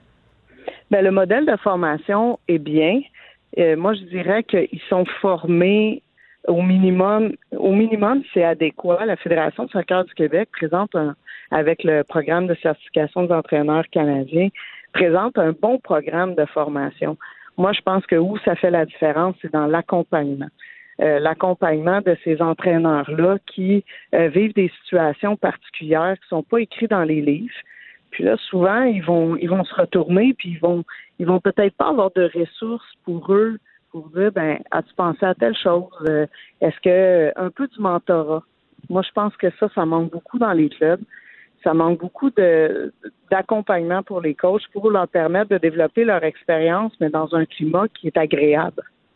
Le modèle de formation est bien. Moi, je dirais qu'ils sont formés au minimum, c'est adéquat. La Fédération de soccer du Québec présente, avec le programme de certification des entraîneurs canadiens, présente un bon programme de formation. Moi, je pense que où ça fait la différence, c'est dans l'accompagnement. L'accompagnement de ces entraîneurs-là qui vivent des situations particulières qui sont pas écrites dans les livres. Puis là, souvent, ils vont se retourner, puis ils vont peut-être pas avoir de ressources pour eux pour dire, as-tu pensé à telle chose? Est-ce que un peu du mentorat? Moi, je pense que ça manque beaucoup dans les clubs. Ça manque beaucoup d'accompagnement pour les coachs pour leur permettre de développer leur expérience, mais dans un climat qui est agréable.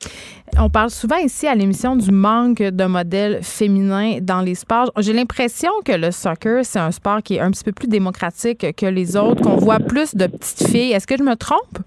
On parle souvent ici à l'émission du manque de modèles féminins dans les sports. J'ai l'impression que le soccer, c'est un sport qui est un petit peu plus démocratique que les autres, qu'on voit plus de petites filles. Est-ce que je me trompe?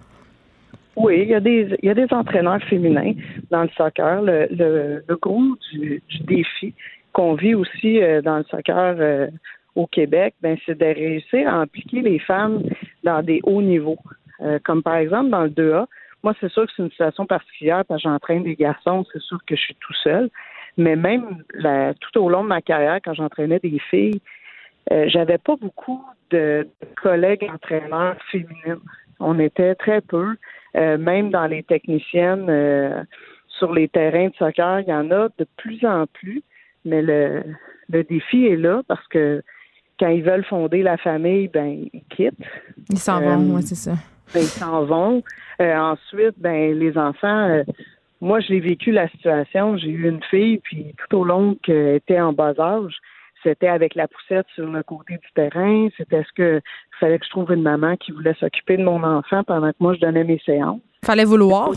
Oui, il y a des entraîneurs féminins dans le soccer. Le gros du défi qu'on vit aussi dans le soccer au Québec, c'est de réussir à impliquer les femmes dans des hauts niveaux. Comme par exemple dans le 2A. Moi, c'est sûr que c'est une situation particulière parce que j'entraîne des garçons, c'est sûr que je suis tout seul. Mais même tout au long de ma carrière, quand j'entraînais des filles, j'avais pas beaucoup de collègues entraîneurs féminines. On était très peu. Même dans les techniciennes sur les terrains de soccer, il y en a de plus en plus, mais le défi est là parce que quand ils veulent fonder la famille, ils quittent. Ils s'en vont, oui, c'est ça. Ils s'en vont. Ensuite, les enfants, moi, j'ai vécu la situation. J'ai eu une fille, puis tout au long qu'elle était en bas âge, c'était avec la poussette sur le côté du terrain. C'était il fallait que je trouve une maman qui voulait s'occuper de mon enfant pendant que moi, je donnais mes séances. Fallait vouloir.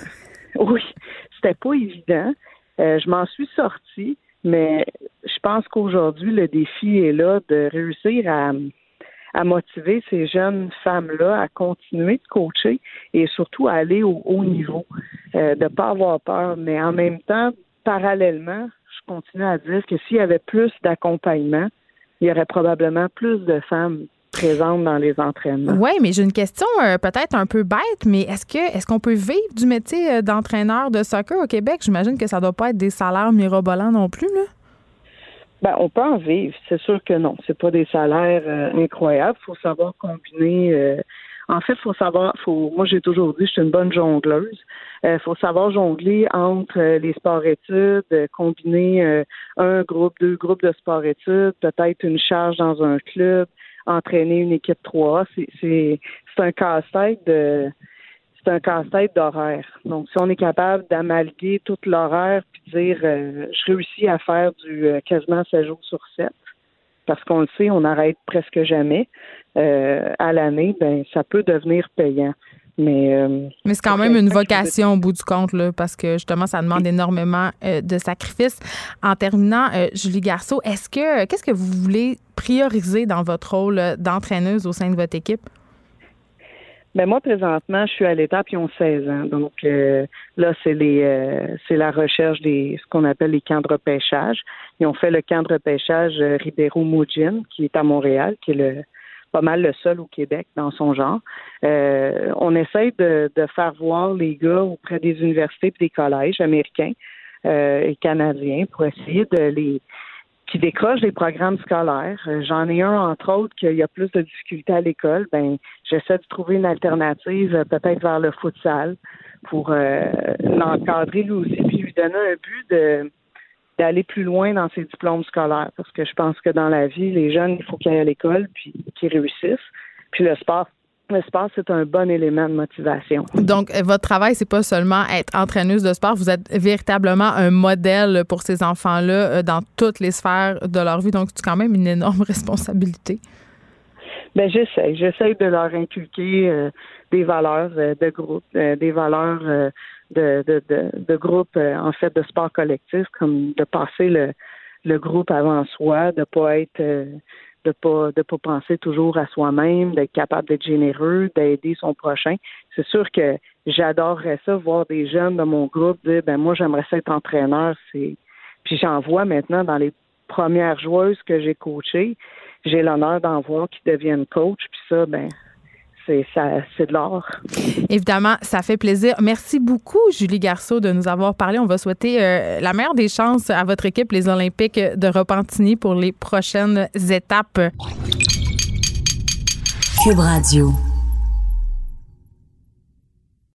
Oui, c'était pas évident. Je m'en suis sortie, mais je pense qu'aujourd'hui, le défi est là de réussir à motiver ces jeunes femmes-là à continuer de coacher et surtout à aller au haut niveau, de ne pas avoir peur. Mais en même temps, parallèlement, je continue à dire que s'il y avait plus d'accompagnement, il y aurait probablement plus de femmes présentes dans les entraînements. Oui, mais j'ai une question peut-être un peu bête, mais est-ce qu'on peut vivre du métier d'entraîneur de soccer au Québec? J'imagine que ça ne doit pas être des salaires mirobolants non plus, là. On peut en vivre. C'est sûr que non. C'est pas des salaires incroyables. Il faut savoir combiner. En fait, moi, j'ai toujours dit, je suis une bonne jongleuse. Faut savoir jongler entre les sports-études, combiner un groupe, deux groupes de sport-études, peut-être une charge dans un club, entraîner une équipe 3A. C'est un casse-tête c'est un casse-tête d'horaire. Donc, si on est capable d'amalguer tout l'horaire puis dire je réussis à faire du quasiment 7 jours sur 7, parce qu'on le sait, on n'arrête presque jamais à l'année, ça peut devenir payant. Mais c'est quand même une vocation au bout du compte, là, parce que justement, ça demande énormément de sacrifices. En terminant, Julie Garceau, qu'est-ce que vous voulez prioriser dans votre rôle d'entraîneuse au sein de votre équipe? Ben moi, présentement, je suis à l'étape, ils ont 16 ans. Donc là, c'est la recherche ce qu'on appelle les camps de repêchage. Ils ont fait le camp de repêchage Ribeiro-Moudjine, qui est à Montréal, qui est pas mal le seul au Québec dans son genre. On essaye de faire voir les gars auprès des universités et des collèges américains et canadiens pour essayer qui décrochent des programmes scolaires. J'en ai un, entre autres, qu'il y a plus de difficultés à l'école. Ben, j'essaie de trouver une alternative, peut-être vers le futsal, pour l'encadrer lui aussi, puis lui donner un but d'aller plus loin dans ses diplômes scolaires. Parce que je pense que dans la vie, les jeunes, il faut qu'ils aillent à l'école, puis qu'ils réussissent. Puis le sport, c'est un bon élément de motivation. Donc, votre travail, c'est pas seulement être entraîneuse de sport, vous êtes véritablement un modèle pour ces enfants-là dans toutes les sphères de leur vie. Donc, c'est quand même une énorme responsabilité. Ben, j'essaie de leur inculquer des valeurs de groupe, des valeurs de groupe, en fait, de sport collectif, comme de passer le groupe avant soi, de pas être de pas penser toujours à soi-même, d'être capable d'être généreux, d'aider son prochain. C'est sûr que j'adorerais ça, voir des jeunes de mon groupe dire, ben moi, j'aimerais ça être entraîneur. Puis j'en vois maintenant dans les premières joueuses que j'ai coachées, j'ai l'honneur d'en voir qui deviennent coach. Puis ça, ben c'est de l'art. Évidemment, ça fait plaisir. Merci beaucoup, Julie Garceau, de nous avoir parlé. On va souhaiter la meilleure des chances à votre équipe, les Olympiques de Repentigny, pour les prochaines étapes. Cube Radio.